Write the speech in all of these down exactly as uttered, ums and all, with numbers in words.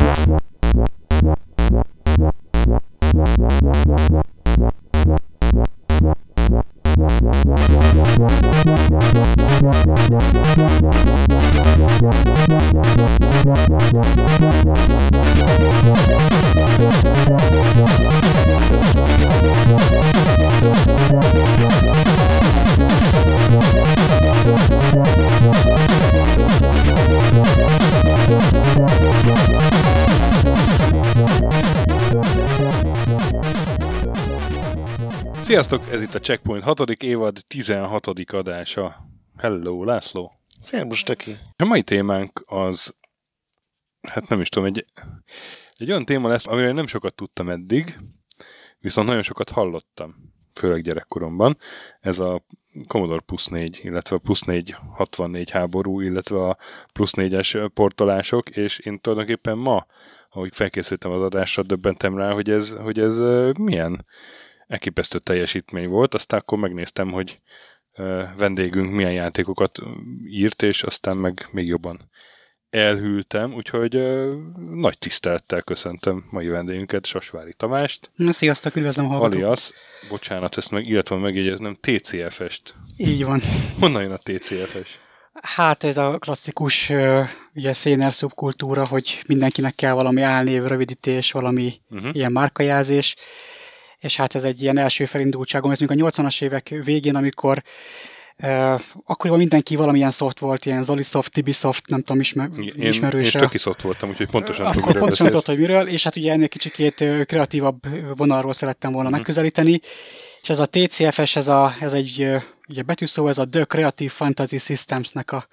Sziasztok, ez itt a Checkpoint hatodik évad tizenhatodik adása. Hello, László! Szervusz, Töki! A mai témánk az, hát nem is tudom, egy, egy olyan téma lesz, amiről nem sokat tudtam eddig, viszont nagyon sokat hallottam, főleg gyerekkoromban. Ez a Commodore plusz négy, illetve a plusz négy hatvannégy háború, illetve a plusz négyes portolások, és én tulajdonképpen ma, ahogy felkészültem az adásra, döbbentem rá, hogy ez, hogy ez milyen elképesztő teljesítmény volt, aztán akkor megnéztem, hogy uh, vendégünk milyen játékokat írt, és aztán meg még jobban elhűltem, úgyhogy uh, nagy tisztelettel köszöntöm mai vendégünket, Sasvári Tamást. Na, sziasztok, üdvözlöm a hallgatókat. Alias, bocsánat, ezt meg illetve megjegyeznem, té cé ef est. Így van. Honnan jön a té cé ef es? Hát ez a klasszikus uh, ugye széner szubkultúra, hogy mindenkinek kell valami álnév, rövidítés, valami uh-huh. ilyen márkajelzés, és hát ez egy ilyen első felindultságom, ez még a nyolcvanas évek végén, amikor uh, akkoriban mindenki valamilyen szoft volt, ilyen Zolisoft, Tibisoft, nem tudom, ismer, én, ismerőse. Én Tökisoft voltam, úgyhogy pontosan uh, tudom, pontosan tudod, hogy miről, és hát ugye ennél kicsikét uh, kreatívabb vonalról szerettem volna uh-huh. megközelíteni, és ez a té cé ef es, ez, a, ez egy uh, ugye betűszó, ez a The Creative Fantasy Systems-nek a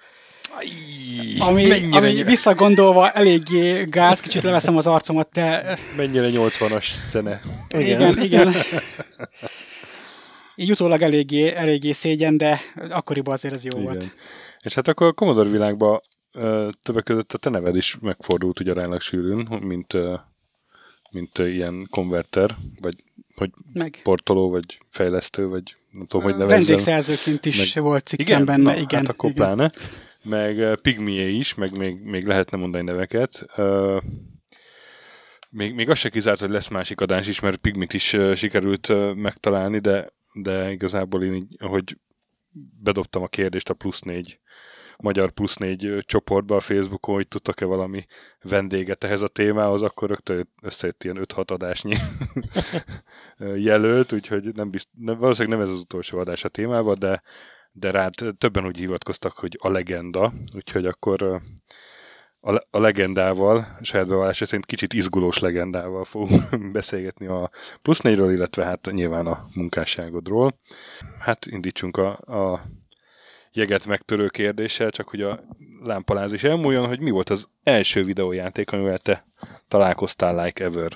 Ami, ami visszagondolva eléggé gáz, kicsit leveszem az arcomat, de... Mennyire nyolcvanas zene. Igen, igen. igen. Így utólag eléggé, eléggé szégyen, de akkoriban azért ez jó igen. volt. És hát akkor a Commodore világban uh, többek között a te neved is megfordult ugye aránylag sűrűn, mint, uh, mint uh, ilyen konverter, vagy hogy meg. portoló, vagy fejlesztő, vagy nem tudom, hogy nevezzem. Vendégszerzőként is meg... volt cikkem igen? benne. Na, igen, hát akkor igen. pláne. Meg uh, Pigmié is, meg még, még lehetne mondani neveket. Uh, még, még az se kizárt, hogy lesz másik adás is, mert Pigmit is uh, sikerült uh, megtalálni, de, de igazából én így, ahogy bedobtam a kérdést a plusz négy, magyar plusz négy uh, csoportba a Facebookon, hogy tudtak-e valami vendéget ehhez a témához, akkor rögtön összejött ilyen öt-hat adásnyi jelölt, úgyhogy nem bizt, nem, valószínűleg nem ez az utolsó adás a témában, de de rád többen úgy hivatkoztak, hogy a legenda, úgyhogy akkor a, a legendával, saját bevallása szerint kicsit izgulós legendával fogunk beszélgetni a plusz négyről, illetve hát nyilván a munkásságodról. Hát indítsunk a, a jeget megtörő kérdéssel, csak hogy a lámpaláz is elmúljon, hogy mi volt az első videójáték, amivel te találkoztál like ever?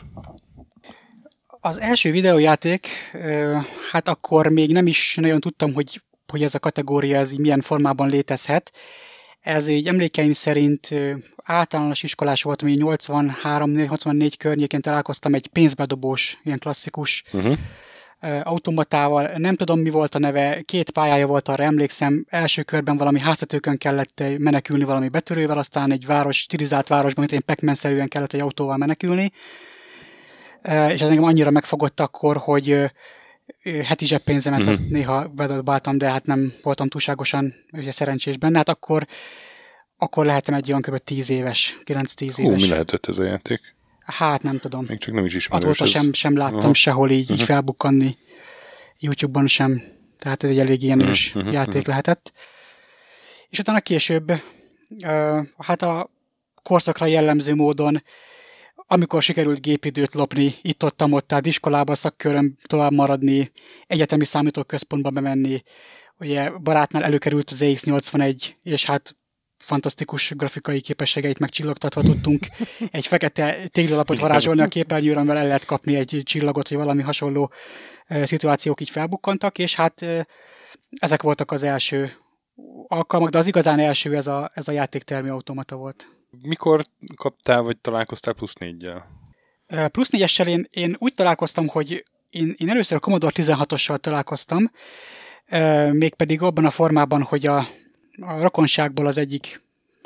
Az első videójáték, hát akkor még nem is nagyon tudtam, hogy hogy ez a kategória ez így milyen formában létezhet. Ez így emlékeim szerint általános iskolás voltam, így nyolcvanhárom nyolcvannégy környékén találkoztam egy pénzbedobós, ilyen klasszikus uh-huh. automatával. Nem tudom, mi volt a neve, két pályája volt, arra emlékszem. Első körben valami háztetőkön kellett menekülni valami betörővel, aztán egy város, stilizált városban, mint egy Pac-Man-szerűen kellett egy autóval menekülni. És ez engem annyira megfogott akkor, hogy heti zseppénzemet, mm-hmm. azt néha bedobáltam, de hát nem voltam túlságosan ugye, szerencsés benne. Hát akkor, akkor lehetem egy olyan kb. tíz éves, kilenc-tíz Hú, éves. mi lehetett ez a játék? Hát nem tudom. Még csak nem is ismerős. Azóta sem, sem láttam uh-huh. sehol így, uh-huh. így felbukkanni. YouTube-ban sem. Tehát ez egy elég ilyen ős uh-huh. játék uh-huh. lehetett. És utána később uh, hát a korszakra jellemző módon amikor sikerült gépidőt lopni, itt-ottam ott, tehát iskolába, szakkörön tovább maradni, egyetemi számítógépközpontba bemenni, ugye barátnál előkerült az E X nyolcvanegy, és hát fantasztikus grafikai képességeit megcsillogtatva tudtunk egy fekete téglalapot varázsolni a képernyőre, amivel el lehet kapni egy csillagot, vagy valami hasonló uh, szituációk így felbukkantak, és hát uh, ezek voltak az első alkalmak, de az igazán első ez a, ez a játéktermi automata volt. Mikor kaptál, vagy találkoztál plusz négyel? Uh, plusz négyessel én, én úgy találkoztam, hogy én, én először a Commodore tizenhatossal találkoztam, uh, mégpedig abban a formában, hogy a, a rokonságból az egyik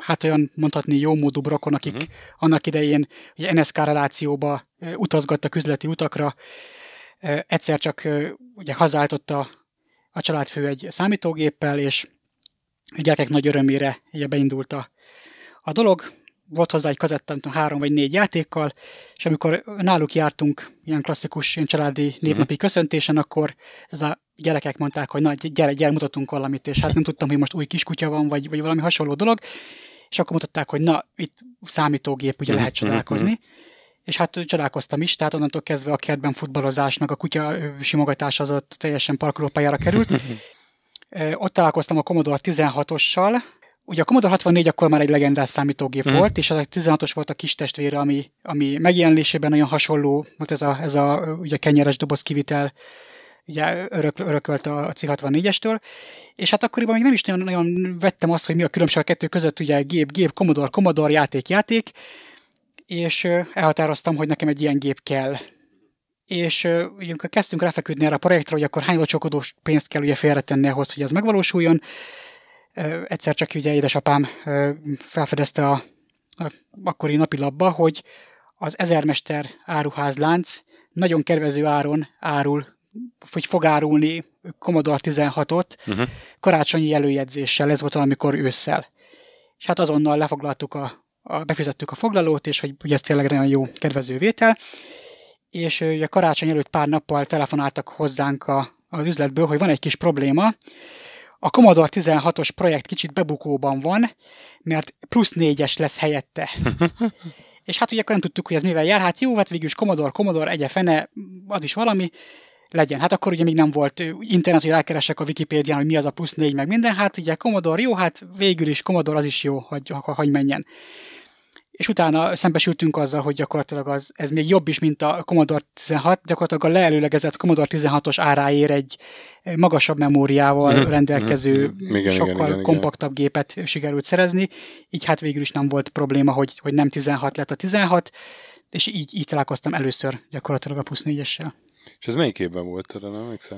hát olyan mondhatni jó módú rokon, akik uh-huh. annak idején ugye en es ká relációba utazgattak üzleti utakra. Egyszer csak ugye hazaállította a családfő egy számítógéppel, és a gyerekek nagy örömére ugye beindult a, a dolog. Volt hozzá egy kazetta, három vagy négy játékkal, és amikor náluk jártunk ilyen klasszikus, ilyen családi névnapi uh-huh. köszöntésen, akkor ez a gyerekek mondták, hogy na, gyere, gyere, mutatunk valamit, és hát nem tudtam, hogy most új kiskutya van, vagy, vagy valami hasonló dolog, és akkor mutatták, hogy na, itt számítógép, ugye lehet csodálkozni, uh-huh. és hát csodálkoztam is, tehát onnantól kezdve a kertben futballozás, meg a kutya simogatás az ott teljesen parkolópályára került. Ott találkoztam a Commodore tizenhatossal. Ugye a Commodore hatvannégy akkor már egy legendás számítógép mm. volt, és a tizenhatos volt a kis testvére, ami, ami megjelenésében nagyon hasonló, volt ez a, ez a ugye kenyeres doboz kivitel, ugye örök, örökölt a cé hatvannégyestől, és hát akkoriban még nem is nagyon, nagyon vettem azt, hogy mi a különbség a kettő között, ugye gép, gép, Commodore, Commodore, játék, játék, és elhatároztam, hogy nekem egy ilyen gép kell. És ugye, amikor kezdtünk ráfeküdni erre a projektre, hogy akkor hány locsokodós pénzt kell ugye félretenni ahhoz, hogy ez megvalósuljon, egyszer csak ugye édesapám felfedezte a, a akkori napilapba, hogy az Ezermester áruházlánc nagyon kedvező áron árul, hogy fog árulni Commodore tizenhatot uh-huh. karácsonyi előjegyzéssel, ez volt valamikor ősszel. És hát azonnal lefoglaltuk a, a befizettük a foglalót, és hogy ugye ez tényleg nagyon jó kedvező vétel, és ugye karácsony előtt pár nappal telefonáltak hozzánk a, az üzletből, hogy van egy kis probléma. A Commodore tizenhatos projekt kicsit bebukóban van, mert plusz négyes lesz helyette. És hát ugye akkor nem tudtuk, hogy ez mivel jár. Hát jó, hát végül is Commodore, Commodore, egye fene, az is valami legyen. Hát akkor ugye még nem volt internet, hogy rákeresek a Wikipédián, hogy mi az a plusz négy, meg minden. Hát ugye Commodore jó, hát végül is Commodore az is jó, hogy hagy menjen. És utána szembesültünk azzal, hogy gyakorlatilag az, ez még jobb is, mint a Commodore tizenhat, gyakorlatilag a leelőlegezett Commodore tizenhatos áráért egy magasabb memóriával mm-hmm. rendelkező, mm-hmm. igen, sokkal igen, igen, kompaktabb igen. gépet sikerült szerezni, így hát végül is nem volt probléma, hogy, hogy nem tizenhat lett a tizenhat, és így, így találkoztam először gyakorlatilag a plusz négyessel. És ez melyik évben volt, erre nem emlékszel?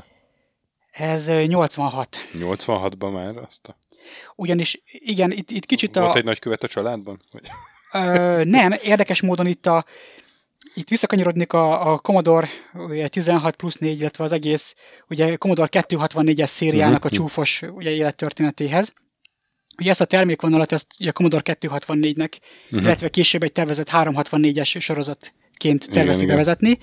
Ez nyolcvanhat. nyolcvanhatban már azt a... Ugyanis, igen, itt, itt kicsit volt a... Volt egy nagykövet a családban? Vagy... Ö, nem, érdekes módon itt a itt visszakanyarodnék a, a Commodore ugye, tizenhat plusz négy, illetve az egész ugye Commodore kétszázhatvannégyes szériának uh-huh. a csúfos ugye, élettörténetéhez. Ugye ezt a termékvonalat ezt ugye a Commodore kétszázhatvannégynek, uh-huh. illetve később egy tervezett háromszázhatvannégyes sorozatként tervezték bevezetni.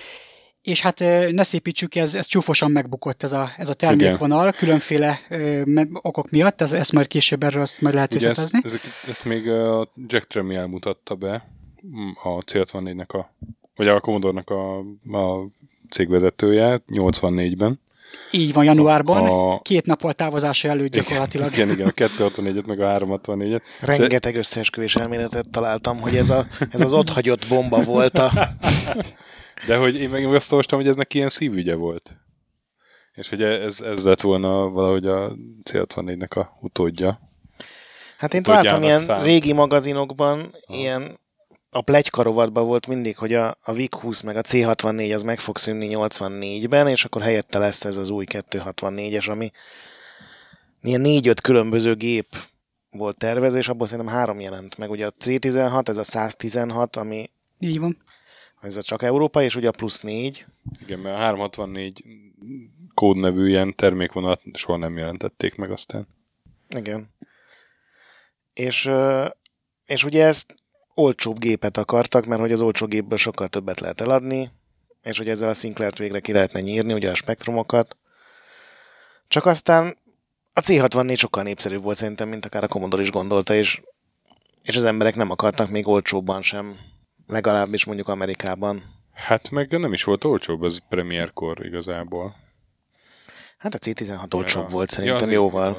És hát ne szépítsük, ez, ez csúfosan megbukott ez a, ez a termékvonal, igen. különféle ö, okok miatt, ez, ezt majd később erről azt majd lehet részletezni. Ezt, ezt még a Jack Tramiel mutatta be, a cé hatvannégynek a, vagy a Commodore-nak a, a cégvezetője nyolcvannégyben. Így van, januárban, a... két nappal távozása előtt gyakorlatilag. Igen, igen, a kétszázhatvannégyet, meg a háromszázhatvannégyet. Rengeteg összeesküvés elméletet találtam, hogy ez, a, ez az otthagyott bomba volt a... De hogy én meg azt olvastam, hogy ez neki ilyen szívügye volt. És hogy ez, ez lett volna valahogy a cé hatvannégynek a utódja. Hát én találtam ilyen szám. régi magazinokban, ha. ilyen a pletyka rovatban volt mindig, hogy a, a VIC húsz meg a cé hatvannégy az meg fog szűnni nyolcvannégyben, és akkor helyette lesz ez az új kétszázhatvannégyes, ami ilyen négy-öt különböző gép volt tervező, és abból szerintem három jelent meg. Ugye a cé tizenhat, ez a száztizenhat, ami... Így van. Ez csak Európa, és ugye a plusz négy. Igen, mert a háromszázhatvannégy kódnevű ilyen termékvonalat soha nem jelentették meg aztán. Igen. És, és ugye ezt olcsóbb gépet akartak, mert hogy az olcsó gépből sokkal többet lehet eladni, és hogy ezzel a Sinclair-t végre ki lehetne nyírni, ugye a spektrumokat. Csak aztán a cé hatvannégy sokkal népszerűbb volt szerintem, mint akár a Commodore is gondolta, és, és az emberek nem akartak még olcsóbban sem. Legalábbis mondjuk Amerikában. Hát meg nem is volt olcsóbb az premierkor igazából. Hát a cé tizenhat olcsóbb volt szerintem ja, jóval.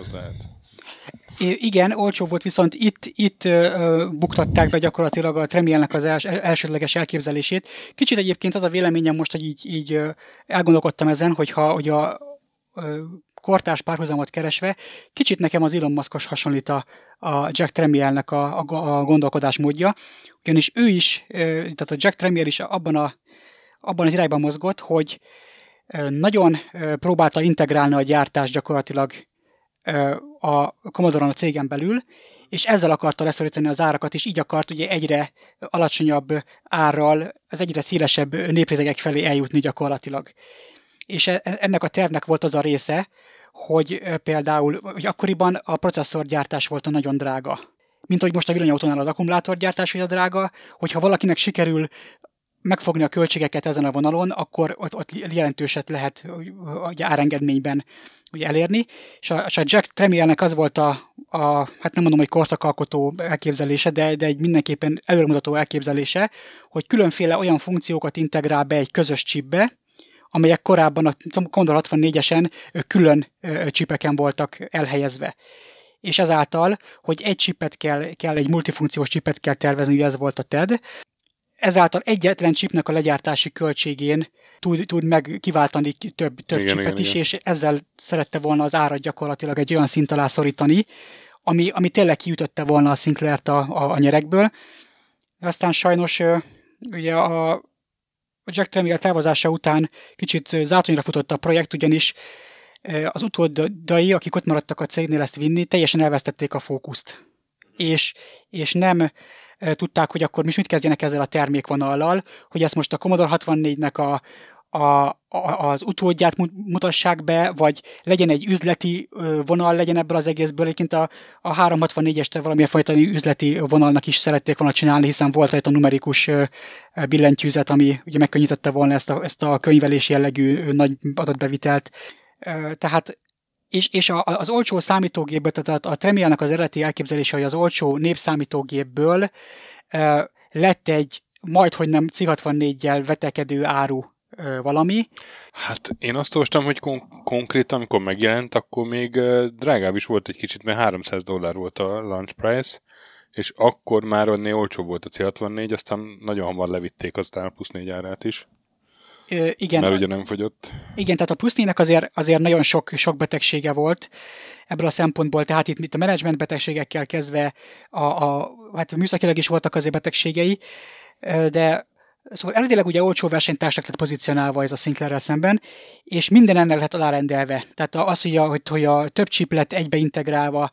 I- igen, olcsóbb volt, viszont itt, itt uh, buktatták be gyakorlatilag a Tramielnek az els- elsődleges elképzelését. Kicsit egyébként az a véleményem most, hogy így, így uh, elgondolkodtam ezen, hogyha hogy a uh, kortárs párhuzamot keresve, kicsit nekem az Elon Muskos hasonlít a, a Jack Tramielnek a, a, a gondolkodás módja, ugyanis ő is, tehát a Jack Tramiel is abban, a, abban az irányban mozgott, hogy nagyon próbálta integrálni a gyártást gyakorlatilag a Commodore-on a cégen belül, és ezzel akarta leszorítani az árakat, és így akart ugye egyre alacsonyabb árral az egyre szélesebb néprétegek felé eljutni gyakorlatilag. És ennek a tervnek volt az a része, hogy például, hogy akkoriban a processzorgyártás volt a nagyon drága. Mint hogy most a villanyautónál az akkumulátorgyártás vagy a drága, hogyha valakinek sikerül megfogni a költségeket ezen a vonalon, akkor ott, ott jelentőset lehet ugye, árengedményben ugye, elérni. És a, és a Jack Tremiernek az volt a, a, hát nem mondom, hogy korszakalkotó elképzelése, de, de egy mindenképpen előremutató elképzelése, hogy különféle olyan funkciókat integrál be egy közös chipbe, amelyek korábban a Commodore hatvannégyesen külön chipeken voltak elhelyezve. És ezáltal, hogy egy chipet kell, kell egy multifunkciós chipet kell tervezni, ugye ez volt a té e dé, ezáltal egyetlen chipnek a legyártási költségén tud, tud meg kiváltani több, több igen, chipet igen, is, igen. És ezzel szerette volna az árat gyakorlatilag egy olyan szint alá szorítani, ami, ami tényleg kiütötte volna a Sinclair-t a, a, a nyerekből. Aztán sajnos ugye a Jack Tremier távozása után kicsit zátonyra futott a projekt, ugyanis az utódai, akik ott maradtak a cégnél ezt vinni, teljesen elvesztették a fókuszt. És, és nem tudták, hogy akkor mit kezdjenek ezzel a termékvonallal, hogy ezt most a Commodore hatvannégynek a, a, a, az utódját mutassák be, vagy legyen egy üzleti vonal, legyen ebből az egészből. Egyébként a, a háromszázhatvannégyest valamilyen fajta üzleti vonalnak is szerették volna csinálni, hiszen volt egy a numerikus billentyűzet, ami ugye megkönnyítette volna ezt a, ezt a könyvelési jellegű nagy adatbevitelt. Tehát És, és a, az olcsó számítógépből, tehát a, a Tremiernek az eredeti elképzelése, hogy az olcsó népszámítógépből e, lett egy majdhogy nem cé hatvannégyel vetekedő áru e, valami. Hát én azt olvastam, hogy kon- konkrétan, amikor megjelent, akkor még e, drágább is volt egy kicsit, mert háromszáz dollár volt a launch price, és akkor már onnél olcsó volt a cé hatvannégy, aztán nagyon hamar levitték aztán a plusz négy árát is. Ö, igen. Mert ugye nem fogyott. Igen, tehát a plusz négynek azért, azért nagyon sok, sok betegsége volt ebből a szempontból, tehát itt, itt a menedzsment betegségekkel kezdve a, a, hát műszakilag is voltak azért betegségei, de szóval eredetileg ugye olcsó versenytársak lett pozícionálva ez a Sinclairrel szemben, és minden ennél lehet alárendelve. Tehát az, hogy a, hogy, hogy a több chip lett egybe integrálva,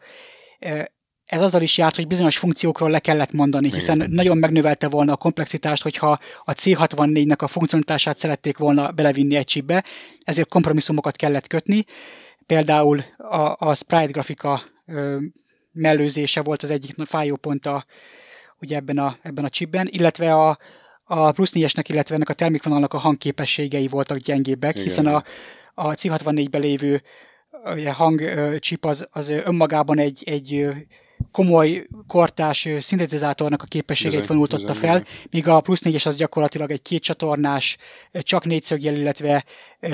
ez azzal is járt, hogy bizonyos funkciókról le kellett mondani, hiszen igen. Nagyon megnövelte volna a komplexitást, hogyha a cé hatvannégynek a funkcionalitását szerették volna belevinni egy chipbe, ezért kompromisszumokat kellett kötni. Például a, a sprite grafika ö, mellőzése volt az egyik fájó pont a, ugye ebben a, ebben a chipben, illetve a, a plusz négyesnek, illetve ennek a termékvonalnak a hangképességei voltak gyengébbek, igen. Hiszen a, a cé hatvannégyben lévő hangchip az, az önmagában egy, egy komoly kortárs szintetizátornak a képességeit vonultatta fel, bizony. Míg a plusz négyes az gyakorlatilag egy kétcsatornás, csak négyszögjel, illetve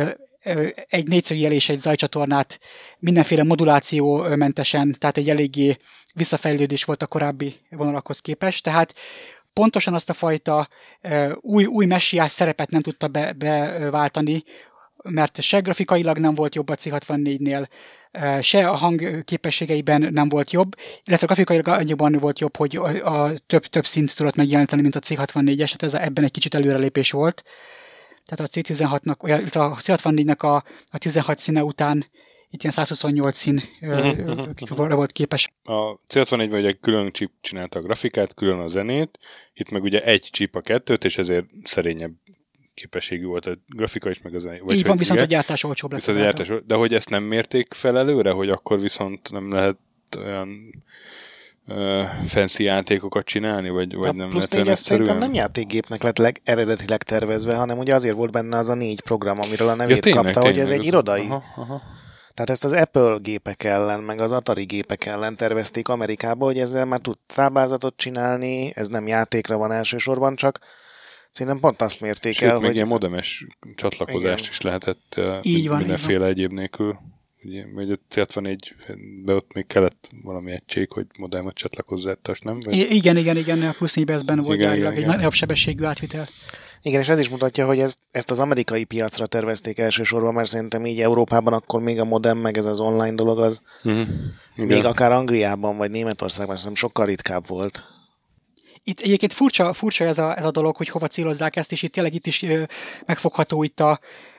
egy négyszögjel és egy zajcsatornát mindenféle modulációmentesen, tehát egy eléggé visszafejlődés volt a korábbi vonalakhoz képest. Tehát pontosan azt a fajta új, új messiás szerepet nem tudta be, beváltani, mert se grafikailag nem volt jobb a cé hatvannégynél, se a hang képességeiben nem volt jobb, illetve a grafikailag annyiban volt jobb, hogy a, a több, több szint tudott megjelenteni, mint a cé hatvannégyes, tehát ez ebben egy kicsit előrelépés volt. Tehát a cé tizenhatnak, illetve a cé hatvannégynek a, a tizenhat színe után itt ilyen százhuszonnyolc színre volt képes. A cé hatvannégyben ugye külön chip csinálta a grafikát, külön a zenét, itt meg ugye egy chip a kettőt, és ezért szerényebb képességű volt a grafika is, meg az... Vagy így van, viszont igen, a gyártás olcsóbb lett. A gyártás, de hogy ezt nem mérték fel előre, hogy akkor viszont nem lehet olyan uh, fancy játékokat csinálni, vagy, vagy nem lehet olyan szerintem nem játékgépnek lett leg, eredetileg tervezve, hanem ugye azért volt benne az a négy program, amiről a nevét ja, tényleg, kapta, tényleg, hogy ez egy irodai. Aha, aha. Tehát ezt az Apple gépek ellen, meg az Atari gépek ellen tervezték Amerikába, hogy ezzel már tud táblázatot csinálni, ez nem játékra van elsősorban, csak szerintem pont azt mérték Sőt, el, még hogy... ilyen modemes csatlakozást igen. is lehetett uh, így van, mindenféle így egyéb nélkül. Ugye, ugye a cé hatvannégyben ott még kellett valami egység, hogy modemet csatlakozzáttas, nem? Vagy... I- igen, igen, igen, a plusz négyben ezben volt gyárilag egy nagyobb sebességű átvitel. Igen, és ez is mutatja, hogy ezt, ezt az amerikai piacra tervezték elsősorban, mert szerintem így Európában akkor még a modem, meg ez az online dolog az uh-huh. még akár Angliában, vagy Németországban szerintem sokkal ritkább volt. Itt egyébként furcsa, furcsa ez, a, ez a dolog, hogy hova célozzák ezt, és itt tényleg itt is ö, megfogható itt a,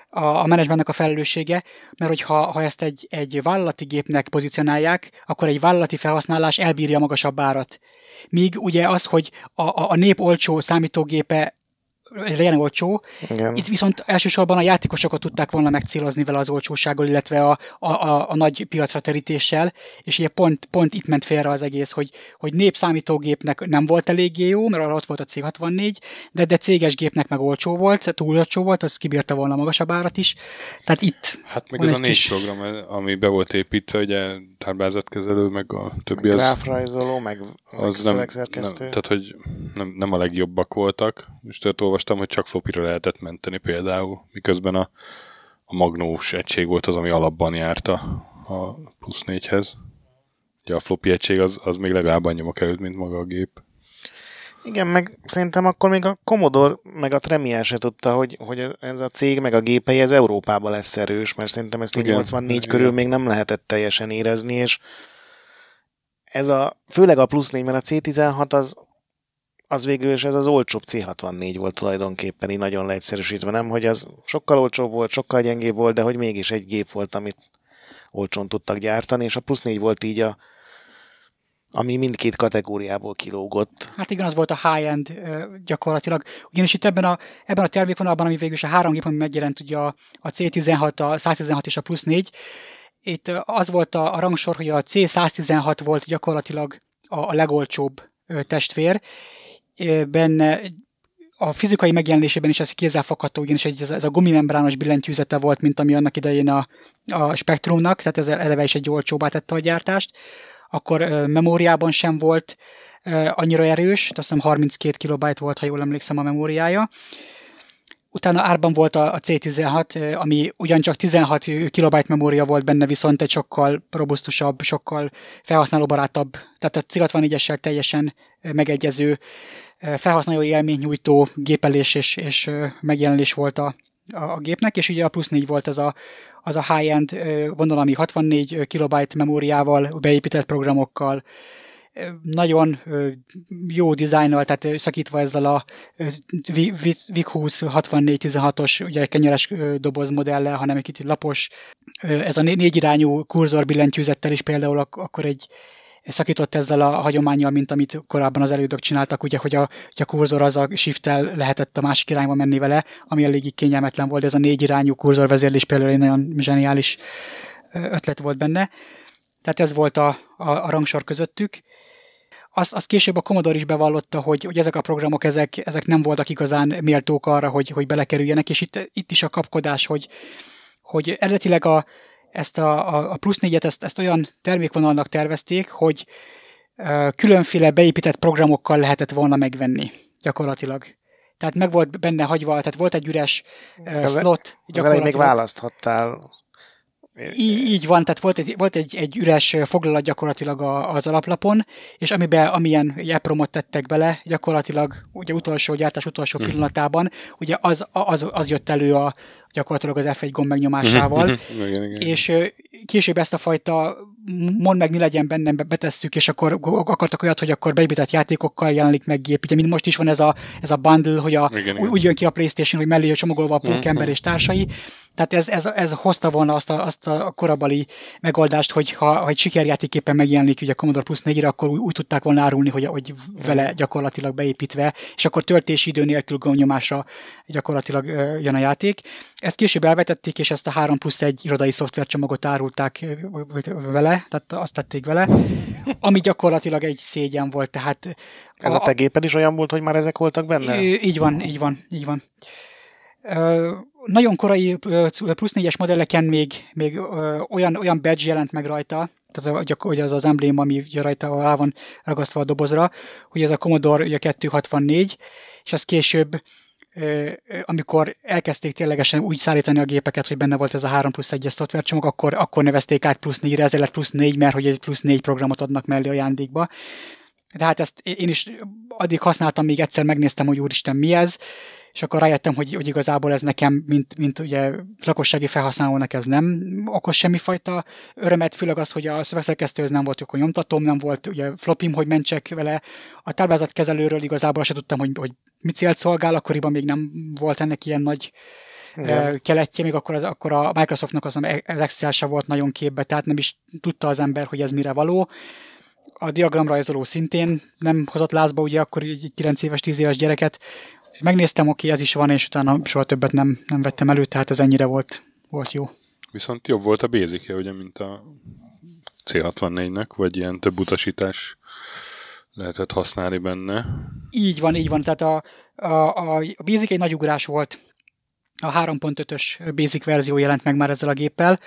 a, a menedzsmentnek a felelőssége, mert hogyha ha ezt egy, egy vállalati gépnek pozícionálják, akkor egy vállalati felhasználás elbírja a magasabb árat. Míg ugye az, hogy a, a, a nép olcsó számítógépe legyen olcsó. Igen. Itt viszont elsősorban a játékosokat tudták volna megcélozni vele az olcsósággal, illetve a, a, a, a nagy piacra terítéssel, és ugye pont, pont itt ment félre az egész, hogy, hogy népszámítógépnek nem volt eléggé jó, mert arra ott volt a cé hatvannégy, de, de céges gépnek meg olcsó volt, túl olcsó volt, az kibírta volna a magasabb árat is. Tehát itt... Hát meg ez a négy kis... program, ami be volt építve, ugye táblázatkezelő, meg a többi az... Gráfrajzoló, meg, meg szövegszerkesztő. Nem, tehát, hogy nem, nem a legjobbak voltak. Most tehát olvastam, hogy csak flopira lehetett menteni például, miközben a, a magnós egység volt az, ami alapban járta a plusz négyhez. Ugye a floppy egység az, az még legalább annyiba került, mint maga a gép. Igen, meg szerintem akkor még a Commodore, meg a Tremier se tudta, hogy, hogy ez a cég, meg a gépei, ez Európában lesz erős, mert szerintem ezt így nyolcvannégy igen. körül még nem lehetett teljesen érezni, és ez a, főleg a plusz négy, mert a cé tizenhat az az végül is ez az olcsóbb cé hatvannégy volt tulajdonképpen, így nagyon leegyszerűsítve, nem, hogy az sokkal olcsóbb volt, sokkal gyengébb volt, de hogy mégis egy gép volt, amit olcsón tudtak gyártani, és a plusz négy volt így a ami mindkét kategóriából kilógott. Hát igen, az volt a high-end gyakorlatilag. Ugyanis itt ebben a, ebben a termékvonalban, ami végül is a három gép, ami megjelent, ugye a, a cé tizenhat, a száztizenhat és a plusz négy, itt az volt a, a rangsor, hogy a cé száztizenhat volt gyakorlatilag a, a legolcsóbb testvér. Benne a fizikai megjelenésében is ez kézzelfogható, ugyanis ez, ez a gumimembrános billentyűzete volt, mint ami annak idején a, a Spectrumnak, tehát ez eleve is egy olcsóbbá tette a gyártást. Akkor uh, memóriában sem volt uh, annyira erős, azt hiszem harminckét kilobájt volt, ha jól emlékszem a memóriája. Utána árban volt a, a cé tizenhat, uh, ami ugyancsak tizenhat kilobájt memória volt benne, viszont egy sokkal robusztusabb, sokkal felhasználóbarátabb, tehát a cé hatvannégyessel teljesen uh, megegyező, uh, felhasználói élményt nyújtó gépelés és, és uh, megjelenés volt a, a, a gépnek, és ugye a plusz négy volt az a az a high-end vonal, ami hatvannégy kilobájt memóriával, beépített programokkal, nagyon jó dizájnnal, tehát szakítva ezzel a VIC húsz hatvannégy tizenhatos ugye kenyeres doboz modellel, hanem egy kicsit lapos. Ez a négy irányú kurzor billentyűzettel is például akkor egy szakított ezzel a hagyománnyal, mint amit korábban az elődök csináltak, ugye, hogy a, hogy a kurzor az a shift-tel lehetett a másik irányba menni vele, ami eléggé kényelmetlen volt. Ez a négy irányú kurzorvezérlés például egy nagyon zseniális ötlet volt benne. Tehát ez volt a, a, a rangsor közöttük. Azt, azt később a Commodore is bevallotta, hogy, hogy ezek a programok ezek, ezek nem voltak igazán méltók arra, hogy, hogy belekerüljenek, és itt, itt is a kapkodás, hogy, hogy eredetileg a ezt a, a plusz négyet, ezt, ezt olyan termékvonalnak tervezték, hogy uh, különféle beépített programokkal lehetett volna megvenni, gyakorlatilag. Tehát meg volt benne hagyva, tehát volt egy üres uh, slot. Az elején még választhattál. Így, így van, tehát volt egy, volt egy, egy üres foglalat gyakorlatilag a, az alaplapon, és amiben amilyen EPROM-ot tettek bele, gyakorlatilag ugye utolsó gyártás utolsó pillanatában, ugye az, az, az jött elő a gyakorlatilag az ef egy gomb megnyomásával, igen, igen. És később ezt a fajta mondd meg, mi legyen bennem, betesszük, és akkor akartak olyat, hogy akkor beépített játékokkal jelenik meg gép. Ugye, mint most is van ez a, ez a bundle, hogy a, igen, úgy jön ki a PlayStation, hogy mellé csomagolva a Pókember és társai. Tehát ez, ez, ez hozta volna azt a, azt a korabeli megoldást, hogy ha, ha egy sikerjátéképpen megjelenik ugye a Commodore plusz négyre, akkor úgy, úgy tudták volna árulni, hogy, hogy vele gyakorlatilag beépítve, és akkor töltési idő nélkül gomnyomásra gyakorlatilag uh, jön a játék. Ezt később elvetették, és ezt a három plusz egy irodai szoftvercsomagot árulták vele, tehát azt tették vele, ami gyakorlatilag egy szégyen volt. Tehát ez a, a te géped is olyan volt, hogy már ezek voltak benne? Így van, így van, így van. Uh, nagyon korai uh, plusz négyes modelleken még, még uh, olyan, olyan badge jelent meg rajta, tehát hogy az az embléma, ami rajta rá van ragasztva a dobozra, hogy ez a Commodore ugye kétszázhatvannégy, és az később, uh, amikor elkezdték ténylegesen úgy szállítani a gépeket, hogy benne volt ez a három plusz egyes szoftvercsomag, akkor, akkor nevezték át plusz négyre, ezért lett plusz négy, mert hogy egy plusz négy programot adnak mellé ajándékba. De hát ezt én is addig használtam, még egyszer megnéztem, hogy úristen, mi ez, és akkor rájöttem, hogy, hogy igazából ez nekem, mint, mint ugye lakossági felhasználónak ez nem okoz semmifajta örömet, főleg az, hogy a szövegszerkesztőhöz nem volt akkor nyomtatóm, nem volt ugye flopim, hogy mentsek vele. A táblázatkezelőről igazából se tudtam, hogy, hogy mit célt szolgál, akkoriban még nem volt ennek ilyen nagy Igen. keletje, még akkor, az, akkor a Microsoftnak az, az Excel se volt nagyon képbe, tehát nem is tudta az ember, hogy ez mire való. A diagramrajzoló szintén nem hozott lázba, ugye akkor egy kilenc éves, tíz éves gyereket. Megnéztem, oké, okay, ez is van, és utána soha többet nem, nem vettem elő, tehát ez ennyire volt, volt jó. Viszont jobb volt a basic-je, ugye, mint a cé hatvannégynek, vagy ilyen több utasítás lehetett használni benne. Így van, így van. Tehát a, a, a Basic egy nagy ugrás volt. A három pont ötös Basic verzió jelent meg már ezzel a géppel.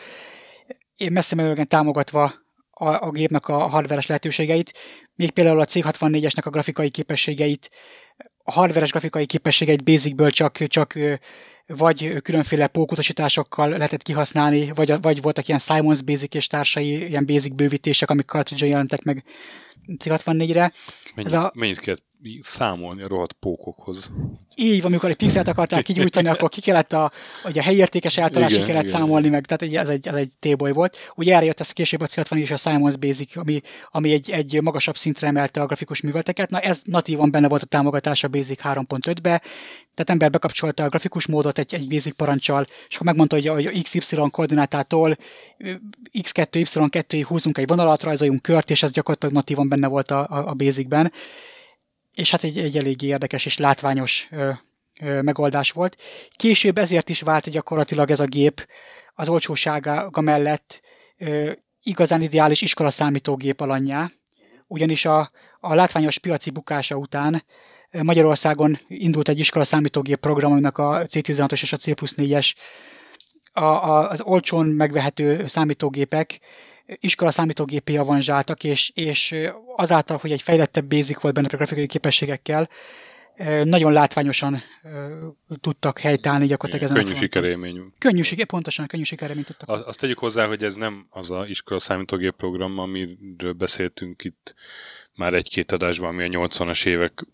Én messze menően támogatva a, a gépnek a hardveres lehetőségeit, még például a cé hatvannégyesnek a grafikai képességeit, a hardveres grafikai képességeit Basicből csak, csak vagy különféle pókutasításokkal lehetett kihasználni, vagy, vagy voltak ilyen Simon's Basic és társai, ilyen Basic bővítések, amik cartridge-on jelentek meg cé hatvannégyre. Mennyit, a... mennyit kellett számolni a rohadt pókokhoz? Így van, amikor egy pixelt akarták kigyújtani, akkor ki kellett a, a helyértékes eltalálásra ki kellett igen. számolni meg, tehát ez egy, ez egy téboly volt. Ugye erre jött ez később a cé hatvannégy és a Simon's Basic, ami, ami egy, egy magasabb szintre emelte a grafikus műveleteket. Na ez natívan benne volt a támogatás a Basic három pont ötbe, tehát ember bekapcsolta a grafikus módot egy, egy Basic parancsal, és akkor megmondta, hogy a iksz ipszilon koordinátától iksz kettő ipszilon kettőig húzunk egy vonalat, rajzoljunk kört, és ez gyakorlatilag natívan benne volt a, a, a Basicben. És hát egy, egy eléggé érdekes és látványos ö, ö, megoldás volt. Később ezért is vált gyakorlatilag ez a gép az olcsósága mellett ö, igazán ideális iskolaszámítógép alanyjá, ugyanis a, a látványos piaci bukása után Magyarországon indult egy iskolaszámítógép program, aminek a cé tizenhatos és a cé plusz négyes a, a, az olcsón megvehető számítógépek iskola számítógépé avanzsáltak, és, és azáltal, hogy egy fejlettebb Basic volt benne a grafikai képességekkel, nagyon látványosan tudtak helytállni gyakorlatilag ezen könnyű sikerélményünk. Könnyű siker, pontosan könnyű sikerélményt tudtak. Azt tegyük hozzá, hogy ez nem az a iskola számítógép program, amiről beszéltünk itt már egy-két adásban, ami a nyolcvanas évek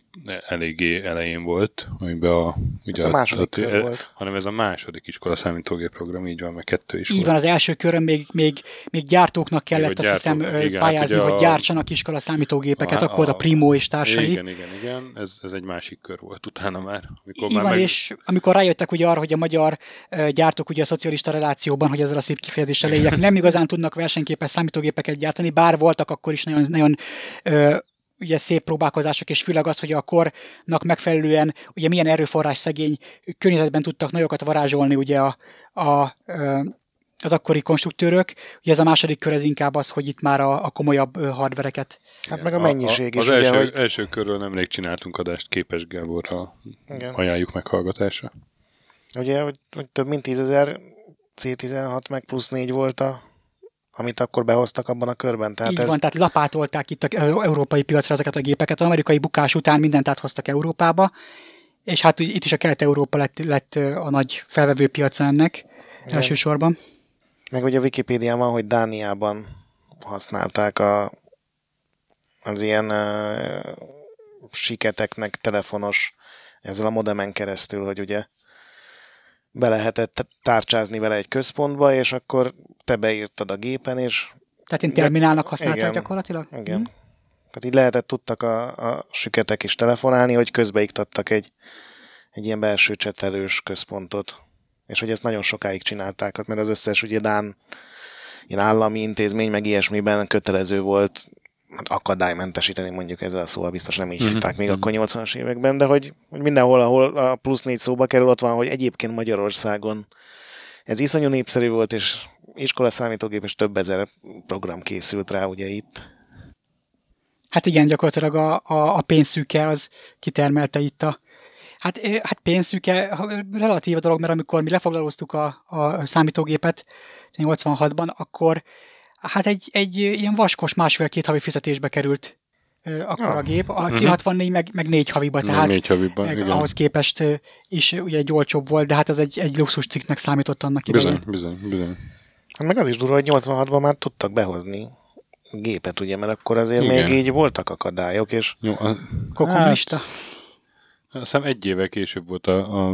eléggé elején volt, amiben a... Ez a második kör e, volt. Hanem ez a második iskola számítógép program, így van, meg kettő is így volt. van, az első körön még, még, még gyártóknak kellett, azt hiszem, igen, pályázni, hát hogy a... gyártsanak iskola számítógépeket, a, akkor a, a Primo és társai. Igen, igen, igen, ez, ez egy másik kör volt utána már. Amikor így már van, meg... és amikor rájöttek ugye arra, hogy a magyar gyártók ugye a szocialista relációban, hogy ezzel a szép kifejezéssel éljek, nem igazán tudnak versenyképes számítógépeket gyártani, bár voltak akkor is nagyon, nagyon ugye szép próbálkozások, és főleg az, hogy a kornak megfelelően ugye milyen erőforrás szegény környezetben tudtak nagyokat varázsolni ugye a, a, az akkori konstruktőrök. Ugye ez a második kör ez inkább az, hogy itt már a, a komolyabb hardvereket. Hát meg a mennyiség a, a, is. Az első, ugye, hogy... első körről nemrég csináltunk adást Képes Gáborral, ajánljuk meghallgatásra. Ugye, hogy, hogy több mint tízezer cé tizenhat meg plusz négy volt a amit akkor behoztak abban a körben. Tehát így ez... van, tehát lapátolták itt az európai piacra ezeket a gépeket. Az amerikai bukás után mindent áthoztak Európába, és hát itt is a Kelet-Európa lett, lett a nagy felvevő piaca ennek igen. elsősorban. Meg ugye a Wikipédián van, hogy Dániában használták a, az ilyen uh, siketeknek telefonos, ezzel a modemen keresztül, hogy ugye be lehetett tárcsázni vele egy központba, és akkor te beírtad a gépen, és... Tehát én terminálnak használták igen, gyakorlatilag? Igen. Hm? Tehát így lehetett, tudtak a, a süketek is telefonálni, hogy közbeiktattak egy, egy ilyen belső csetelős központot. És hogy ezt nagyon sokáig csinálták, mert az összes ugye Dán ilyen állami intézmény, meg ilyesmiben kötelező volt akadálymentesíteni, mondjuk ezzel a szóval biztos nem így hívták még akkor nyolcvanas években, de hogy, hogy mindenhol, ahol a plusz négy szóba kerül, ott van, hogy egyébként Magyarországon ez iszonyú népszerű volt, és iskola számítógép, és több ezer program készült rá ugye itt. Hát igen, gyakorlatilag a, a, a pénzszűke az kitermelte itt a... Hát, hát pénzszűke relatív a dolog, mert amikor mi lefoglalóztuk a, a számítógépet nyolcvanhatban, akkor hát egy, egy ilyen vaskos másfél-két havi fizetésbe került uh, akkor ah. a gép. A cé hatvannégy meg, meg négy haviba, tehát négy haviba, igen. ahhoz képest uh, is ugye egy olcsóbb volt, de hát az egy, egy luxus cikknek számított annak idején. Bizony, bizony, bizony. Hát meg az is durva, hogy nyolcvanhatban már tudtak behozni gépet, ugye, mert akkor azért igen. még így voltak akadályok, és... Jó, a... Kokomlista. Hát, azt hiszem egy évvel később volt a, a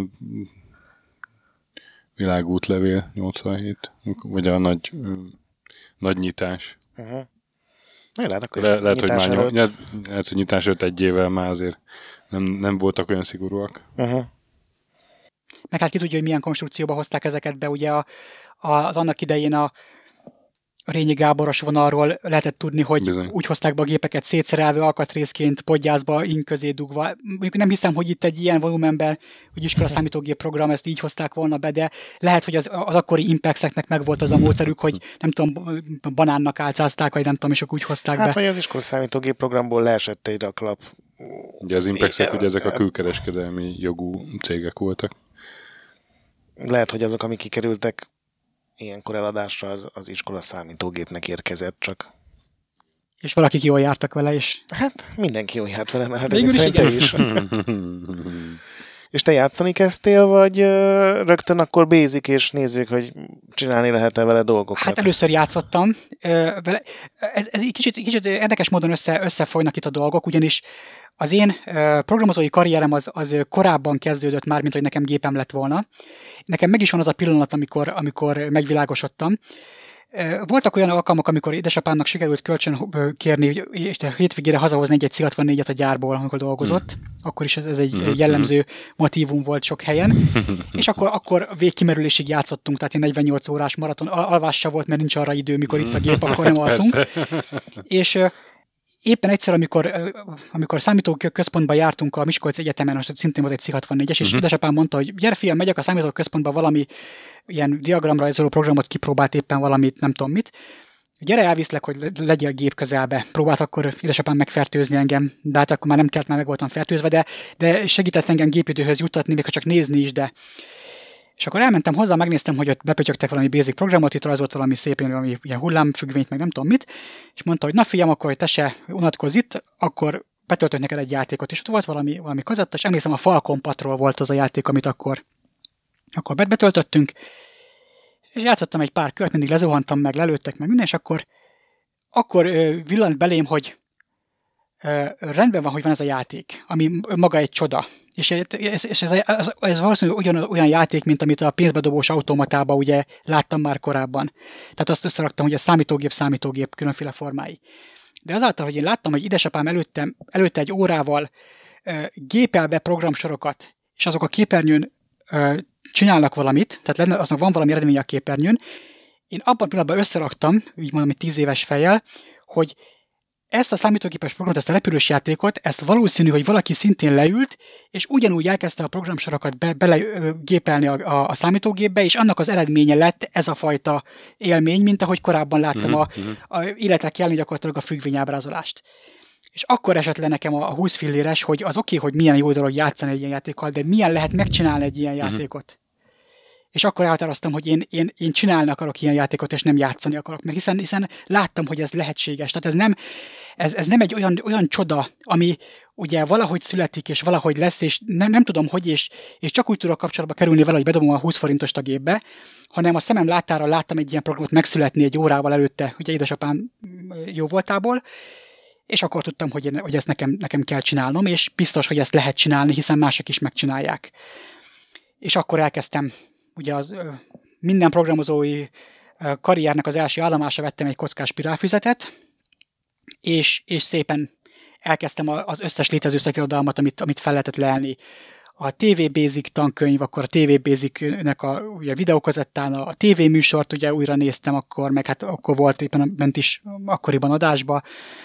világútlevél nyolcvanhét, vagy a nagy... Nagy nyitás. Uh-huh. Lehet, akkor Le, lehet, hogy már előtt. Nyom, lehet, hogy nyitás előtt egy évvel már azért nem, nem voltak olyan szigorúak. Uh-huh. meg hát ki tudja, hogy milyen konstrukcióba hozták ezeket be, ugye a, a, az annak idején a a Rényi Gáboros vonalról lehetett tudni, hogy Bizony. Úgy hozták be a gépeket szétszerelve, alkatrészként, podgyászba, ink közé dugva. Nem hiszem, hogy itt egy ilyen volumenben, hogy iskola számítógép program, ezt így hozták volna be, de lehet, hogy az, az akkori Impexeknek megvolt az a módszerük, hogy nem tudom, banánnak álcázták, vagy nem tudom, és akkor úgy hozták hát, be. Hát, vagy az iskola számítógép programból leesett egy raklap. Ugye az Impexek, ugye ezek a külkereskedelmi jogú cégek voltak. Lehet, hogy azok, amik kikerültek ilyenkor eladásra, az, az iskola számítógépnek érkezett csak. És valakik jól jártak vele is. Hát mindenki jól járt vele, mert hát ezek szerint te is. És te játszani kezdtél, vagy uh, rögtön akkor basic, és nézzük, hogy csinálni lehet-e vele dolgokat? Hát először játszottam. Uh, vele. Ez, ez kicsit, kicsit érdekes módon össze, összefolynak itt a dolgok, ugyanis az én uh, programozói karrierem az, az korábban kezdődött már, mint hogy nekem gépem lett volna. Nekem meg is van az a pillanat, amikor, amikor megvilágosodtam. Uh, voltak olyan alkalmak, amikor édesapámnak sikerült kölcsön kérni, és a hétvégére hazahozni egy-egy cé hatvannégyet a gyárból, amikor dolgozott. Mm. Akkor is ez, ez egy mm-hmm. jellemző motívum volt sok helyen. És akkor, akkor végkimerülésig játszottunk, tehát egy negyvennyolc órás maraton alvás se volt, mert nincs arra idő, mikor itt a gép, akkor nem alszunk. És uh, éppen egyszer, amikor, amikor számítógépközpontba jártunk a Miskolci Egyetemen, most szintén volt egy cé hatvannégyes, és uh-huh. édesapám mondta, hogy gyere fiam, megyek a számítógépközpontba, valami ilyen diagramrajzoló programot kipróbált éppen valamit, nem tudom mit. Gyere, elviszlek, hogy legyél gép közelbe. Próbált akkor édesapám megfertőzni engem, de hát akkor már nem kellett, már meg voltam fertőzve, de, de segített engem gépidőhöz juttatni, még ha csak nézni is, de... És akkor elmentem hozzá, megnéztem, hogy ott bepötyögtek valami basic programot, itt rajzolt valami szép valami ilyen hullámfüggvényt, meg nem tudom mit, és mondta, hogy na fiam, akkor hogy te se unatkozz itt, akkor betöltött neked egy játékot, és ott volt valami, valami kazetta, és emlékszem, a Falcon Patrol volt az a játék, amit akkor, akkor betöltöttünk, és játszottam egy pár kört, mindig lezuhantam, meg lelőttek, meg minden, és akkor, akkor ö, villant belém, hogy ö, rendben van, hogy van ez a játék, ami maga egy csoda. És ez, ez, ez, ez, ez valószínűleg ugyan, olyan játék, mint amit a pénzbedobós automatában ugye láttam már korábban. Tehát azt összeraktam, hogy a számítógép, számítógép különféle formái. De azáltal, hogy én láttam, hogy édesapám előtte, előtte egy órával uh, gépel be programsorokat, és azok a képernyőn uh, csinálnak valamit, tehát lenne, aznak van valami eredmény a képernyőn, én abban a pillanatban összeraktam, úgy mondom, hogy tíz éves fejjel, hogy ezt a számítógépes programot, ezt a repülős játékot, ezt valószínű, hogy valaki szintén leült, és ugyanúgy elkezdte a programsorokat be, belegépelni a, a, a számítógépbe, és annak az eredménye lett ez a fajta élmény, mint ahogy korábban láttam a, a életre kelni gyakorlatilag a függvényábrázolást. És akkor esett le nekem a, a húsz filléres, hogy az oké, okay, hogy milyen jó dolog játszani egy ilyen játékkal, de milyen lehet megcsinálni egy ilyen uh-huh. játékot. És akkor elhatároztam, hogy én, én, én csinálni akarok ilyen játékot, és nem játszani akarok, mert hiszen, hiszen láttam, hogy ez lehetséges. Tehát ez nem, ez, ez nem egy olyan, olyan csoda, ami ugye valahogy születik, és valahogy lesz, és nem, nem tudom, hogy, és, és csak úgy tudok kapcsolatba kerülni vele, hogy bedobom a húsz forintost a gépbe, hanem a szemem látára láttam egy ilyen programot megszületni egy órával előtte, ugye édesapám jó voltából, és akkor tudtam, hogy, én, hogy ezt nekem, nekem kell csinálnom, és biztos, hogy ezt lehet csinálni, hiszen mások is megcsinálják. És akkor elkezdtem. Ugye az, minden programozói karriernek az első állomása vettem egy kockás spirálfüzetet, és, és szépen elkezdtem az összes létező szakirodalmat, amit, amit fel lehetett leelni. A té vé Basic tankönyv, akkor a té vé Basic-nek a ugye, videókazettán, a té vé műsort ugye újra néztem akkor, meg hát akkor volt éppen ment is akkoriban adásba,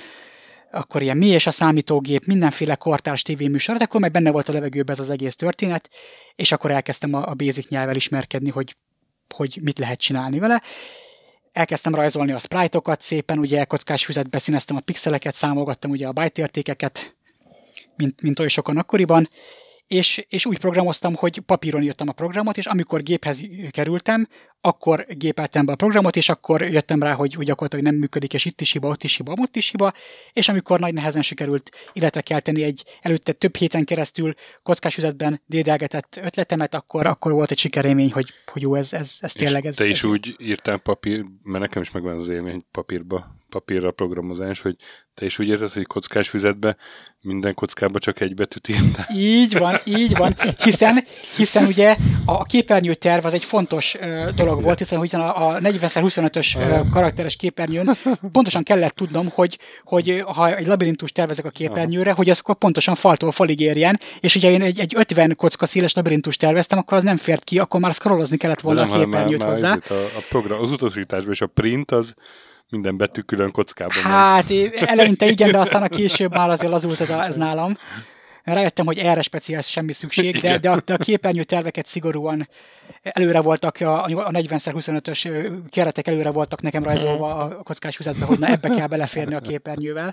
akkor ilyen mi és a számítógép, mindenféle kortárs tévéműsor, akkor meg benne volt a levegőben ez az egész történet, és akkor elkezdtem a, a basic nyelvvel ismerkedni, hogy, hogy mit lehet csinálni vele. Elkezdtem rajzolni a sprite-okat szépen, ugye kockás füzetbe színeztem a pixeleket, számolgattam ugye a byte értékeket, mint, mint oly sokan akkoriban, és, és úgy programoztam, hogy papíron írtam a programot, és amikor géphez kerültem, akkor gépeltem be a programot, és akkor jöttem rá, hogy, hogy gyakorlatilag nem működik, és itt is hiba, ott is hiba, ott is hiba, és amikor nagy nehezen sikerült illetve kelteni egy előtte több héten keresztül kockás füzetben dédelgetett ötletemet, akkor, akkor volt egy sikerélmény, hogy, hogy jó, ez, ez, ez tényleg... Ez, te is ez úgy írtál papír, mert nekem is megvan az élmény, papírba papírra programozás, hogy te is úgy érzed, hogy kockás füzetbe minden kockába csak egy betűt írtál. Így van, így van, hiszen, hiszen ugye a képernyő terv az egy fontos uh, dolog volt, hiszen hogy a, a negyven szer huszonötös uh, karakteres képernyőn pontosan kellett tudnom, hogy, hogy ha egy labirintus tervezek a képernyőre, hogy az akkor pontosan faltól falig érjen, és ugye én egy, egy ötven kocka széles labirintus terveztem, akkor az nem fért ki, akkor már scrollozni kellett volna nem, a képernyőt már, hozzá. Már a, a, program, az utasításban és a print az minden betű külön kockában. Hát ment. Eleinte igen, de aztán a később már azért lazult ez, a, ez nálam. Rájöttem, hogy erre speciális semmi szükség, de, de, a, de a képernyő terveket szigorúan előre voltak, a, a negyven szer huszonötös keretek előre voltak nekem rajzolva a kockás füzetbe, hogy na ebbe kell beleférni a képernyővel.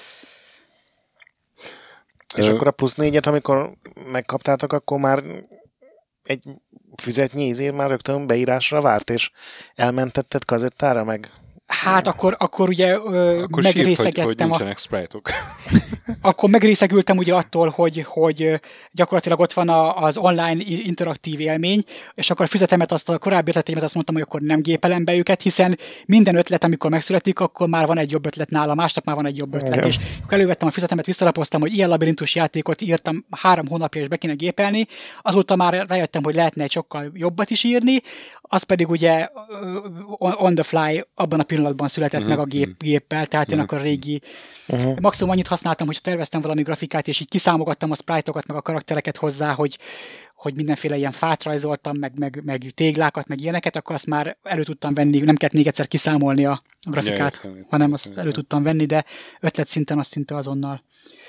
És Ö... akkor a plusz négyet, amikor megkaptátok, akkor már egy füzetnyi ízér már rögtön beírásra várt, és elmentetted kazettára meg? Hát akkor, akkor ugye akkor megrészegettem. Hogy, hogy nincsenek sprite-ok. Akkor megrészegültem ugye attól, hogy, hogy gyakorlatilag ott van a, az online interaktív élmény, és akkor a füzetemet, azt a korábbi ötleteimet azt mondtam, hogy akkor nem gépelem be őket, hiszen minden ötlet, amikor megszületik, akkor már van egy jobb ötlet nála, másnak már van egy jobb ötlet. Igen. És akkor elővettem a füzetemet, visszalapoztam, hogy ilyen labirintus játékot írtam három hónapja, és be kéne gépelni. Azóta már rájöttem, hogy lehetne egy sokkal jobbat is írni, az pedig ugye on the fly abban a pillanatban született mm-hmm. meg a gép, géppel, tehát mm-hmm. én akkor a régi uh-huh. maximum annyit használtam, hogy terveztem valami grafikát, és így kiszámogattam a sprite-okat, meg a karaktereket hozzá, hogy, hogy mindenféle ilyen fát rajzoltam, meg, meg, meg téglákat, meg ilyeneket, akkor azt már elő tudtam venni, nem kellett még egyszer kiszámolni a grafikát, ja, hanem azt elő tudtam venni, de ötlet szinten azt szinte azonnal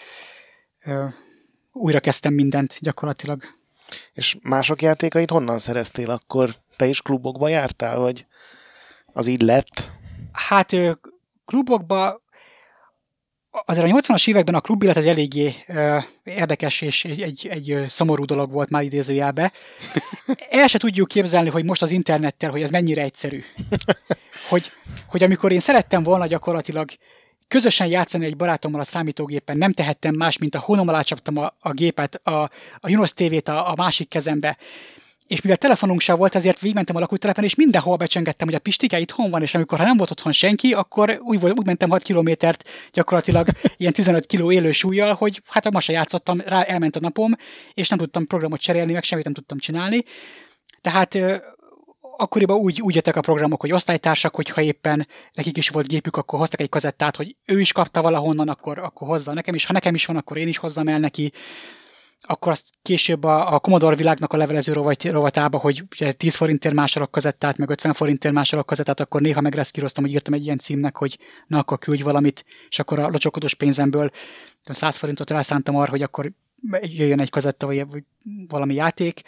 ö, újra kezdtem mindent gyakorlatilag. És mások játékait honnan szereztél akkor? Te is klubokba jártál, vagy az így lett? Hát klubokba azért a nyolcvanas években a klub élet az eléggé uh, érdekes és egy, egy, egy szomorú dolog volt már idézőjelbe. El se tudjuk képzelni, hogy most az internettel, hogy ez mennyire egyszerű. Hogy, hogy amikor én szerettem volna gyakorlatilag közösen játszani egy barátommal a számítógépen, nem tehettem más, mint a hónom alá csaptam a, a gépet, a, a Junos té vét a, a másik kezembe. És mivel telefonunk sem volt, ezért végigmentem a lakótelepen, és mindenhol becsengettem, hogy a Pistike itthon van, és amikor ha nem volt otthon senki, akkor úgy, úgy mentem hat kilométert gyakorlatilag ilyen tizenöt kiló élő súlyjal, hogy hát ma se játszottam, rá elment a napom, és nem tudtam programot cserélni, meg semmit nem tudtam csinálni. Tehát akkoriban úgy, úgy jöttek a programok, hogy osztálytársak, hogyha éppen nekik is volt gépük, akkor hoztak egy kazettát, hogy ő is kapta valahonnan, akkor, akkor hozza nekem is. Ha nekem is van, akkor én is hozzam el neki. Akkor azt később a, a Commodore világnak a levelező rovat, rovatába, hogy tíz forintért másolok kazettát, meg ötven forintért másolok kazettát, akkor néha megreszkíroztam, hogy írtam egy ilyen címnek, hogy na, akkor küldj valamit, és akkor a locsolkodós pénzemből száz forintot rászántam arra, hogy akkor jöjjön egy kazetta, vagy valami játék.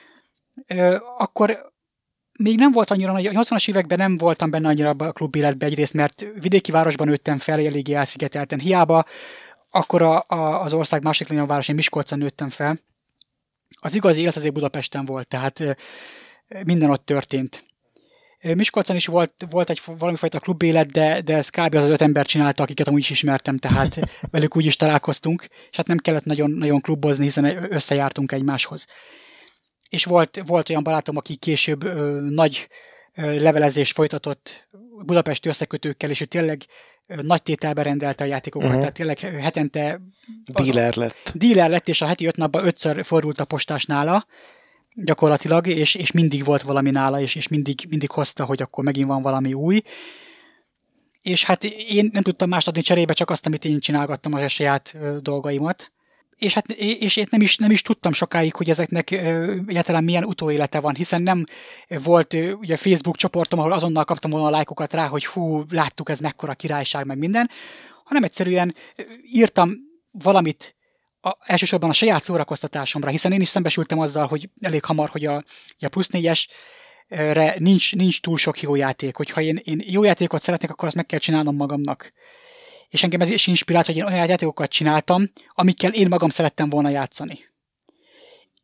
Akkor még nem volt annyira, a nyolcvanas években nem voltam benne annyira a klub életben egyrészt, mert vidéki városban nőttem fel, eléggé elszigetelten. Hiába akkor a, a, az ország másik legnagyobb város, én Miskolcon nőttem fel. Az igazi élet azért Budapesten volt, tehát minden ott történt. Miskolcon is volt, volt egy valamifajta klubélet, de, de ez kb. Az az öt ember csinálta, akiket amúgy is ismertem, tehát velük úgy is találkoztunk, és hát nem kellett nagyon, nagyon klubozni, hiszen összejártunk egymáshoz. És volt, volt olyan barátom, aki később ö, nagy ö, levelezést folytatott budapesti összekötőkkel, és ő tényleg ö, nagy tételbe rendelte a játékokat, uh-huh. tehát tényleg hetente díler lett. Díler lett, és a heti öt napban ötször fordult a postás nála, gyakorlatilag, és, és mindig volt valami nála, és, és mindig, mindig hozta, hogy akkor megint van valami új. És hát én nem tudtam mást adni cserébe, csak azt, amit én csinálgattam a saját ö, dolgaimat. És hát és én nem is, nem is tudtam sokáig, hogy ezeknek egyáltalán milyen utóélete van, hiszen nem volt ugye Facebook csoportom, ahol azonnal kaptam volna a lájkokat rá, hogy hú, láttuk, ez mekkora királyság, meg minden, hanem egyszerűen írtam valamit a, elsősorban a saját szórakoztatásomra, hiszen én is szembesültem azzal, hogy elég hamar, hogy a, a plusz négyesre nincs, nincs túl sok jó játék, hogyha én, én jó játékot szeretnék, akkor azt meg kell csinálnom magamnak. És engem ez is inspirált, hogy én olyan játékokat csináltam, amikkel én magam szerettem volna játszani.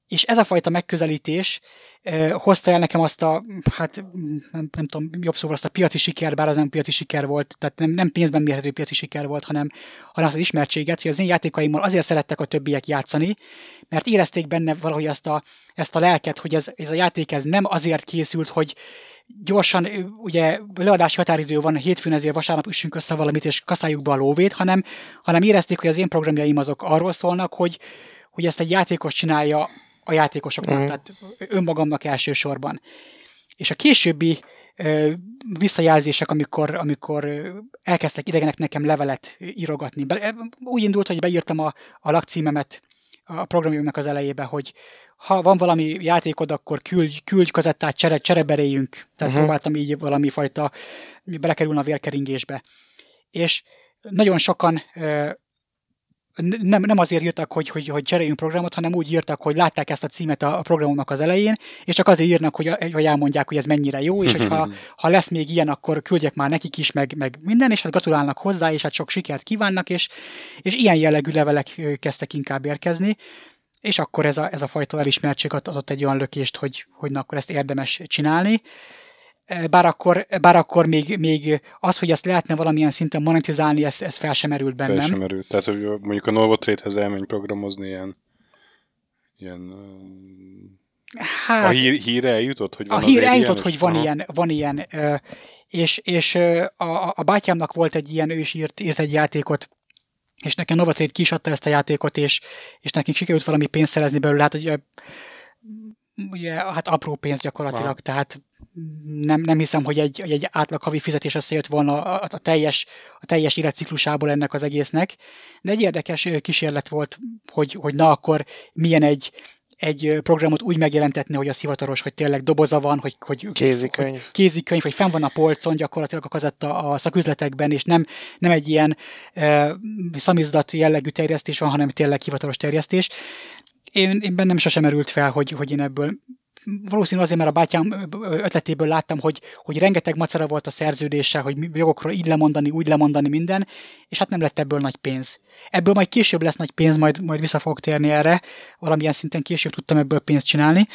És ez a fajta megközelítés eh, hozta el nekem azt a, hát nem, nem tudom, jobb szóval azt a piaci siker, bár az nem piaci siker volt, tehát nem, nem pénzben mérhető piaci siker volt, hanem, hanem azt az ismertséget, hogy az én játékaimmal azért szerettek a többiek játszani, mert érezték benne valahogy ezt a, ezt a lelket, hogy ez, ez a játék ez nem azért készült, hogy gyorsan, ugye leadási határidő van, hétfőn ezért vasárnap üssünk össze valamit, és kaszáljuk be a lóvét, hanem, hanem érezték, hogy az én programjaim azok arról szólnak, hogy, hogy ezt egy játékos csinálja a játékosoknak, mm. tehát önmagamnak elsősorban. És a későbbi ö, visszajelzések, amikor, amikor elkezdtek idegenek nekem levelet írogatni. Be, úgy indult, hogy beírtam a, a lakcímemet a programjunknak az elejébe, hogy ha van valami játékod, akkor küldj, küldj kazettát, csere, csereberéljünk. Tehát uh-huh. próbáltam így valami fajta belekerülni a vérkeringésbe. És nagyon sokan ö, nem, nem azért írtak, hogy, hogy, hogy cseréljünk programot, hanem úgy írtak, hogy látták ezt a címet a, a programomnak az elején, és csak azért írnak, hogy, hogy elmondják, hogy ez mennyire jó, és hogyha ha lesz még ilyen, akkor küldjek már nekik is, meg, meg minden, és hát gratulálnak hozzá, és hát sok sikert kívánnak, és, és ilyen jellegű levelek kezdtek inkább érkezni, és akkor ez a, ez a fajta elismertség adott egy olyan lökést, hogy, hogy na, akkor ezt érdemes csinálni. Bár akkor, bár akkor még, még az, hogy ezt lehetne valamilyen szinten monetizálni, ez, ez fel sem merült bennem. Fel sem merült. Tehát, hogy mondjuk a Novotrade-hez elmenj programozni ilyen... ilyen hát, a hír, híre eljutott, hogy van A hír eljutott, ilyen, hogy van ilyen, van ilyen és, és a, a bátyámnak volt egy ilyen, ő is írt, írt egy játékot, és nekem Novotrade ki is adta ezt a játékot, és, és nekünk sikerült valami pénzt szerezni belőle, hát ugye, ugye hát apró pénz gyakorlatilag, Aha. tehát nem, nem hiszem, hogy egy, hogy egy átlag havi fizetés összejött volna a, a, teljes, a teljes életciklusából ennek az egésznek, de egy érdekes kísérlet volt, hogy, hogy na akkor milyen egy egy programot úgy megjelentetni, hogy az hivatalos, hogy tényleg doboza van, hogy, hogy kézikönyv. Hogy kézikönyv, hogy fenn van a polcon gyakorlatilag a kazetta a szaküzletekben, és nem, nem egy ilyen e, szamizdat jellegű terjesztés van, hanem tényleg hivatalos terjesztés. Én, én bennem sosem merült fel, hogy, hogy én ebből valószínűleg azért, mert a bátyám ötletéből láttam, hogy, hogy rengeteg macera volt a szerződéssel, hogy jogokról így lemondani, úgy lemondani minden, és hát nem lett ebből nagy pénz. Ebből majd később lesz nagy pénz, majd, majd vissza fogok térni erre, valamilyen szinten később tudtam ebből pénzt csinálni.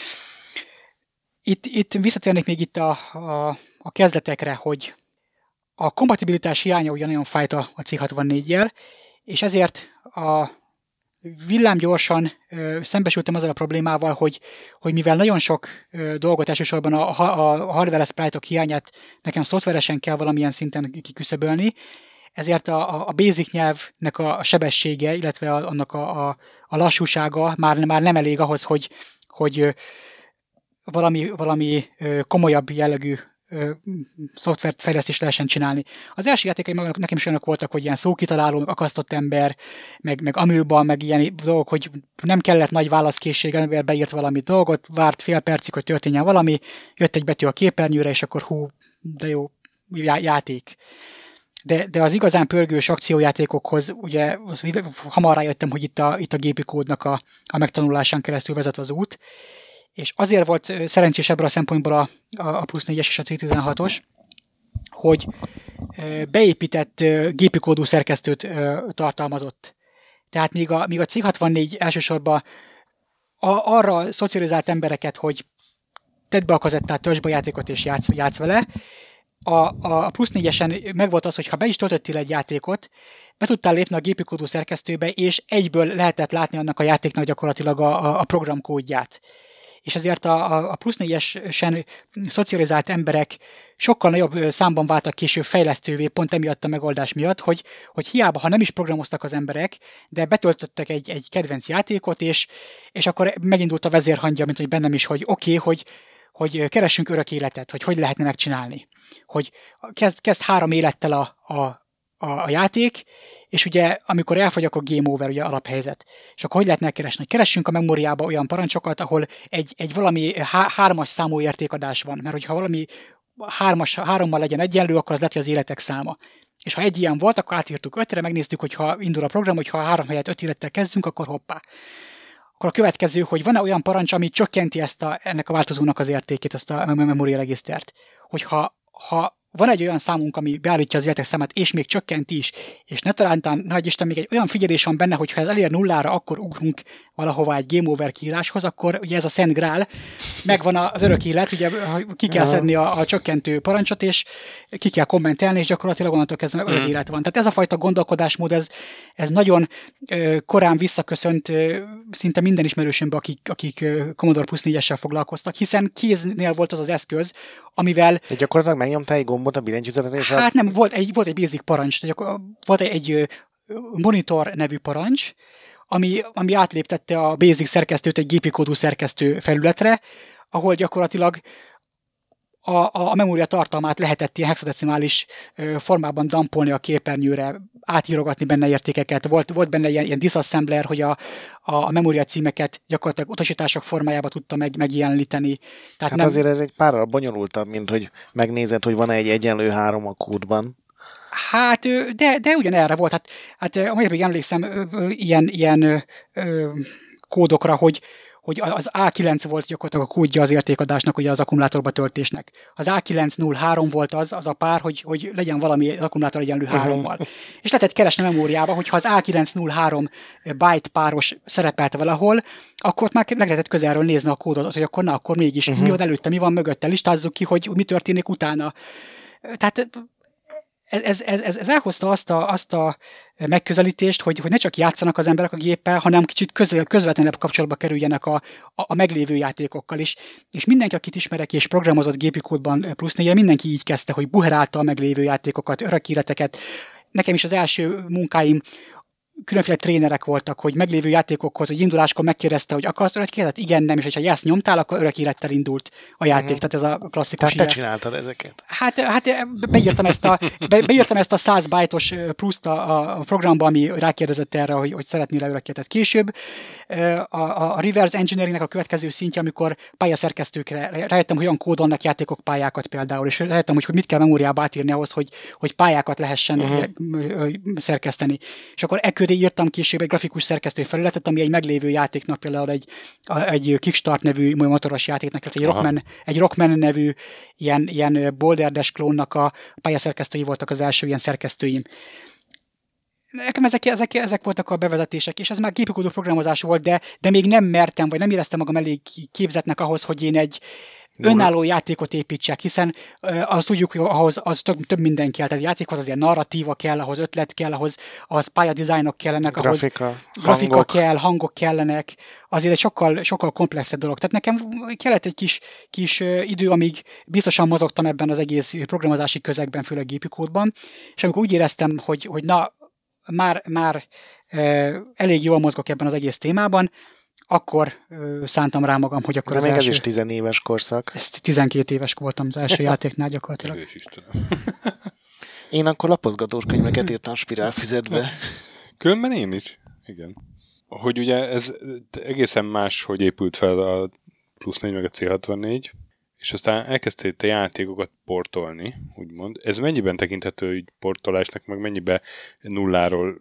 Itt, itt visszatérnék még itt a, a, a kezdetekre, hogy a kompatibilitás hiánya ugye nagyon fájt a, a C hatvannégyjel, és ezért a villámgyorsan ö, szembesültem azzal a problémával, hogy, hogy mivel nagyon sok ö, dolgot elsősorban a, a, a hardware sprite-ok hiányát nekem szoftveresen kell valamilyen szinten kiküszöbölni, ezért a, a basic nyelvnek a, a sebessége, illetve a, annak a, a, a lassúsága már, már nem elég ahhoz, hogy, hogy ö, valami, valami ö, komolyabb jellegű szoftvert fejlesztést lehessen csinálni. Az első játékai nekem is olyanok voltak, hogy ilyen szókitaláló, akasztott ember, meg, meg amőban, meg ilyen dolgok, hogy nem kellett nagy válaszkészség, ember beírt valami dolgot, várt fél percig, hogy történjen valami, jött egy betű a képernyőre, és akkor hú, de jó, já- játék. De, de az igazán pörgős akciójátékokhoz ugye az, hamar rájöttem, hogy itt a, itt a gépi kódnak a, a megtanulásán keresztül vezet az út. És azért volt szerencsés ebből a szempontból a, a plusz négyes és a C tizenhatos, hogy beépített gépi kódú szerkesztőt tartalmazott. Tehát míg a, míg a C hatvannégy elsősorban a, arra szocializált embereket, hogy tedd be a kazettát, töltsd be a játékot és játsz, játsz vele, a, a plusz négyesen megvolt az, hogy ha be is töltöttél egy játékot, be tudtál lépni a gépi kódú szerkesztőbe, és egyből lehetett látni annak a játéknak gyakorlatilag a, a programkódját. És ezért a, a plusz négyesen szocializált emberek sokkal nagyobb számban váltak később fejlesztővé, pont emiatt a megoldás miatt, hogy, hogy hiába, ha nem is programoztak az emberek, de betöltöttek egy, egy kedvenc játékot, és, és akkor megindult a vezérhangja, mint hogy bennem is, hogy oké, okay, hogy, hogy keressünk örök életet, hogy hogy lehetne megcsinálni. Hogy kezd, kezd három élettel a, a a játék, és ugye amikor elfogy, akkor game over, ugye alaphelyzet. És akkor hogy lehetne keresni? Keressünk a memóriába olyan parancsokat, ahol egy, egy valami há- hármas számú értékadás van, mert hogyha valami hármas, hárommal legyen egyenlő, akkor az lehet, hogy az életek száma. És ha egy ilyen volt, akkor átírtuk ötre, megnéztük, hogy ha indul a program, hogy ha három helyett öt élettel kezdünk, akkor hoppá. Akkor a következő, hogy van-e olyan parancs, ami csökkenti ezt a, ennek a változónak az értékét, ezt a memória regisztert. Hogyha ha van egy olyan számunk, ami beállítja az életek számát, és még csökkent is, és ne talántán, nagy Isten, még egy olyan figyelés van benne, hogy ha ez elér nullára, akkor ugrunk valahova egy game over kiíráshoz, akkor ugye ez a Szent Grál, megvan az örök élet, ugye ki kell szedni a, a csökkentő parancsot, és ki kell kommentelni, és gyakorlatilag onnantól kezdve örök élet van. Tehát ez a fajta gondolkodásmód, ez, ez nagyon ö, korán visszaköszönt ö, szinte minden ismerősömbe, akik, akik ö, Commodore Plus négyessel foglalkoztak, hiszen kéznél volt az az eszköz, amivel... De gyakorlatilag megnyomtál egy gombot a billentyűzeten, és Hát a... nem, volt egy, volt egy basic parancs, volt egy, egy monitor nevű parancs, ami, ami átléptette a basic szerkesztőt egy gépi kódú szerkesztő felületre, ahol gyakorlatilag a, a, a memória tartalmát lehetett ilyen hexadecimális formában dumpolni a képernyőre, átírogatni benne értékeket. Volt, volt benne ilyen, ilyen disassembler, hogy a, a, a memória címeket gyakorlatilag utasítások formájába tudta meg, megjeleníteni. Tehát hát nem... azért ez egy párral bonyolultabb, mint hogy megnézed, hogy van-e egy egyenlő három a kódban. Hát, de, de ugyanerre volt. Hát, hát amelyek még emlékszem ilyen, ilyen ö, kódokra, hogy, hogy az á kilenc volt gyakorlatilag a kódja az értékadásnak, ugye az akkumulátorba töltésnek. Az á kilenc nulla három volt az, az a pár, hogy, hogy legyen valami az akkumulátor egyenlő hárommal. És lehetett keresni memóriába, hogyha az á kilenc nulla három byte páros szerepelt valahol, akkor már meg lehetett közelről nézni a kódot, hogy akkor na, akkor mégis uh-huh. mi van előtte, mi van mögötte, listázzuk ki, hogy mi történik utána. Tehát Ez, ez, ez, ez elhozta azt a, azt a megközelítést, hogy, hogy ne csak játszanak az emberek a géppel, hanem kicsit közel, közvetlenebb kapcsolatba kerüljenek a, a, a meglévő játékokkal is. És mindenki, akit ismerek és programozott gépi kódban plusz négyre, mindenki így kezdte, hogy buherálta a meglévő játékokat, örök életeket. Nekem is az első munkáim különféle trénerek voltak, hogy meglévő játékokhoz, hogy induláskor megkérdezte, hogy akarsz örök életet? Igen, nem, és hogyha ezt nyomtál, akkor örök élettel indult a játék. Uh-huh. Tehát ez a klasszikus. Tehát te csináltad ezeket? Hát, hát beírtam ezt a, be, beírtam ezt a száz bájtos pluszt a, a programba, ami rákérdezett erre, hogy, hogy szeretnél örök életet később. A, a, a reverse engineeringnek a következő szintje, amikor pályaszerkesztőkre rájöttem, hogy olyan kódolnak játékok pályákat például, és rájöttem, hogy, hogy mit kell memóriába átírni ahhoz, hogy, hogy pályákat lehessen uh-huh. szerkeszteni. És akkor e köré írtam később egy grafikus szerkesztő felületet, ami egy meglévő játéknak, például egy, egy Kickstart nevű motoros játéknak, egy Rockman, egy Rockman nevű ilyen, ilyen Boulder Dash klónnak a pályaszerkesztői voltak az első ilyen szerkesztőim. Nekem ezek, ezek, ezek voltak a bevezetések, és ez már gépikódú programozás volt, de, de még nem mertem, vagy nem éreztem magam elég képzetnek ahhoz, hogy én egy önálló játékot építsek, hiszen uh, azt tudjuk, hogy ahhoz az több, több minden kell, tehát játékhoz azért narratíva kell, ahhoz ötlet kell, ahhoz, ahhoz pályadizájnok kellenek, ahhoz grafika, grafika hangok. kell, hangok kellenek, azért egy sokkal, sokkal komplexebb dolog. Tehát nekem kellett egy kis, kis uh, idő, amíg biztosan mozogtam ebben az egész programozási közegben, főleg gépikódban, és amikor úgy éreztem, hogy, hogy na, már, már uh, elég jól mozgok ebben az egész témában, akkor uh, szántam rá magam, hogy akkor de az még első... ez is tizenéves korszak. Ezt tizenkét éves voltam az első játéknál gyakorlatilag. Erős Istenem. Én akkor lapozgatós könyveket írtam spirálfüzetbe. Különben én is. Igen. Hogy ugye ez egészen más, hogy épült fel a plusz négy meg a cé hatvannégy, és aztán elkezdtél te játékokat portolni, úgymond. Ez mennyiben tekinthető hogy portolásnak, meg mennyiben nulláról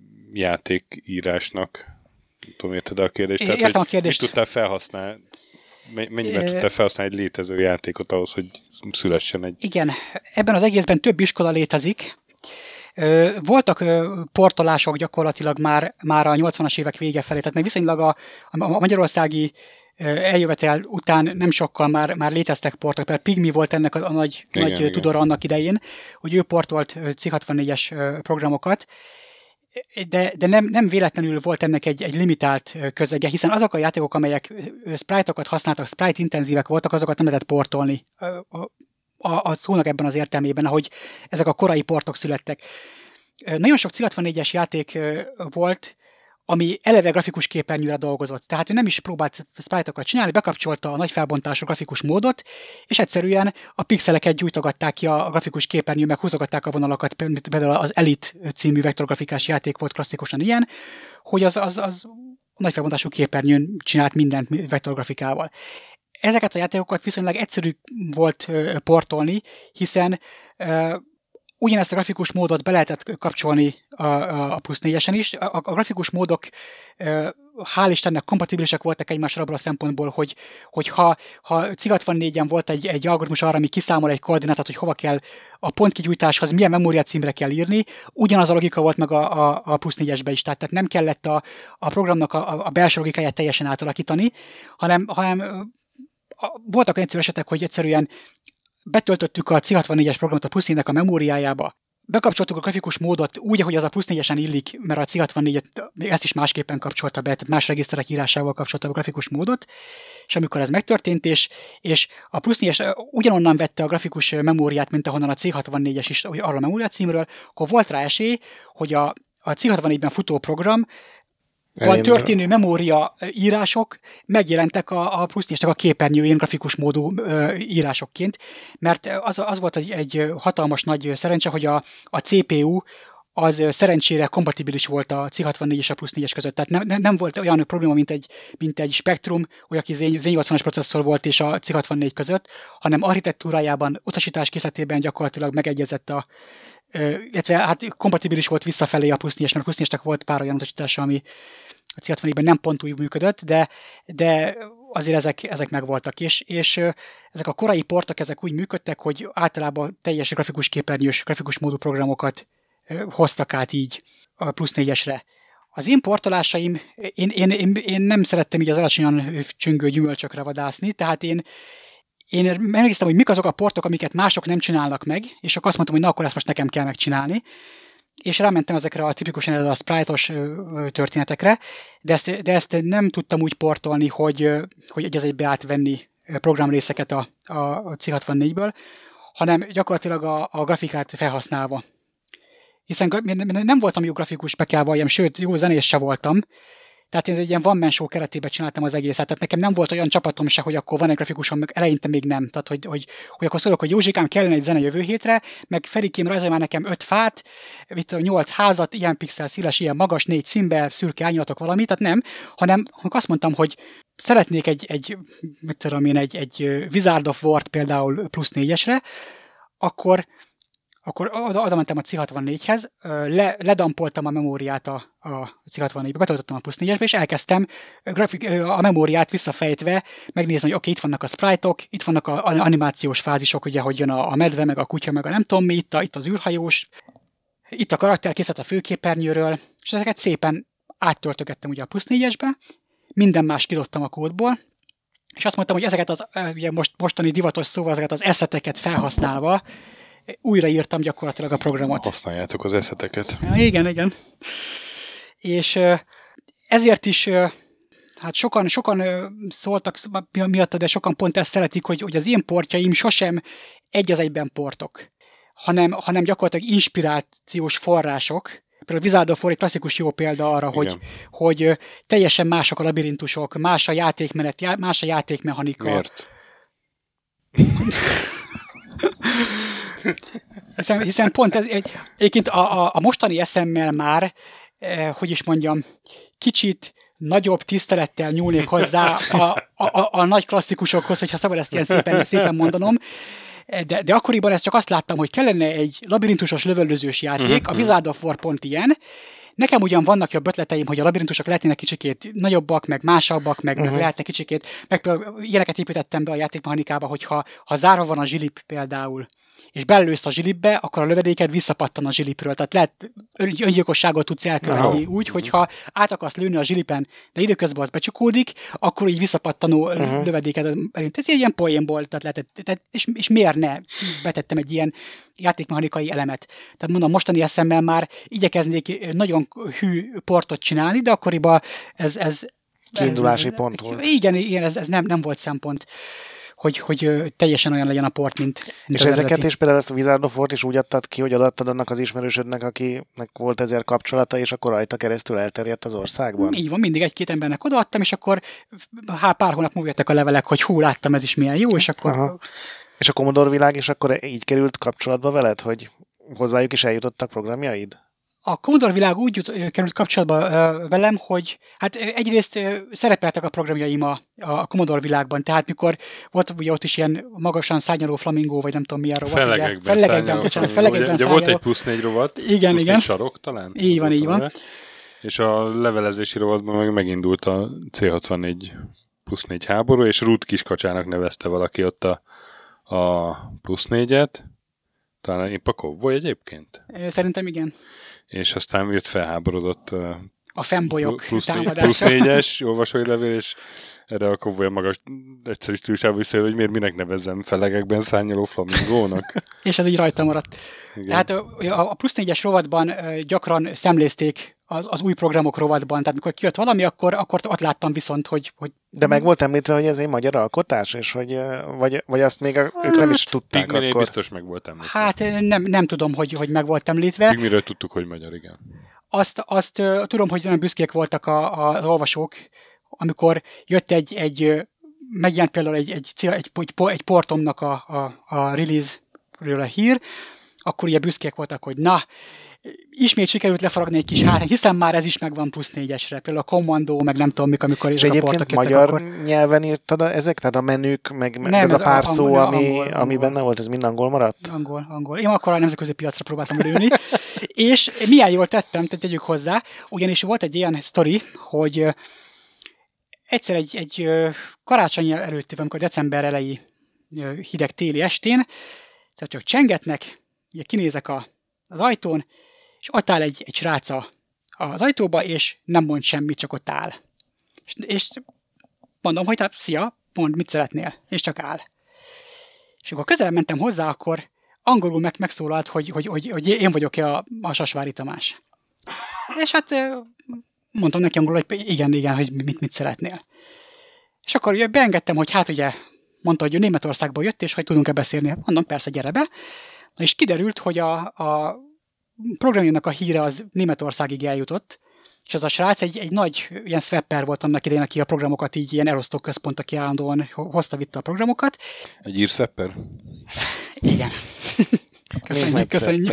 játékírásnak? Tudom, érted a kérdést? Tehát, értem a kérdést. Mit tudtál felhasználni? Mennyiben tudtál felhasználni egy létező játékot ahhoz, hogy szülessen egy... Igen, ebben az egészben több iskola létezik. Voltak portolások gyakorlatilag már, már a nyolcvanas évek vége felé, tehát még viszonylag a, a magyarországi eljövetel után nem sokkal már, már léteztek portok, például Pigmi volt ennek a, a nagy, igen, nagy igen. tudora annak idején, hogy ő portolt cé hatvannégyes programokat, de, de nem, nem véletlenül volt ennek egy, egy limitált közege, hiszen azok a játékok, amelyek sprite-okat használtak, sprite-intenzívek voltak, azokat nem lehetett portolni a, a, a szónak ebben az értelmében, ahogy ezek a korai portok születtek. Nagyon sok cé hatvannégyes játék volt, ami eleve grafikus képernyőre dolgozott. Tehát ő nem is próbált sprite-okat csinálni, bekapcsolta a nagy felbontású grafikus módot, és egyszerűen a pixeleket gyújtogatták ki a grafikus képernyő, meg húzogatták a vonalakat, például az Elite című vektorgrafikás játék volt klasszikusan ilyen, hogy az, az, az nagy felbontású képernyőn csinált mindent vektorgrafikával. Ezeket a játékokat viszonylag egyszerű volt portolni, hiszen ugyanezt a grafikus módot be lehetett kapcsolni a, a, a plusz négyesen is. A, a grafikus módok hál' Istennek kompatibilisek voltak egymásra abból a szempontból, hogy, hogy ha, ha cé hatvannégyen volt egy, egy algoritmus arra, ami kiszámol egy koordinátát, hogy hova kell a pontkigyújtáshoz, milyen memóriát címre kell írni, ugyanaz a logika volt meg a, a, a plusz négyesbe is. Tehát, tehát nem kellett a, a programnak a, a belső logikáját teljesen átalakítani, hanem, hanem voltak olyan egyszerű esetek, hogy egyszerűen betöltöttük a cé hatvannégyes programot a plusz négynek a memóriájába, bekapcsoltuk a grafikus módot úgy, ahogy az a plusz négyesen illik, mert a cé hatvannégyet ezt is másképpen kapcsolta be, tehát más regiszterek írásával kapcsolta a grafikus módot, és amikor ez megtörtént, és, és a plusz négyes ugyanonnan vette a grafikus memóriát, mint ahonnan a cé hatvannégyes is, arra a memória címről, akkor volt rá esély, hogy a, a cé hatvannégyben futó program van történő memória írások megjelentek a, a plusz négyesnek a képernyőjén grafikus módú ö, írásokként, mert az, az volt egy, egy hatalmas nagy szerencse, hogy a, a cé pé u az szerencsére kompatibilis volt a cé hatvannégy és a plusz négyes között. Tehát nem, nem volt olyan probléma, mint egy, mint egy Spectrum, olyan aki zé nyolcvanas processzor volt és a cé hatvannégy között, hanem architektúrájában, utasítás készletében gyakorlatilag megegyezett a illetve hát kompatibilis volt visszafelé a plusz négyes, mert a plusz négyesnek volt pár olyan utasítása, ami a cé hatvannégyben nem pont úgy működött, de, de azért ezek, ezek megvoltak, és, és ezek a korai portok ezek úgy működtek, hogy általában teljes grafikus képernyős, grafikus módú programokat hoztak át így a plusz négyesre. Az én portolásaim, én, én, én, én nem szerettem így az alacsonyan csüngő gyümölcsökre vadászni, tehát én Én megnéztem, hogy mik azok a portok, amiket mások nem csinálnak meg, és akkor azt mondtam, hogy na, akkor ezt most nekem kell megcsinálni. És rámentem ezekre a tipikusan a sprite-os történetekre, de ezt, de ezt nem tudtam úgy portolni, hogy, hogy egy az egybe átvenni programrészeket a, a cé hatvannégyből, hanem gyakorlatilag a, a grafikát felhasználva. Hiszen nem voltam jó grafikus, be kell valljam, sőt, jó zenés se voltam, tehát én egy ilyen one man show keretében csináltam az egészet. Tehát nekem nem volt olyan csapatom se, hogy akkor van egy grafikusom, meg eleinte még nem. Tehát, hogy, hogy, hogy akkor szólok, hogy Józsikám, kellene egy zene jövő hétre, meg Ferikém rajzolj már nekem öt fát, itt nyolc házat, ilyen pixel széles, ilyen magas, négy színbe, szürke árnyalatok valamit, tehát nem, hanem azt mondtam, hogy szeretnék egy, egy mit tudom én, egy, egy Wizard of Word például plusz négyesre, akkor akkor oda, oda mentem a cé hatvannégyhez, le, ledampoltam a memóriát a, a cé hatvannégybe, betöltöttem a plusz négyesbe, és elkezdtem grafik, a memóriát visszafejtve megnézni, hogy oké, okay, itt vannak a sprite-ok, itt vannak a animációs fázisok, ugye, hogy jön a, a medve, meg a kutya, meg a nem tudom mi, itt, a, itt az űrhajós, itt a karakterkészlet a főképernyőről, és ezeket szépen áttöltögettem ugye a plusz négyesbe, minden más kidobtam a kódból, és azt mondtam, hogy ezeket az ugye most, mostani divatos szóval, ezeket az eszeteket felhasználva újraírtam gyakorlatilag a programot. Használjátok az eszeteket. Ja, igen, igen. És ezért is, hát sokan, sokan szóltak miatt, de sokan pont ezt szeretik, hogy, hogy az én portjaim sosem egy az egyben portok, hanem, hanem gyakorlatilag inspirációs források. Például Wizard of Word egy klasszikus jó példa arra, hogy, hogy teljesen mások a labirintusok, más a játékmenet, más a játékmechanika. Miért? Hiszen, hiszen pont ez, egy, egyébként a, a, a mostani eszemmel már, eh, hogy is mondjam, kicsit nagyobb tisztelettel nyúlnék hozzá a, a, a, a nagy klasszikusokhoz, hogyha szabad ezt ilyen szépen, szépen mondanom, de, de akkoriban ezt csak azt láttam, hogy kellene egy labirintusos lövöldözős játék, a Wizard of War pont ilyen. Nekem ugyan vannak jobb ötleteim, hogy a labirintusok lehetnének kicsikét nagyobbak, meg másabbak, meg, uh-huh. meg lehetne kicsikét, meg például ilyeneket építettem be a játékmechanikába, hogy ha, ha zárva van a zsilip például, és belősz a zsilipbe, akkor a lövedéked visszapattan a zsilipről. Tehát lehet öngyilkosságot tudsz elkövetni no. úgy, hogyha át akarsz lőni a zsilipen, de időközben az becsukódik, akkor így visszapattanó uh-huh. lövedéked. Ez egy ilyen poénból, tehát lehetett, tehát, és, és miért ne betettem egy ilyen játékmechanikai elemet. Tehát mondom, mostani eszemmel már igyekeznék nagyon hű portot csinálni, de akkoriban ez... ez kiindulási ez, ez, pont volt. Igen, igen ez, ez nem, nem volt szempont. Hogy, hogy teljesen olyan legyen a port, mint, mint és ezeket eredeti. És például ezt a Wizard of Word is úgy adtad ki, hogy adattad annak az ismerősödnek, akinek volt ezért kapcsolata, és akkor rajta keresztül elterjedt az országban? Így van, mindig egy-két embernek odaadtam, és akkor há, pár hónap múlva jöttek a levelek, hogy hú, láttam, ez is milyen jó, és akkor... Aha. És a Commodore világ is akkor így került kapcsolatba veled, hogy hozzájuk is eljutottak programjaid? A Commodore világ úgy jut, került kapcsolatba uh, velem, hogy hát egyrészt uh, szerepeltek a programjaim a, a Commodore világban, tehát mikor volt ugye ott is ilyen magasan szárnyaló flamingó, vagy nem tudom milyen rovat. Felegekben, felegekben, bocsánat, felegekben ugye, ugye volt egy plusz négy rovat, igen, plusz igen. négy sarok talán. Így van, így van. És a levelezési rovatban meg megindult a cé hatvannégy plusz négy háború, és Ruth Kiskacsának nevezte valaki ott a, a plusz négyet. Talán épp a Cowboy egyébként? Szerintem igen. És aztán jött felháborodott a fanboyok plusz, támadása. Plusz négyes olvasói levél, és erre a Cowboy magas egyszerű stílusával visszajön, hogy miért minek nevezzem felegekben szárnyaló flamingónak. És ez így rajta maradt. Igen. Tehát a plusz négyes rovatban gyakran szemlézték az, az új programok rovatban, tehát mikor kijött valami, akkor, akkor ott láttam viszont, hogy... hogy de meg volt említve, hogy ez egy magyar alkotás, és hogy, vagy, vagy azt még a, ők nem is tudták Pigminél akkor. biztos meg volt említve. Hát nem, nem tudom, hogy, hogy meg volt említve. Pigmiről tudtuk, hogy magyar, igen. Azt, azt uh, tudom, hogy nagyon büszkék voltak a, a, az olvasók, amikor jött egy, egy megjelent például egy, egy, egy, egy, egy portomnak a, a, a release-ről a hír, akkor ugye büszkék voltak, hogy na, ismét sikerült lefaragni egy kis hátrányt, hiszen már ez is megvan plusz négyesre. Például a Commando, meg nem tudom mik, amikor és egyébként jöttek, magyar akkor... nyelven írtad ezek? Tehát a menük, meg nem, ez, ez a pár angol, szó, ami, angol, ami angol. Benne volt, ez mind angol maradt? Angol, angol. Én akkor a nemzetközi piacra próbáltam lőni. És milyen jól tettem, tehát tegyük hozzá, ugyanis volt egy ilyen sztori, hogy egyszer egy, egy karácsony előtt, amikor december elejé hideg téli estén, szóval csak csengetnek, ugye kinézek a, az ajtón, és ott áll egy, egy srác az ajtóba, és nem mond semmit, csak ott áll. És, és mondom, hogy hát, szia, mondd, mit szeretnél, és csak áll. És akkor közelebb mentem hozzá, akkor angolul meg megszólalt, hogy, hogy, hogy, hogy én vagyok-e a, a Sasvári Tamás. És hát mondtam neki angolul, hogy igen, igen, hogy mit, mit szeretnél. És akkor ugye beengedtem, hogy hát ugye mondta, hogy ő Németországból jött, és hogy tudunk-e beszélni. Mondom, persze, gyere be. Na és kiderült, hogy a, a programjának a híre az Németországig eljutott, és az a srác egy, egy nagy ilyen swapper volt annak idején, aki a programokat így ilyen elosztó központ, aki állandóan hozta-vitte a programokat. Egy ír swapper? Igen. Köszönjük, köszönjük.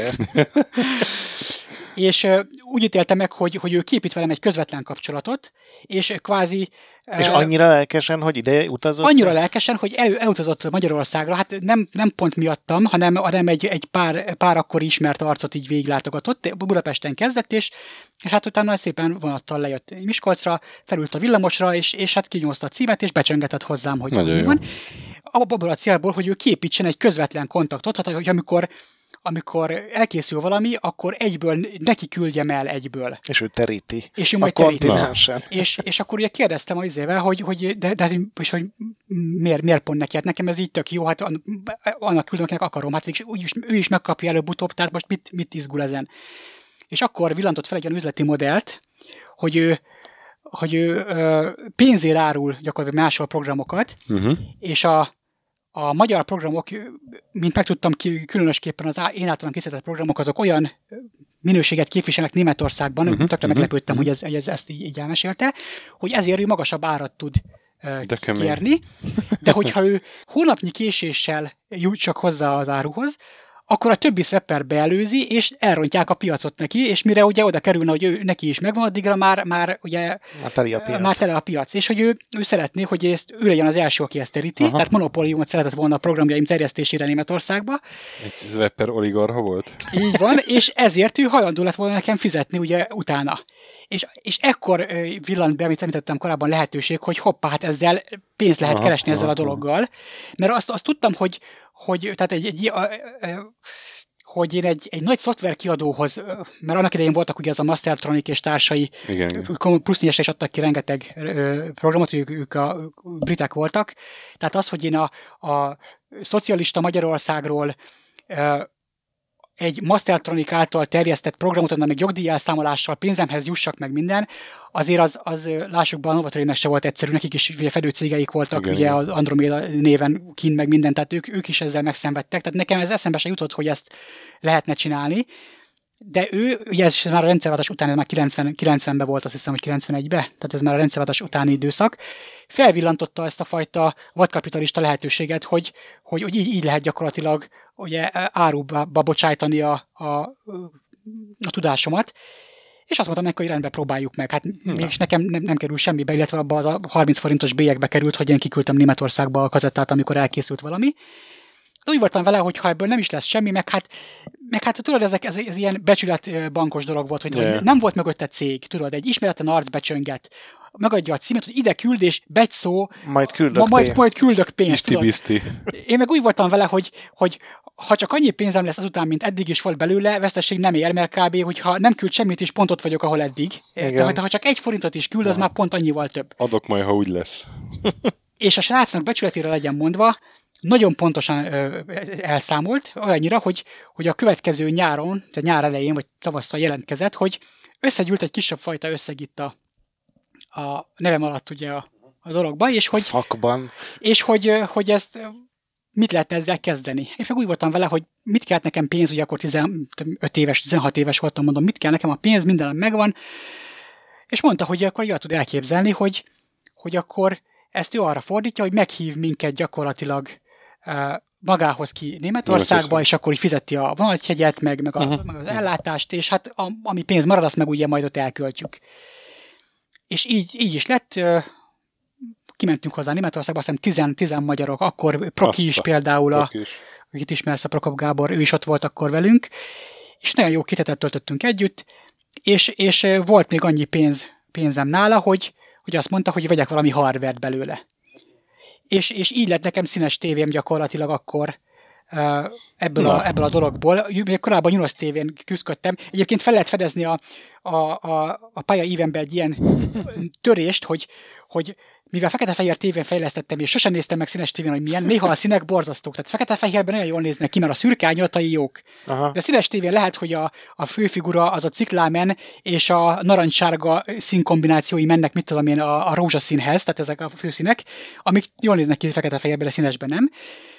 És uh, úgy ítélte meg, hogy, hogy ő képít velem egy közvetlen kapcsolatot, és kvázi... És uh, annyira lelkesen, hogy ide utazott? Annyira lelkesen, hogy el, elutazott Magyarországra, hát nem, nem pont miattam, hanem, hanem egy, egy pár, pár akkor ismert arcot így végiglátogatott, Budapesten kezdett, és, és hát utána szépen vonattal lejött Miskolcra, felült a villamosra, és, és hát kinyomozta a címet, és becsöngetett hozzám, hogy mi van. Abból a célból, hogy ő képítsen egy közvetlen kontaktot, hát hogy amikor amikor elkészül valami, akkor egyből neki küldjem el egyből. És ő teríti. És ő a kontinensen. És, és akkor ugye kérdeztem az izével, hogy, hogy, de, de, és hogy miért, miért pont neki? Hát nekem ez így tök jó, hát annak küldöm, akinek akarom. Hát végül úgyis, ő is megkapja előbb-utóbb, tehát most mit, mit izgul ezen? És akkor villantott fel egy olyan üzleti modellt, hogy ő, hogy ő pénzért árul gyakorlatilag másol programokat, uh-huh. és a A magyar programok, mint megtudtam ki, különösképpen az én általán készített programok, azok olyan minőséget képviselnek Németországban, uh-huh, tökre uh-huh, meglepődtem, uh-huh. hogy ez, ez, ezt így, így elmesélte, hogy ezért ő magasabb árat tud uh, de kérni, de hogyha ő hónapnyi késéssel jut csak hozzá az áruhoz, akkor a többi swapper beelőzi, és elrontják a piacot neki, és mire ugye oda kerülne, hogy ő, neki is megvan, addigra már, már ugye már tele a piac. Már tele a piac. És hogy ő, ő szeretné, hogy ezt, ő legyen az első, aki ezt teríti, aha. Tehát monopóliumot szeretett volna a programjaim terjesztésére Németországba. Egy swapper oligarcha volt. Így van, és ezért ő hajlandó lett volna nekem fizetni ugye utána. És, és ekkor villant be, amit említettem korábban, lehetőség, hogy hoppá, hát ezzel pénzt lehet aha, keresni aha, ezzel a dologgal. Mert azt, azt tudtam, hogy hogy, tehát egy, egy, a, a, hogy én egy, egy nagy szoftverkiadóhoz, mert annak idején voltak ugye az a Mastertronic és társai, igen, plusz négyesre is adtak ki rengeteg programot, ők, ők a britek voltak. Tehát az, hogy én a, a szocialista Magyarországról egy Mastertronic által terjesztett programot adna meg jogdíjelszámolással, pénzemhez jussak meg minden, azért az, az lássuk be, a Novatronic se volt egyszerű, nekik is ugye fedőcégeik voltak, igen, ugye az Andromeda néven kint meg minden, tehát ők, ők is ezzel megszenvedtek, tehát nekem ez eszembe se jutott, hogy ezt lehetne csinálni, de ő, ugye ez már a rendszerváltás után, ez már kilencven, kilencvenben volt, azt hiszem, hogy kilencvenegyben, tehát ez már a rendszerváltás utáni időszak, felvillantotta ezt a fajta vadkapitalista lehetőséget, hogy, hogy, hogy így, így lehet gyakorlatilag ugye áruba bocsájtani a, a a tudásomat, és azt mondtam neki, hogy rendben próbáljuk meg. Hát és nekem nem, nem kerül semmibe, illetve abba az a harminc forintos bélyegbe került, hogy én kiküldtem Németországba a kazettát, amikor elkészült valami. De úgy voltam vele, hogy ha ebből nem is lesz semmi, meg hát, meg hát tudod, ezek, ez, ez ilyen becsületbankos dolog volt, hogy, yeah. hogy nem volt mögötte cég, tudod, egy ismeretlen arc becsönget, megadja a címet, hogy ide küld, és begy szó, majd küldök ma, majd, pénzt. majd küldök pénzt. Isti-biszti. Én meg úgy voltam vele, hogy, hogy ha csak annyi pénzem lesz azután, mint eddig is volt belőle, vesztesség nem ér, mert kb. Hogyha nem küld semmit is, pont ott vagyok, ahol eddig. Tehát ha csak egy forintot is küld, az ja. már pont annyival több. Adok majd, ha úgy lesz. És a srácnak becsületére legyen mondva, nagyon pontosan ö, elszámolt, olyannyira, hogy, hogy a következő nyáron, tehát nyár elején, vagy tavasszal jelentkezett, hogy összegyűlt egy kisebb fajta összeg itt a, a nevem alatt ugye a, a dologba, és hogy, Fakban. és hogy, hogy ezt mit lehetne ezzel kezdeni. És meg úgy voltam vele, hogy mit kellett nekem pénz, ugye akkor tizenöt éves, tizenhat éves voltam, mondom, mit kell nekem a pénz, mindenem megvan, és mondta, hogy akkor jól tud elképzelni, hogy, hogy akkor ezt ő arra fordítja, hogy meghív minket gyakorlatilag uh, magához ki Németországba, és akkor így fizeti a vonatjegyet, meg, meg, a, uh-huh. meg az ellátást, és hát a, ami pénz marad, azt meg ugye majd ott elköltjük. És így, így is lett, uh, kimentünk hozzá Németországba, azt hiszem tizen, tizen magyarok, akkor Proki is például, a, akit ismersz, a Prokop Gábor, ő is ott volt akkor velünk, és nagyon jó kétetet töltöttünk együtt, és, és volt még annyi pénz, pénzem nála, hogy, hogy azt mondta, hogy vegyek valami hardware-t belőle. És, és így lett nekem színes tévém gyakorlatilag akkor ebből a, ebből a dologból. Még korábban nyilas tévén küzdöttem. Egyébként fel lehet fedezni a, a, a, a pálya ívenbe egy ilyen törést, hogy, hogy mivel fekete-fehér tévén fejlesztettem, és sosem néztem meg színes tévén, hogy milyen, néha a színek borzasztók. Tehát fekete-fehérben nagyon jól néznek ki, mert a szürke árnyalatai jók. Aha. De színes tévén lehet, hogy a, a főfigura az a ciklámen, és a narancssárga színkombinációi mennek, mit tudom én, a, a rózsaszínhez, tehát ezek a főszínek, amik jól néznek ki fekete-fehérben, de színesben nem.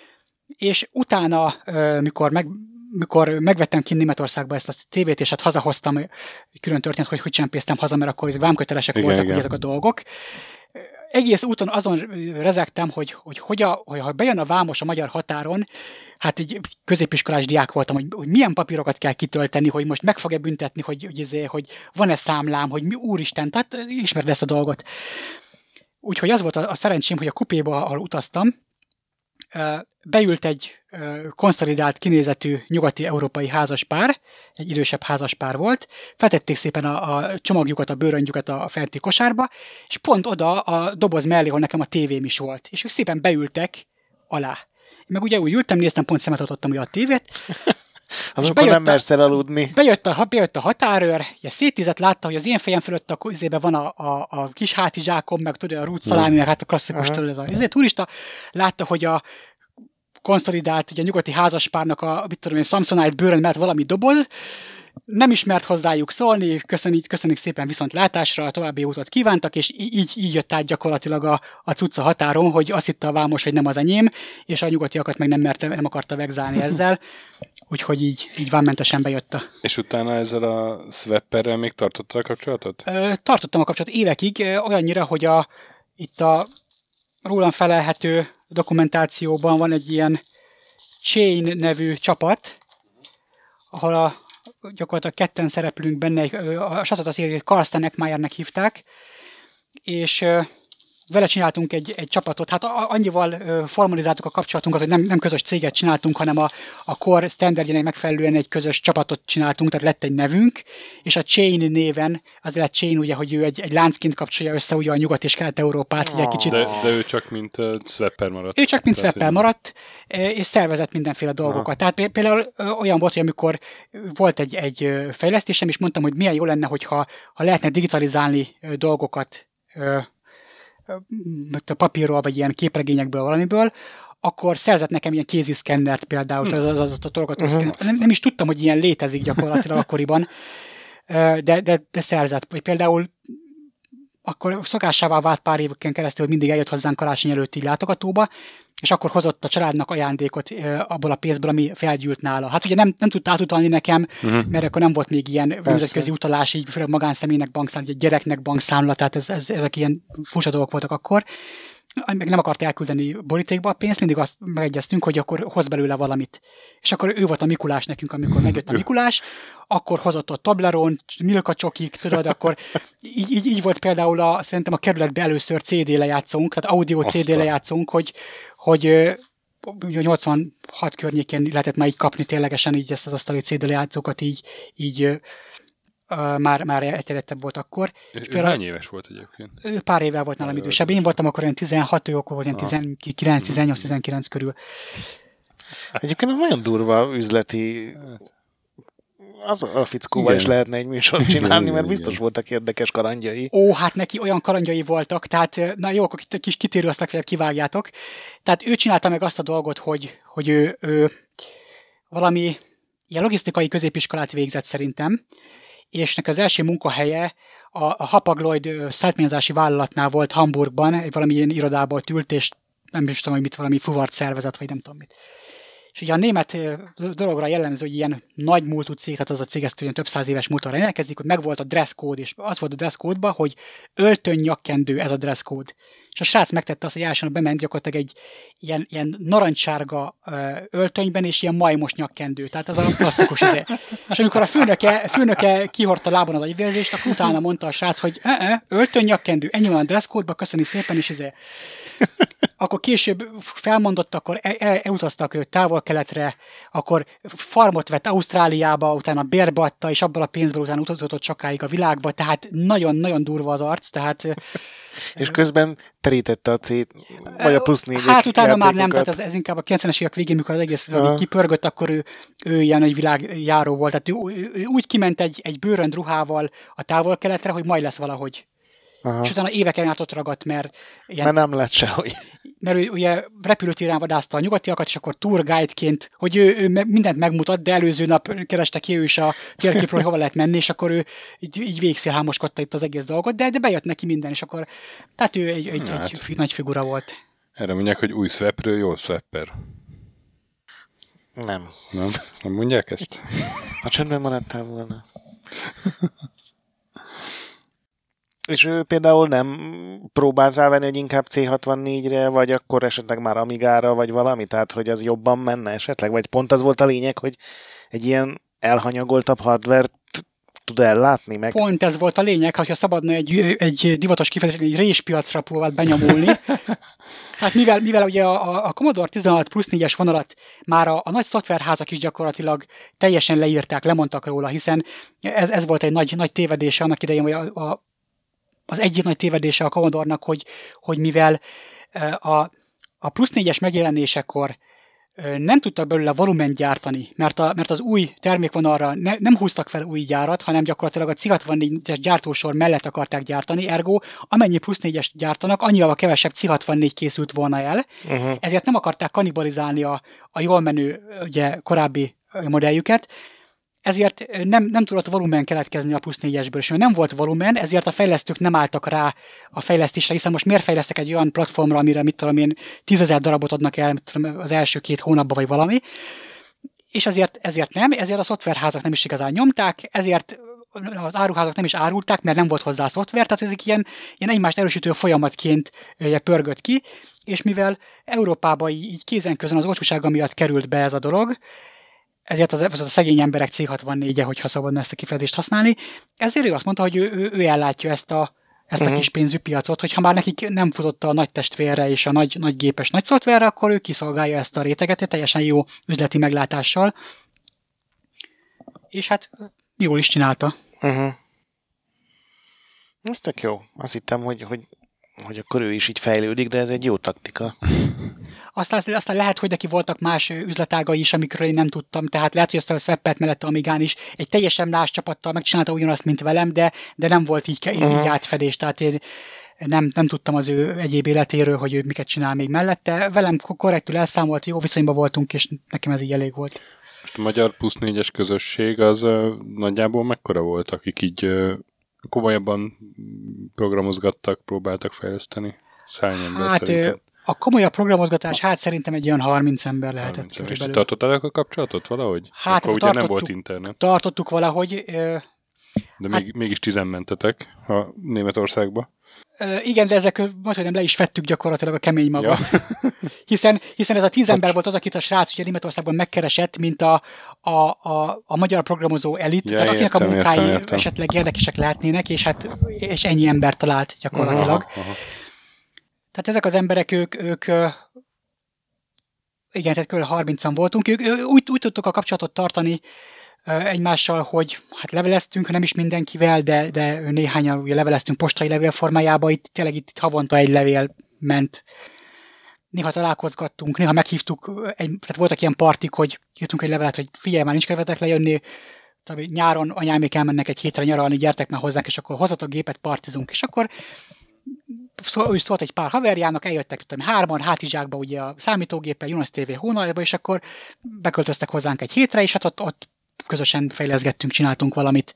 És utána, mikor, meg, mikor megvettem ki Németországba ezt a tévét, és hát hazahoztam, külön történt, hogy hogy csempésztem haza, mert akkor vámkötelesek igen, voltak igen. ezek a dolgok. Egész úton azon rezegtem, hogy, hogy, hogy, a, hogy ha bejön a vámos a magyar határon, hát egy középiskolás diák voltam, hogy, hogy milyen papírokat kell kitölteni, hogy most meg fog-e büntetni, hogy, hogy, izé, hogy van-e számlám, hogy mi úristen, tehát ismerd ezt a dolgot. Úgyhogy az volt a, a szerencsém, hogy a kupéba, ahol utaztam, beült egy konszolidált kinézetű nyugati európai házaspár, egy idősebb házaspár volt, feltették szépen a, a csomagjukat, a bőröngyüket a fenti kosárba, és pont oda a doboz mellé, ahol nekem a tévém is volt. És ők szépen beültek alá. Én meg ugye úgy ültem, néztem, pont szemet adottam ugye a tévét, azokon nem mersz elaludni. Bejött a, bejött a határőr, ugye széttízett, látta, hogy az én fejem fölött a izébe van a, a, a kis hátizsákom, meg tudja, a rút szalámi, meg hát a klasszikus tőle ez a ezért turista, látta, hogy a konszolidált, ugye a nyugati házaspárnak a, mit tudom én, Samsonite bőrön mert valami doboz, nem ismert hozzájuk szólni, köszönik, köszönik szépen viszont látásra, további útot kívántak, és így, így jött át gyakorlatilag a, a cucca határon, hogy azt hitte a vámos, hogy nem az enyém, és a nyugatiakat meg nem, merte, nem akarta vegzálni ezzel, úgyhogy így, így vámmentesen bejött a... És utána ezzel a Swapperrel még tartottál a kapcsolatot? Ö, tartottam a kapcsolatot évekig, olyannyira, hogy a, itt a rólam felelhető dokumentációban van egy ilyen Chain nevű csapat, ahol a gyakorlatilag ketten szereplünk benne, a srácot azt írja, hogy Karsten Eckmeyernek hívták, és vele csináltunk egy, egy csapatot, hát annyival formalizáltuk a kapcsolatunkat, hogy nem, nem közös céget csináltunk, hanem a, a core standardjének megfelelően egy közös csapatot csináltunk, tehát lett egy nevünk, és a Chain néven, az lett Chain, ugye, hogy ő egy, egy láncként kapcsolja össze ugye a Nyugat és Kelet-Európát, ugye egy kicsit. De, de ő csak mint uh, swapper maradt. Ő csak mint swapper maradt, és szervezett mindenféle dolgokat. Aha. Tehát például olyan volt, hogy amikor volt egy, egy fejlesztésem, és mondtam, hogy milyen jó lenne, hogyha ha lehetne digitalizálni dolgokat a papírról, vagy ilyen képregényekből, valamiből, akkor szerzett nekem ilyen kéziszkennert például, hm. az, az, az a dolgot, uh-huh. nem, nem is tudtam, hogy ilyen létezik gyakorlatilag akkoriban, de, de, de szerzett. Vagy például akkor szokásává vált pár éveken keresztül, hogy mindig eljött hozzánk karácsony előtt így látogatóba, és akkor hozott a családnak ajándékot abból a pénzből, ami felgyűlt nála. Hát ugye nem, nem tudta átutalni nekem, uh-huh. mert akkor nem volt még ilyen nemzetközi utalás, így főleg magánszemélynek bankszámla, egy gyereknek bankszámla, tehát ez, ez, ezek ilyen furcsa dolgok voltak akkor. meg nem akart elküldeni borítékba a pénzt, mindig azt megegyeztünk, hogy akkor hoz belőle valamit. És akkor ő volt a Mikulás nekünk, amikor megjött a Mikulás, akkor hozott ott Toblerone, Milka csokik, tudod, akkor így, így, így volt például a, szerintem a kerületben először cé dé lejátszónk, tehát audio cé dé lejátszónk, hogy, hogy ugye nyolcvanhat környékén lehetett már így kapni ténylegesen így ezt az asztali cé dé lejátszókat így, így Uh, már, már elterjedtebb volt akkor. És ő hány éves volt egyébként? Ő pár évvel volt nálam idősebb. Én voltam akkor olyan tizenhat, ő akkor volt olyan tizenkilenc, tizennyolc, tizenkilenc körül. Egyébként ez nagyon durva üzleti... Az a fickóval is lehetne egy műsort csinálni, igen, mert biztos igen. voltak érdekes kalandjai. Ó, hát neki olyan kalandjai voltak, tehát na jó, akkor kis kitérő, azt legfeljebb kivágjátok. Tehát ő csinálta meg azt a dolgot, hogy, hogy ő, ő valami ilyen logisztikai középiskolát végzett szerintem, és neki az első munkahelye a, a Hapag Lloyd szállítmányozási vállalatnál volt Hamburgban, egy valami ilyen irodában ült, és nem is tudom, hogy mit, valami fuvart szervezet, vagy nem tudom mit. És ugye a német dologra jellemző, hogy ilyen nagy múltú cég, tehát az a cég ezt több száz éves múltra rendelkezik, hogy megvolt a dress code, és az volt a dress code-ban, hogy öltöny nyakkendő, ez a dress code. És a srác megtette azt, hogy első bement gyakorlatilag egy ilyen, ilyen narancssárga öltönyben, és ilyen majmos nyakkendő. Tehát az a klasszikus izé. És amikor a főnöke, főnöke kihordta lábon az agyvérzést, akkor utána mondta a srác, hogy e-e, öltöny nyakkendő, ennyi van a dress code-ba, köszöni szépen, és izé. Akkor később felmondott, akkor elutaztak el, távol-keletre, akkor farmot vett Ausztráliába, utána bérbe adta, és abból a pénzből utána utazott sokáig a világba, tehát nagyon-nagyon durva az arc, tehát... És közben terítette a C, vagy a plusz négyek Hát utána játékokat. már nem, tehát ez, ez inkább a kilencvenes évek végén, mikor az egész kipörgött, akkor ő, ő ilyen egy világjáró volt, tehát ő, ő, ő úgy kiment egy, egy bőrönd ruhával a távol-keletre, hogy majd lesz valahogy. Aha. És utána éveken át ott ragadt, mert... Ilyen, mert nem lett sehogy. Mert ő ugye repülőtéren vadászta a nyugatiakat, és akkor tour guide-ként, hogy ő, ő mindent megmutat, de előző nap kereste ki ő is a térképről, hogy hova lehet menni, és akkor ő így, így végszélhámoskodta itt az egész dolgot, de, de bejött neki minden, és akkor... Tehát ő egy, egy, hát, egy nagy figura volt. Erre mondják, hogy új swapről jól swapper. Nem. Nem? Nem mondják ezt? Ha csöndben maradtál volna. És ő például nem próbált rávenni, hogy inkább cé hatvannégyre, vagy akkor esetleg már Amigára, vagy valami? Tehát, hogy az jobban menne esetleg? Vagy pont az volt a lényeg, hogy egy ilyen elhanyagoltabb hardware-t tud ellátni? Meg... Pont ez volt a lényeg, hogyha szabadna egy, egy divatos kifejezés, egy réspiacra próbált benyomulni. Hát mivel, mivel ugye a, a Commodore tizenhat plusz négyes vonalat már a, a nagy szoftverházak is gyakorlatilag teljesen leírták, lemondtak róla, hiszen ez, ez volt egy nagy, nagy tévedése annak idején, hogy a, a az egyik nagy tévedése a Commodore-nak, hogy, hogy mivel a, a plusz négyes megjelenésekor nem tudtak belőle volument gyártani, mert, a, mert az új termékvonalra ne, nem húztak fel új gyárat, hanem gyakorlatilag a cé hatvannégyes gyártósor mellett akarták gyártani, ergo amennyi plusz négyes gyártanak, annyival kevesebb cé hatvannégy készült volna el, uh-huh. ezért nem akarták kannibalizálni a, a jól menő ugye, korábbi modelljüket, ezért nem, nem tudott volumen keletkezni a plusz négyesből, és nem volt volumen, ezért a fejlesztők nem álltak rá a fejlesztésre, hiszen most miért fejlesztek egy olyan platformra, amire mit tudom én, tízezer darabot adnak el tudom, az első két hónapban, vagy valami, és ezért, ezért nem, ezért a szoftverházak nem is igazán nyomták, ezért az áruházak nem is árulták, mert nem volt hozzá a szoftver, tehát ezek ilyen, ilyen egymást erősítő folyamatként ugye, pörgött ki, és mivel Európában így kézen közön az olcsósága miatt került be ez a dolog, ezért az, az a szegény emberek cé hatvannégy-e, hogyha szabadna ezt a kifejezést használni. Ezért ő azt mondta, hogy ő, ő, ő ellátja ezt a, ezt uh-huh. a kis pénzű piacot, hogyha már nekik nem futott a nagy testvérre és a nagy, nagy gépes nagy szoftverre, akkor ő kiszolgálja ezt a réteget egy teljesen jó üzleti meglátással. És hát jól is csinálta. Uh-huh. Ez tök jó. Azt hittem, hogy, hogy, hogy akkor ő is így fejlődik, de ez egy jó taktika. Aztán, aztán lehet, hogy neki voltak más üzletágai is, amikről én nem tudtam, tehát lehet, hogy azt a Swappert mellett Amigán is egy teljesen más csapattal megcsinálta ugyanazt, mint velem, de, de nem volt így, így uh-huh. átfedés, tehát én nem, nem tudtam az ő egyéb életéről, hogy ő miket csinál még mellette. Velem korrektül elszámolt, jó viszonyban voltunk, és nekem ez így elég volt. Most a magyar plusz négyes közösség az uh, nagyjából mekkora volt, akik így uh, komolyabban programozgattak, próbáltak fejleszteni? Szárny ember hát, szerintem. A komolyabb programozgatás, hát szerintem egy olyan harminc ember lehetett harminc körülbelül. És tartottátok a kapcsolatot valahogy? Hát akkor ugye nem volt internet. Tartottuk valahogy. De hát, még, mégis tizen mentetek a Németországba. Ö, igen, de ezek most, hogy nem le is vettük gyakorlatilag a kemény magot. Ja. hiszen, hiszen ez a tíz ember volt az, akit a srác ugye Németországban megkeresett, mint a, a, a, a magyar programozó elit, Ja, tehát akinek értem, a munkái értem, értem. esetleg érdekesek lehetnének, és hát és ennyi ember talált gyakorlatilag. Aha, aha. Tehát ezek az emberek, ők, ők igen, tehát kb. harmincan voltunk, ők úgy, úgy tudtuk a kapcsolatot tartani egymással, hogy hát leveleztünk, nem is mindenkivel, de, de néhányan ugye leveleztünk postai levél formájába, itt tényleg itt, itt havonta egy levél ment. Néha találkozgattunk, néha meghívtuk, egy, tehát voltak ilyen partik, hogy írtunk egy levelet, hogy figyelj, már nincs kedvetek lejönni, nyáron anyámék elmennek egy hétre nyaralni, gyertek már hozzánk, és akkor hozatok gépet, partizunk, és akkor szó, úgy szólt egy pár haverjának, eljöttek tudom, hárman, hátizsákba ugye a számítógéppel, Jonas té vé hónaljába, és akkor beköltöztek hozzánk egy hétre, és hát ott, ott közösen fejleszgettünk, csináltunk valamit.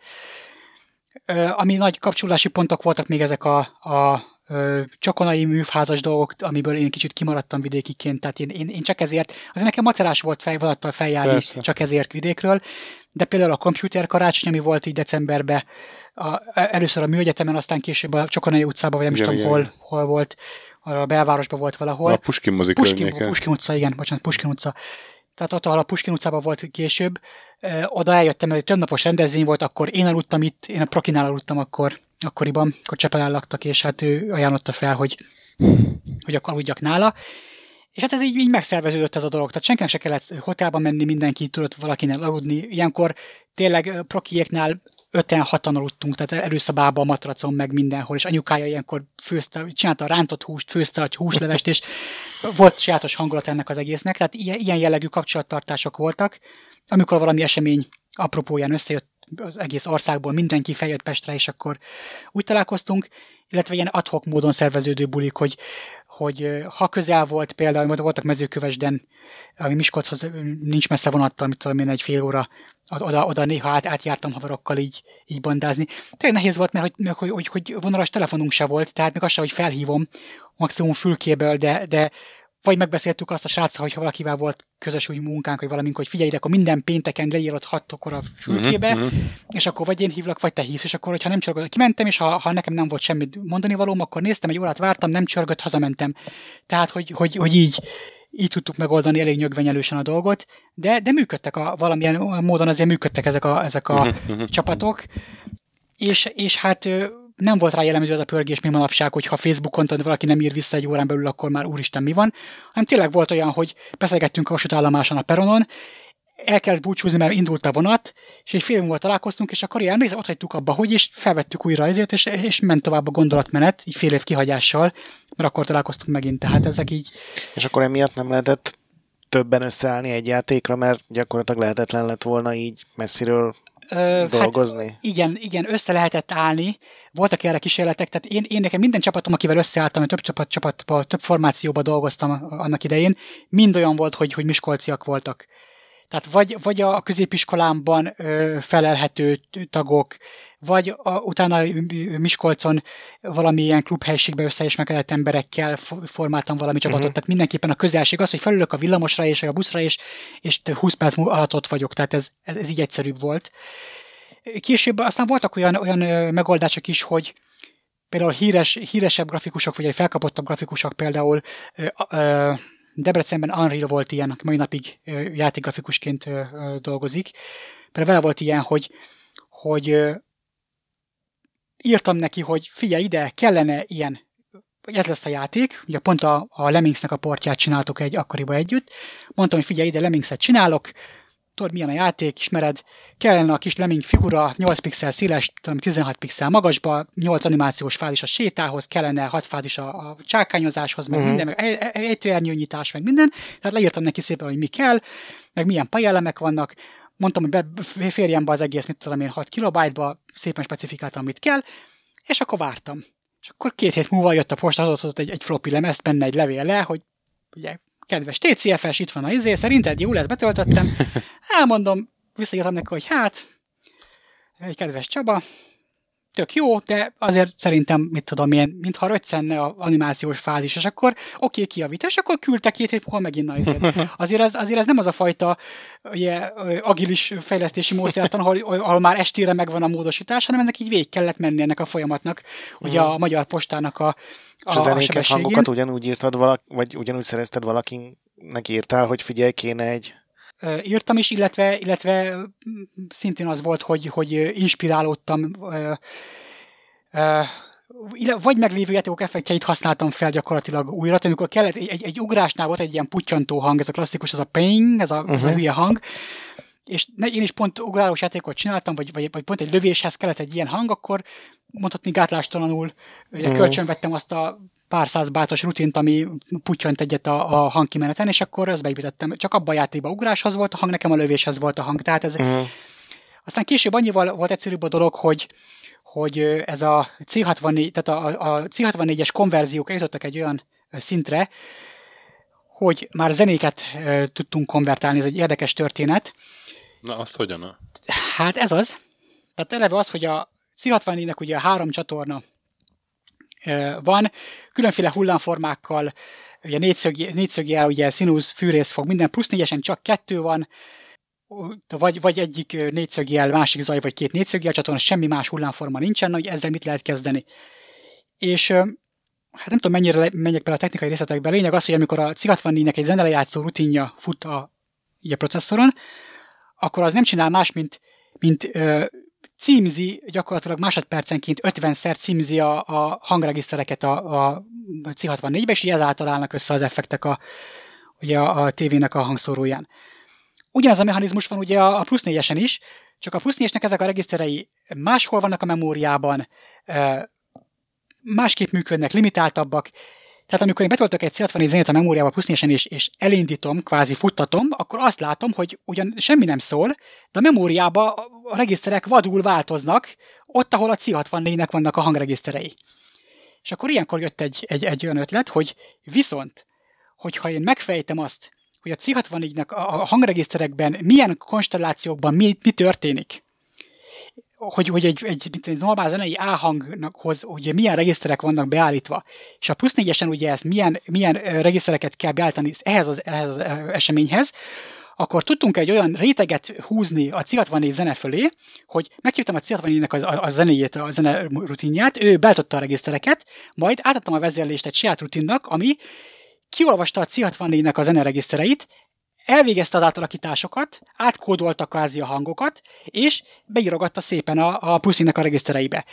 Ö, ami nagy kapcsolási pontok voltak még ezek a, a ö, csakonai művházas dolgok, amiből én kicsit kimaradtam vidékiként, tehát én, én, én csak ezért, azért nekem macerás volt fej, vonattal feljárni, Persze. csak ezért vidékről, de például a komputer karácsony, ami volt így decemberben, a, először a Műegyetemen, aztán később a Csokonai utcában, vagy nem igen, is tudom, hol, hol volt, a belvárosban volt valahol. A Puskin mozik Puskin, Puskin utca, igen, bocsánat, Puskin utca. Tehát ott, ahol a Puskin utcában volt később, ö, oda eljöttem, mert egy többnapos rendezvény volt, akkor én aludtam itt, én a Prokinál aludtam akkor, akkoriban, akkor Csepelen laktak, és hát ő ajánlotta fel, hogy, hogy akkor aludjak nála. És hát ez így, így megszerveződött ez a dolog. Tehát senkinek se kellett hotelba menni, mindenki tudott valakinek aludni. Ilyenkor tényleg Prokiéknál öten-hatan aludtunk, tehát előszobában, a matracon, meg mindenhol, és anyukája ilyenkor főzte, csinálta a rántott húst, főzte a húslevest, és volt sajátos hangulat ennek az egésznek, tehát ilyen, ilyen jellegű kapcsolattartások voltak, amikor valami esemény apropóján összejött az egész országból, mindenki feljött Pestre, és akkor úgy találkoztunk, illetve ilyen ad-hoc módon szerveződő bulik, hogy, hogy ha közel volt például, voltak Mezőkövesden, ami Miskolchoz nincs messze vonattal, mit tudom én, egy fél óra, oda, oda néha át, átjártam haverokkal így, így bandázni. Tényleg nehéz volt, mert hogy, hogy, hogy, hogy vonalas telefonunk se volt, tehát még az se, hogy felhívom maximum fülkéből, de, de vagy megbeszéltük azt a sráccal, hogy ha valakivel volt közös úgy munkánk, vagy valamink, hogy figyelj, akkor minden pénteken leírod hatkor a fülkébe, uh-huh, uh-huh. és akkor vagy én hívlak, vagy te hívsz, és akkor, hogyha nem csörgött, kimentem, és ha, ha nekem nem volt semmit mondani valóm, akkor néztem, egy órát vártam, nem csörgött, hazamentem. Tehát, hogy, hogy, hogy így, így tudtuk megoldani elég nyögvenyelősen a dolgot, de, de működtek a, valamilyen módon azért működtek ezek a, ezek a uh-huh, uh-huh. csapatok, és, és hát nem volt rá jellemző az a pörgés, mi manapság, hogy ha Facebookon tudod, valaki nem ír vissza egy órán belül, akkor már úristen mi van, hanem tényleg volt olyan, hogy beszélgettünk a vasútállomáson a peronon, el kellett búcsúzni, mert indult a vonat, és egy fél múlva találkoztunk, és akkor ilyen emlékszem, ott hagytuk abba, hogy és felvettük újra ezért, és, és ment tovább a gondolatmenet, így fél év kihagyással, mert akkor találkoztunk megint, tehát ezek így... És akkor emiatt nem lehetett többen összeállni egy játékra, mert gyakorlatilag lehetetlen lett volna így messziről Ö, dolgozni? Hát igen, igen, össze lehetett állni. Voltak erre kísérletek, tehát én, én nekem minden csapatom, akivel összeálltam, több csapat, csapatban, több formációban dolgoztam annak idején, mind olyan volt, hogy, hogy miskolciak voltak. Tehát vagy, vagy a középiskolámban ö, felelhető tagok, vagy a, utána Miskolcon valamilyen klubhelyiségbe összeismerkedett emberekkel formáltam valami csapatot, uh-huh. tehát mindenképpen a közelség az, hogy felülök a villamosra és a buszra, és, és húsz perc alatt ott vagyok, tehát ez, ez, ez így egyszerűbb volt. Később aztán voltak olyan, olyan megoldások is, hogy például híres, híresebb grafikusok, vagy egy felkapottabb grafikusok például ö, ö, Debrecenben Unreal volt ilyen, aki mai napig játékgrafikusként dolgozik. Például vele volt ilyen, hogy, hogy írtam neki, hogy figyelj ide, kellene ilyen, ez lesz a játék, ugye pont a, a Lemmingsnek a portját csináltok egy akkoriban együtt. Mondtam, hogy figyelj ide, Lemmingset csinálok, tudod milyen a játék, ismered, kellene a kis Lemming figura, nyolc pixel széles, tizenhat pixel magasba, nyolc animációs fázis a sétához, kellene hat fázis a, a csákányozáshoz, meg uh-huh. minden, meg ejtőernyőnyitás, meg minden. Tehát leírtam neki szépen, hogy mi kell, meg milyen pályelemek vannak. Mondtam, hogy be, férjen be az egész, mit tudom én, hat kilobájtba, szépen specifikáltam, mit kell, és akkor vártam. És akkor két hét múlva jött a posta, az egy, egy floppy lemezt, benne egy levél le, hogy ugye, kedves té cé ef es, itt van a izé, szerinted jó lesz, betöltöttem. Elmondom, visszaírtam neki, hogy hát, egy kedves Csaba, tök jó, de azért szerintem, mit tudom én, mintha röccenne az animációs fázis, és akkor oké, kijavít, és akkor küldte két hét múlva megint azért. Azért ez, azért ez nem az a fajta ugye, agilis fejlesztési módszertan, ahol, ahol már estére megvan a módosítás, hanem ennek így végig kellett menni ennek a folyamatnak, ugye a Magyar Postának a, a És a zenéket, a hangokat ugyanúgy írtad valak, vagy ugyanúgy szerezted valakinek írtál, hogy figyelj, kéne egy... Írtam is, illetve, illetve szintén az volt, hogy, hogy inspirálódtam, vagy meglévő játékok effektjeit használtam fel gyakorlatilag újra, amikor kellett, egy, egy ugrásnál volt egy ilyen puttyantó hang, ez a klasszikus, ez a ping, ez a, uh-huh. ez a hülye hang, és én is pont ugrálós játékot csináltam, vagy, vagy, vagy pont egy lövéshez kellett egy ilyen hang, akkor mondhatni gátlástalanul uh-huh. kölcsönvettem azt a pár száz bátos rutint, ami puttyant egyet a, a hangkimeneten, és akkor azt beépítettem. Csak abban a játékban ugráshoz volt a hang, nekem a lövéshez volt a hang. Tehát ez... Uh-huh. Aztán később annyival volt egyszerűbb a dolog, hogy, hogy ez a cé hatvannégy, tehát a, a cé hatvannégyes konverziók eljutottak egy olyan szintre, hogy már zenéket e, tudtunk konvertálni, ez egy érdekes történet. Na, azt hogyan? Hát ez az. Tehát eleve az, hogy a cé hatvannégynek ugye három csatorna e, van, különféle hullámformákkal, ugye négyszög, négyszögjel, ugye színusz, fűrész fog, minden, plusz négyesen csak kettő van, vagy, vagy egyik négyszögjel, másik zaj, vagy két négyszögjel csatorna, semmi más hullámforma nincsen, hogy ezzel mit lehet kezdeni. És hát nem tudom, mennyire menjek bele a technikai részletekbe. A lényeg az, hogy amikor a cé hatvannégynek egy zenelejátszó rutinja fut a, a processzoron, akkor az nem csinál más, mint, mint ö, címzi, gyakorlatilag másodpercenként ötvenszer címzi a, a hangregisztereket a, a cé hatvannégybe, és így ezáltal állnak össze az effektek a, ugye a, a tévének a hangszóróján. Ugyanaz a mechanizmus van ugye a plusz négyesen is, csak a plusz négyesnek ezek a regiszterei máshol vannak a memóriában, másképp működnek, limitáltabbak. Tehát amikor én betöltök egy cé hatvannégy zenét a memóriába plusz négyesen és, és elindítom, kvázi futtatom, akkor azt látom, hogy ugyan semmi nem szól, de a memóriában a regiszterek vadul változnak, ott, ahol a cé hatvannégynek vannak a hangregiszterei. És akkor ilyenkor jött egy, egy, egy olyan ötlet, hogy viszont, hogyha én megfejtem azt, hogy a cé hatvannégynek a hangregiszterekben milyen konstellációkban mi, mi történik, hogy, hogy egy, egy, egy normál zenei A-hanghoz ugye milyen regiszterek vannak beállítva, és a plusz négyesen ugye ezt milyen, milyen regisztereket kell beállítani ehhez az, ehhez az eseményhez, akkor tudtunk egy olyan réteget húzni a cé hatvannégy zene fölé, hogy meghívtam a cé hatvannégynek a, a zenéjét, a zene rutinját, ő beállította a regisztereket, majd átadtam a vezérlést egy saját rutinnak, ami kiolvasta a cé hatvannégynek a zeneregisztereit, elvégezte az átalakításokat, átkódolta kvázi a hangokat, és beírogatta szépen a, a pluszínek a regisztereibe.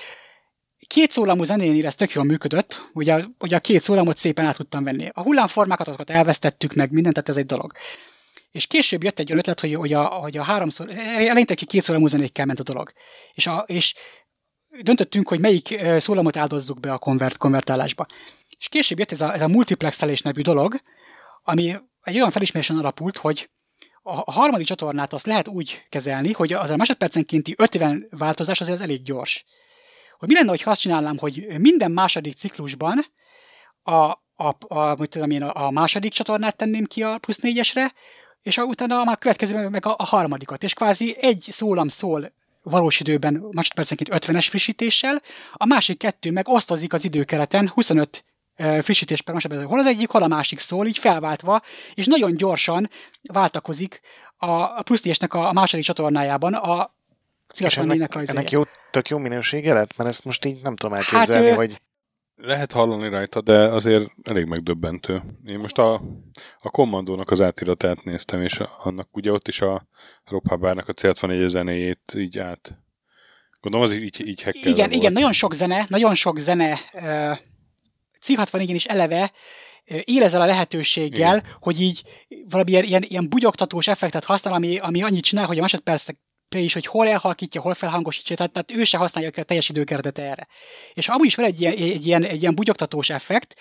Két szólamú zenénél ez tök jól működött, ugye, ugye a két szólamot szépen át tudtam venni. A hullámformákat azokat elvesztettük meg, mindent, tehát ez egy dolog. És később jött egy olyan ötlet, hogy, hogy, a, hogy a háromszor, eleinte ki két szólamú zenékkel ment a dolog. És, a, és döntöttünk, hogy melyik szólamot áldozzuk be a konvert, konvertálásba. És később jött ez a, ez a multiplexelés nevű dolog, ami egy olyan felismerésen alapult, hogy a harmadik csatornát azt lehet úgy kezelni, hogy az a másodpercenkénti ötven változás azért az elég gyors. Hogy mi lenne, ha azt csinálnám, hogy minden második ciklusban a, a, a, tudom én, a második csatornát tenném ki a plusz négyesre, és utána már következőben meg a, a harmadikat. És kvázi egy szólam szól valós időben másodpercenként ötvenes frissítéssel, a másik kettő meg osztozik az időkereten huszonöt frissítés per másodperc. Hol az egyik, hol a másik szól, így felváltva, és nagyon gyorsan váltakozik a plusz négyesnek a második csatornájában a cé hatvannégynek az ennek jó, tök jó minősége lett? Mert ezt most így nem tudom elképzelni, hát, hogy... Lehet hallani rajta, de azért elég megdöbbentő. Én most a, a kommandónak az átiratát néztem, és annak ugye ott is a Rob Hubbardnak a cé hatvannégy zenéjét így át... Gondolom, az így, így hekkelve Igen, volt. igen, nagyon sok zene, nagyon sok zene uh, cé hatvannégy is eleve él ezzel a lehetőséggel, igen, hogy így valami ilyen, ilyen, ilyen bugyogtatós effektet használ, ami, ami annyit csinál, hogy a másodpercek is, hogy hol elhalkítja, hol felhangosítja, tehát, tehát ő se használja a teljes időkeretet erre. És amúgy is van egy ilyen, egy ilyen, egy ilyen bugyogtatós effekt,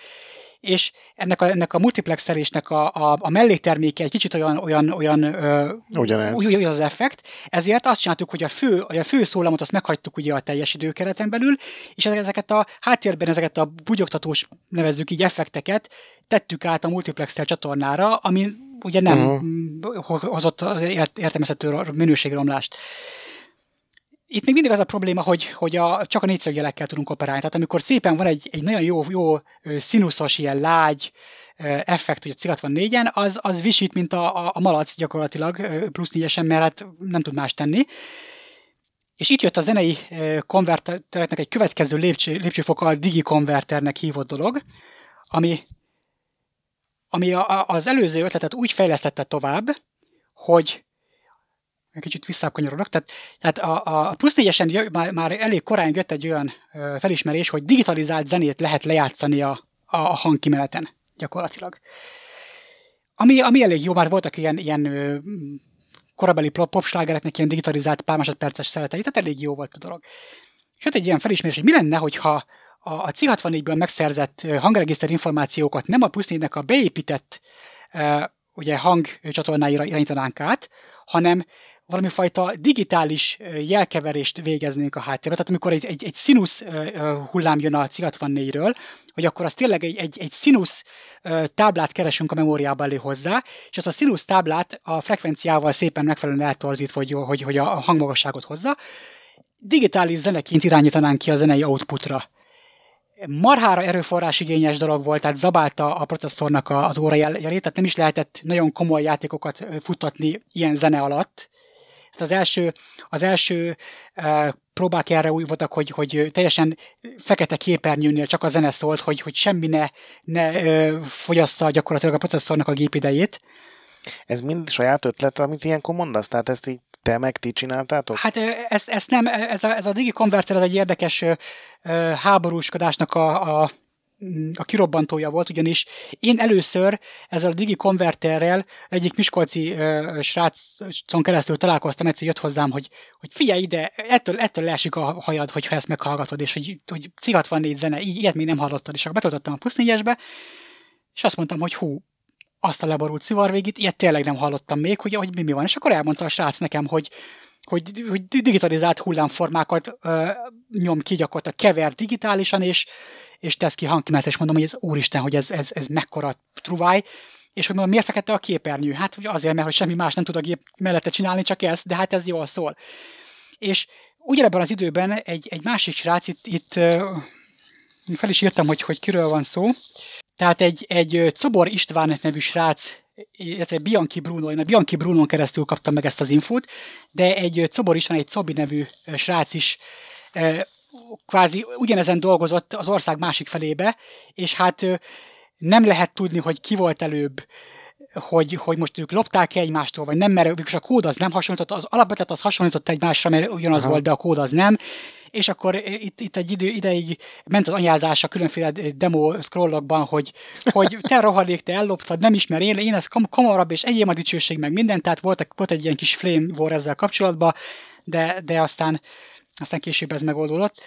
és ennek a, ennek a multiplexelésnek a, a, a mellékterméke egy kicsit olyan, olyan, olyan ugyanez. Úgy, az effekt, ezért azt csináltuk, hogy a fő, a fő szólamot azt meghagytuk ugye a teljes időkereten belül, és ezeket a háttérben ezeket a bugyogtatós, nevezzük így, effekteket tettük át a multiplexel csatornára, ami ugye nem uh-huh. hozott értelmezhető minőségromlást. itt még mindig az a probléma, hogy, hogy a, csak a négyszögjelekkel tudunk operálni. Tehát amikor szépen van egy, egy nagyon jó, jó színuszos, ilyen lágy effekt, hogy a C hatvannégyen, az, az visít, mint a, a, a malac gyakorlatilag plusz négyesen, mert hát nem tud más tenni. És itt jött a zenei konvertereknek egy következő lépcső, lépcsőfoka, a digi konverternek hívott dolog, ami, ami a, a, az előző ötletet úgy fejlesztette tovább, hogy egy kicsit visszákanyarodok, tehát, tehát a, a plusz négyesen már, már elég korán jött egy olyan felismerés, hogy digitalizált zenét lehet lejátszani a, a, a hangkimeneten gyakorlatilag. Ami, ami elég jó, már voltak ilyen, ilyen korabeli popslágereknek ilyen digitalizált pár másodperces szeretei, tehát elég jó volt a dolog. És jött egy ilyen felismerés, hogy mi lenne, hogyha a, a C hatvannégyből megszerzett hangregiszter információkat nem a plusz négynek a beépített uh, ugye, hangcsatornáira irányítanánk át, hanem valami fajta digitális jelkeverést végeznénk a háttérben. Tehát amikor egy, egy, egy színusz hullám jön a C hatvannégyről, hogy akkor az tényleg egy, egy, egy színusz táblát keresünk a memóriába elé hozzá, és azt a színusz táblát a frekvenciával szépen megfelelően eltorzít, hogy, hogy, hogy a hangmagasságot hozza. Digitális zeneként irányítanánk ki a zenei outputra. Marhára erőforrásigényes dolog volt, tehát zabálta a processzornak az órajelét, tehát nem is lehetett nagyon komoly játékokat futtatni ilyen zene alatt. Az első, az első uh, próbák erre úgy voltak, hogy, hogy teljesen fekete képernyőnél csak a zene szólt, hogy, hogy semmi ne, ne uh, fogyassza gyakorlatilag a processzornak a gépidejét. Ez mind saját ötlet, amit ilyenkor mondasz? Tehát ezt így te meg ti csináltátok? Hát ezt, ezt nem, ez a, ez a Digi Converter, ez egy érdekes uh, háborúskodásnak a, a a kirobbantója volt, ugyanis én először ezzel a Digi Converterrel egyik miskolci uh, srácon keresztül találkoztam, egyszer jött hozzám, hogy, hogy figyelj ide, ettől, ettől leesik a hajad, hogyha ezt meghallgatod, és hogy, hogy C hatvannégy zene, így ilyet még nem hallottad, és akkor betöltöttem a plusz négyesbe, és azt mondtam, hogy hú, azt a leborult szivarvégit, ilyet tényleg nem hallottam még, hogy, hogy mi, mi van, és akkor elmondta a srác nekem, hogy hogy, hogy digitalizált hullámformákat uh, nyom ki gyakorlatilag, kever digitálisan, és és tesz ki hangkimenetet, és mondom, hogy ez úristen, hogy ez, ez, ez mekkora truváj, és hogy mondom, miért fekete a képernyő? Hát azért, mert hogy semmi más nem tud a gép mellette csinálni, csak ezt, de hát ez jól szól. És ugyanebben az időben egy, egy másik srác, itt, itt fel is írtam, hogy, hogy kiről van szó, tehát egy, egy Czobor István nevű srác, illetve Bianchi Bruno, én a Bianchi Brunon keresztül kaptam meg ezt az infót, de egy Czobor István, egy Cobi nevű srác is kvázi ugyanezen dolgozott az ország másik felébe, és hát nem lehet tudni, hogy ki volt előbb, hogy, hogy most ők lopták-e egymástól, vagy nem, mert a kód az nem hasonlított, az alapvetlet az hasonlított egymásra, mert ugyanaz Aha. volt, de a kód az nem, és akkor itt, itt egy idő ideig ment az anyázása különféle demo scrollokban, hogy, hogy te rohadék, te elloptad, nem ismer, én, én ez komarabb, és egyéb a dicsőség meg minden, tehát volt, volt egy ilyen kis flame war ezzel kapcsolatban, de, de aztán aztán később ez megoldódott.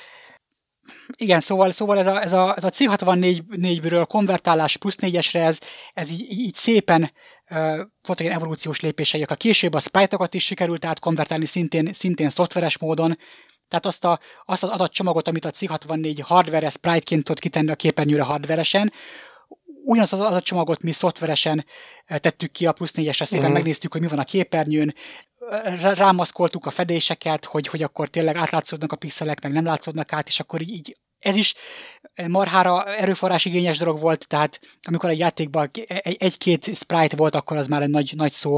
Igen, szóval, szóval ez a, ez a, ez a C hatvannégyből konvertálás plusz négyesre, ez, ez így, így szépen uh, voltak ilyen evolúciós lépései. A később a sprite-okat is sikerült átkonvertálni szintén, szintén szoftveres módon. Tehát azt, a, azt az adatcsomagot, amit a C hatvannégy hardware sprite-ként tud kitenni a képernyőre hardveresen, ugyanazt az adatcsomagot mi szoftveresen tettük ki a plusz négyesre, szépen uh-huh. megnéztük, hogy mi van a képernyőn, rámaszkoltuk a fedéseket, hogy, hogy akkor tényleg átlátszódnak a pixelek, meg nem látszódnak át, és akkor így, így ez is marhára erőforrásigényes dolog volt, tehát amikor egy játékban egy-két sprite volt, akkor az már egy nagy, nagy szó,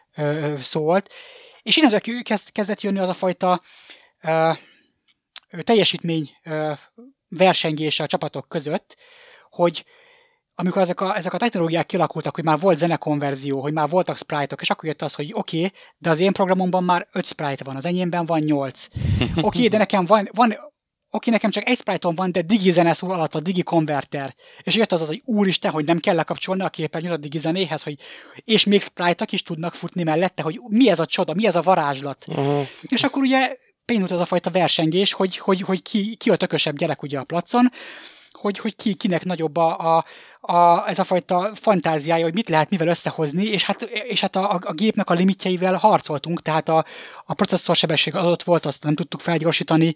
szó volt. És innentől kezdett jönni az a fajta uh, teljesítmény uh, versengése a csapatok között, hogy amikor ezek a, ezek a technológiák kialakultak, hogy már volt zenekonverzió, hogy már voltak sprite-ok, és akkor jött az, hogy oké, okay, de az én programomban már öt sprite van, az enyémben van nyolc. Oké, okay, de nekem van, van oké, okay, nekem csak egy sprite-on van, de digi zene szó alatt a digi konverter. És jött az az, hogy úristen, hogy nem kell lekapcsolni a képernyőt a digi zenéhez, hogy és még sprite-ok is tudnak futni mellette, hogy mi ez a csoda, mi ez a varázslat. Uh-huh. És akkor ugye például az a fajta versengés, hogy, hogy, hogy ki, ki a tökösebb gyerek ugye a placon, hogy, hogy ki, kinek nagyobb a, a, a, ez a fajta fantáziája, hogy mit lehet mivel összehozni, és hát, és hát a, a gépnek a limitjeivel harcoltunk, tehát a, a processzorsebesség adott volt, azt nem tudtuk felgyorsítani,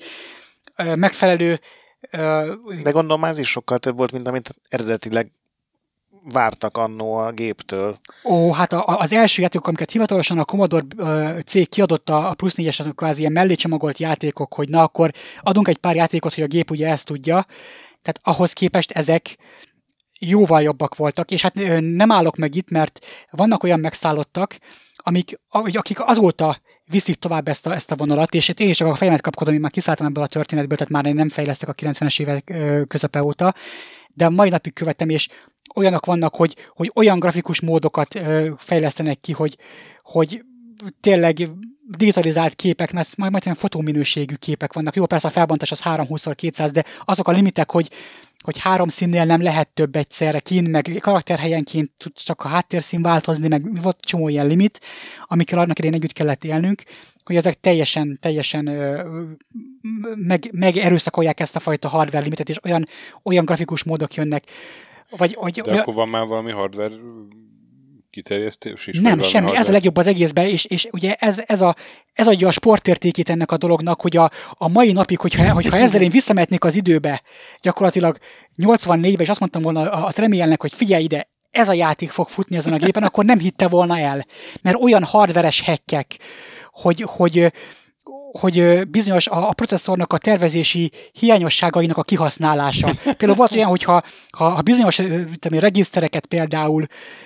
megfelelő... De gondolom, ez is sokkal több volt, mint amit eredetileg vártak annó a géptől. Ó, hát a, az első játékok, amiket hivatalosan a Commodore uh, cég kiadott a plusz négyes, kvázi ilyen mellécsomagolt játékok, hogy na akkor adunk egy pár játékot, hogy a gép ugye ezt tudja. Tehát ahhoz képest ezek jóval jobbak voltak, és hát nem állok meg itt, mert vannak olyan megszállottak, amik, akik azóta viszik tovább ezt a, ezt a vonalat, és én is csak a fejemet kapkodom, én már kiszálltam ebből a történetből, tehát már én nem fejlesztek a kilencvenes évek közepe óta, de mai napig követem, és olyanok vannak, hogy, hogy olyan grafikus módokat ö, fejlesztenek ki, hogy, hogy tényleg digitalizált képek, mert majd, majd olyan fotóminőségű képek vannak. Jó, persze a felbontás az háromszor kétszáz, de azok a limitek, hogy, hogy három színnél nem lehet több egyszerre kint, meg karakterhelyenként tud csak a háttérszín változni, meg volt csomó ilyen limit, amikkel annak idején együtt kellett élnünk, hogy ezek teljesen, teljesen ö, meg, megerőszakolják ezt a fajta hardware limitet, és olyan, olyan grafikus módok jönnek. Vagy, vagy, de olyan... akkor van már valami hardware kiterjesztés is? Nem, semmi. Hardware? Ez a legjobb az egészben, és, és ugye ez, ez, a, ez adja a sportértékét ennek a dolognak, hogy a, a mai napig, hogyha, hogyha ezzel én visszamehetnék az időbe, gyakorlatilag nyolcvannégyben, és azt mondtam volna a, a Tremielnek, hogy figyelj ide, ez a játék fog futni ezen a gépen, akkor nem hitte volna el. Mert olyan hardveres hackek, hogy, hogy, hogy bizonyos a, a processzornak a tervezési hiányosságainak a kihasználása. Például volt olyan, hogyha ha, ha bizonyos tudom, regisztereket például,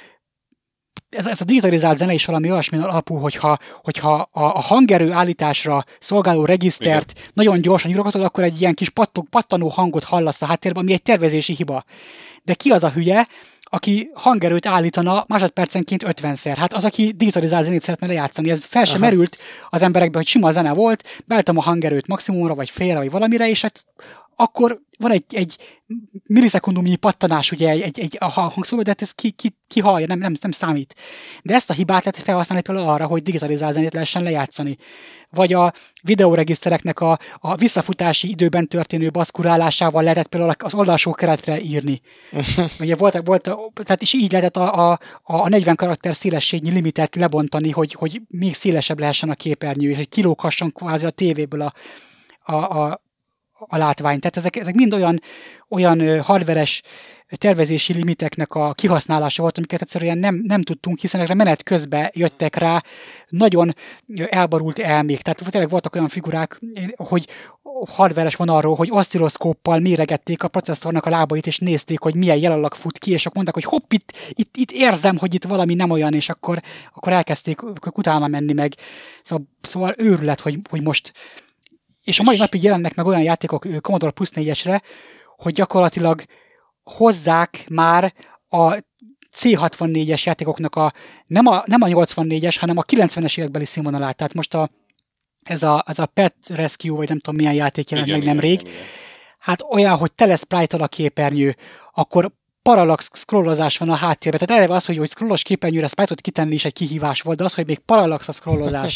ez, ez a digitalizált zene is valami olyasmin alapul, hogyha, hogyha a, a hangerő állításra szolgáló regisztert igen, nagyon gyorsan nyugogatod, akkor egy ilyen kis pattog, pattanó hangot hallasz a háttérben, ami egy tervezési hiba. De ki az a hülye, aki hangerőt állítana másodpercenként ötvenszer. Hát az, aki digitalizált zenét szeretne lejátszani. Ez fel sem merült az emberekbe, hogy sima zene volt, beálltam a hangerőt maximumra, vagy félre, vagy valamire, és hát akkor van egy, egy millisekundumnyi pattanás ugye egy, egy, egy a hangszóba, de hát ez ki, ki, ki hallja, nem, nem, nem számít. De ezt a hibát lehet felhasználni például arra, hogy digitalizált zenét lehessen lejátszani. Vagy a videóregisztereknek a, a visszafutási időben történő baszkurálásával lehetett például az oldalsó keretre írni. Ugye volt, volt, tehát is így lehetett a, a, a negyven karakter szélességnyi limitet lebontani, hogy, hogy még szélesebb lehessen a képernyő, és hogy kilóghasson kvázi a tévéből a, a, a a látvány. Tehát ezek, ezek mind olyan, olyan hardveres tervezési limiteknek a kihasználása volt, amiket egyszerűen nem, nem tudtunk, hiszen ezek menet közben jöttek rá nagyon elbarult elmék. Tehát tényleg voltak olyan figurák, hogy hardveres van arról, hogy oszcilloszkóppal méregették a processzornak a lábait, és nézték, hogy milyen jelenleg fut ki, és akkor mondták, hogy hopp, itt, itt, itt érzem, hogy itt valami nem olyan, és akkor, akkor elkezdték utána menni meg. Szóval, szóval őrület, hogy, hogy most. És a mai napig jelennek meg olyan játékok Commodore plusz négyesre, hogy gyakorlatilag hozzák már a cé hatvannégyes játékoknak a nem, a nem a nyolcvannégyes, hanem a kilencvenes évekbeli színvonalát. Tehát most a, ez, a, ez a Pet Rescue, vagy nem tudom milyen játék jelent meg nemrég. Hát olyan, hogy tele sprite-tal a képernyő, akkor parallax scrollozás van a háttérben. Tehát eleve az, hogy, hogy scrollos képernyőre sprite-ot kitenni is egy kihívás volt, de az, hogy még parallax a scrollozás.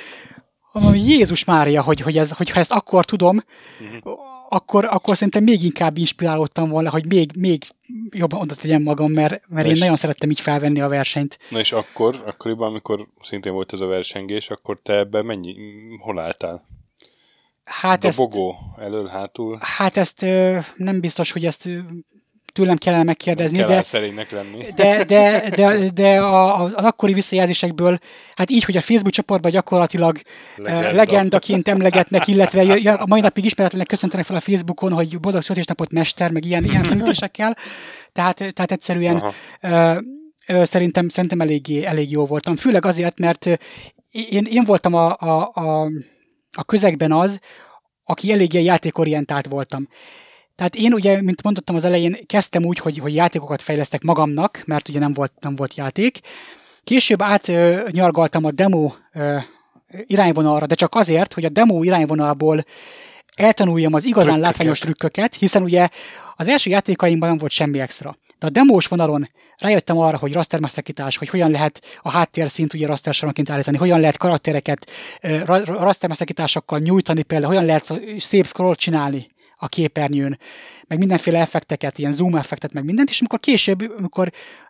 Jézus Mária, hogy, hogy ez, hogyha ezt akkor tudom, uh-huh. akkor, akkor szerintem még inkább inspirálódtam volna, hogy még, még jobban oda tegyem magam, mert, mert én nagyon szerettem így felvenni a versenyt. Na és akkor, akkoriban, amikor szintén volt ez a versengés, akkor te ebben mennyi, hol álltál? Hát Dobogó, ezt, elől, hátul? Hát ezt nem biztos, hogy ezt tőlem kellene megkérdezni, kell de, szerénynek lenni. de, de, de, de a, az akkori visszajelzésekből, hát így, hogy a Facebook csoportban gyakorlatilag Legenda. legendaként emlegetnek, illetve a mai napig ismeretlenek köszöntenek fel a Facebookon, hogy boldog születésnapot mester, meg ilyen, ilyen felütésekkel. Tehát, tehát egyszerűen ö, ö, szerintem, szerintem eléggé, elég jó voltam. Főleg azért, mert én, én voltam a, a, a, a közegben az, aki eléggé játékorientált voltam. Tehát én ugye, mint mondottam az elején, kezdtem úgy, hogy, hogy játékokat fejlesztek magamnak, mert ugye nem volt, nem volt játék. Később átnyargaltam a demo ö, irányvonalra, de csak azért, hogy a demo irányvonalból eltanuljam az igazán trükköket. Látványos trükköket, hiszen ugye az első játékaimban nem volt semmi extra. De a demós vonalon rájöttem arra, hogy rastermeszakítás, hogy hogyan lehet a háttérszint ugye rastersoronként állítani, hogyan lehet karaktereket ra- rastermeszakításokkal nyújtani például, hogyan lehet szép scroll csinálni a képernyőn, meg mindenféle effekteket, ilyen zoom effektet, meg mindent, és amikor később, amikor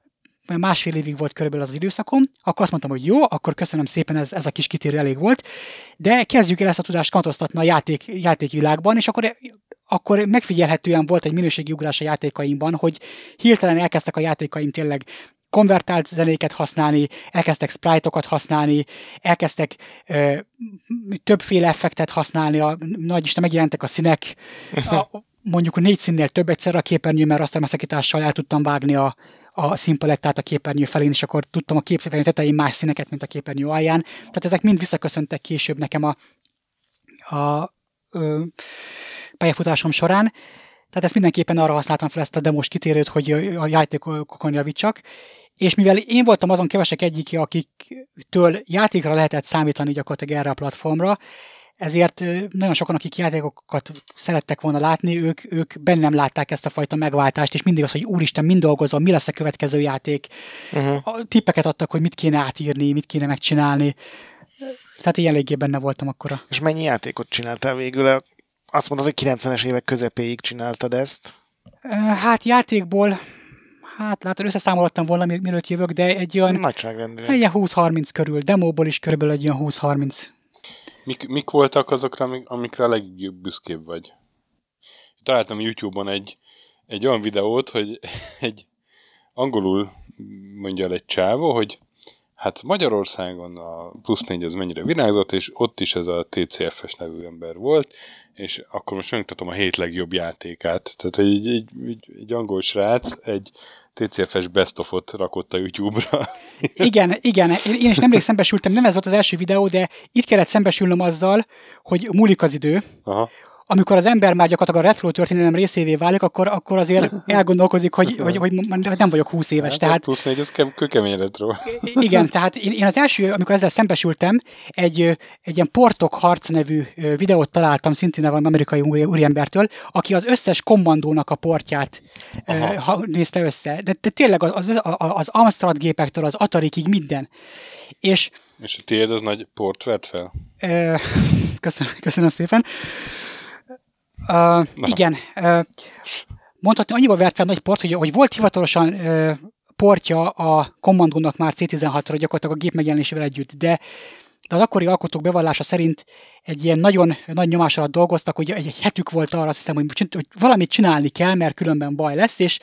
másfél évig volt körülbelül az, az időszakom, akkor azt mondtam, hogy jó, akkor köszönöm szépen, ez, ez a kis kitérő elég volt, de kezdjük el ezt a tudást kamatoztatni a játék, játékvilágban, és akkor, akkor megfigyelhetően volt egy minőségi ugrás a játékaimban, hogy hirtelen elkezdtek a játékaim tényleg konvertált zenéket használni, elkezdtek sprite-okat használni, elkezdtek ö, többféle effektet használni, a, nagy Isten megjelentek a színek, a, mondjuk a négy színnél több egyszer a képernyő, mert rastermaszakítással el tudtam vágni a, a színpalettát a képernyő felén, és akkor tudtam a képernyő tetején más színeket, mint a képernyő alján. Tehát ezek mind visszaköszöntek később nekem a, a ö, pályafutásom során. Tehát ezt mindenképpen arra használtam fel ezt a demos kitérőt, hogy a játékokon javítsak. És mivel én voltam azon kevesek egyike, akiktől játékra lehetett számítani gyakorlatilag erre a platformra, ezért nagyon sokan, akik játékokat szerettek volna látni, ők, ők bennem látták ezt a fajta megváltást, és mindig az, hogy úristen, mind dolgozom, mi lesz a következő játék. Uh-huh. Tippeket adtak, hogy mit kéne átírni, mit kéne megcsinálni. Tehát én eléggé benne voltam akkora. És mennyi játékot csináltál végül? Azt mondod, hogy kilencvenes évek közepéig csináltad ezt? Hát játékból, hát látod, összeszámolottam volna, mielőtt jövök, de egy olyan egy húsz-harminc körül, demóból is körülbelül egy olyan húsz-harminc. Mik, mik voltak azokra, amikre a legbüszkébb vagy? Találtam YouTube-on egy, egy olyan videót, hogy egy angolul mondja el egy csávó, hogy hát Magyarországon a plusz négy az mennyire virágzott, és ott is ez a té cé ef-es nevű ember volt, és akkor most megmutatom a hét legjobb játékát. Tehát egy, egy, egy, egy angol srác egy té cé ef-es best of-ot rakott a YouTube-ra. Igen, igen. Én is nemrég szembesültem, nem ez volt az első videó, de itt kellett szembesülnöm azzal, hogy múlik az idő. Aha. Amikor az ember már gyakorlatilag a retro történelem részévé válik, akkor, akkor azért elgondolkozik, hogy, hogy, hogy nem vagyok húsz éves. Hát, tehát, plusz négy, ez kőkemény retro. Igen, tehát én, én az első, amikor ezzel szembesültem, egy, egy ilyen Portok harc nevű videót találtam, szintén valami amerikai úriembertől, aki az összes kommandónak a portját Aha. nézte össze. De, de tényleg az, az, az Amstrad gépektől az Atarikig minden. És, És a tiéd az nagy port vett fel? Köszönöm, köszönöm szépen. Uh, igen, uh, mondhatni, annyiba vert fel nagy port, hogy, hogy volt hivatalosan uh, portja a kommandónak már cé tizenhatra gyakorlatilag a gép megjelenésével együtt, de, de az akkori alkotók bevallása szerint egy ilyen nagyon nagy nyomás alatt dolgoztak, hogy egy, egy hetük volt arra, azt hiszem, hogy, hogy valamit csinálni kell, mert különben baj lesz, és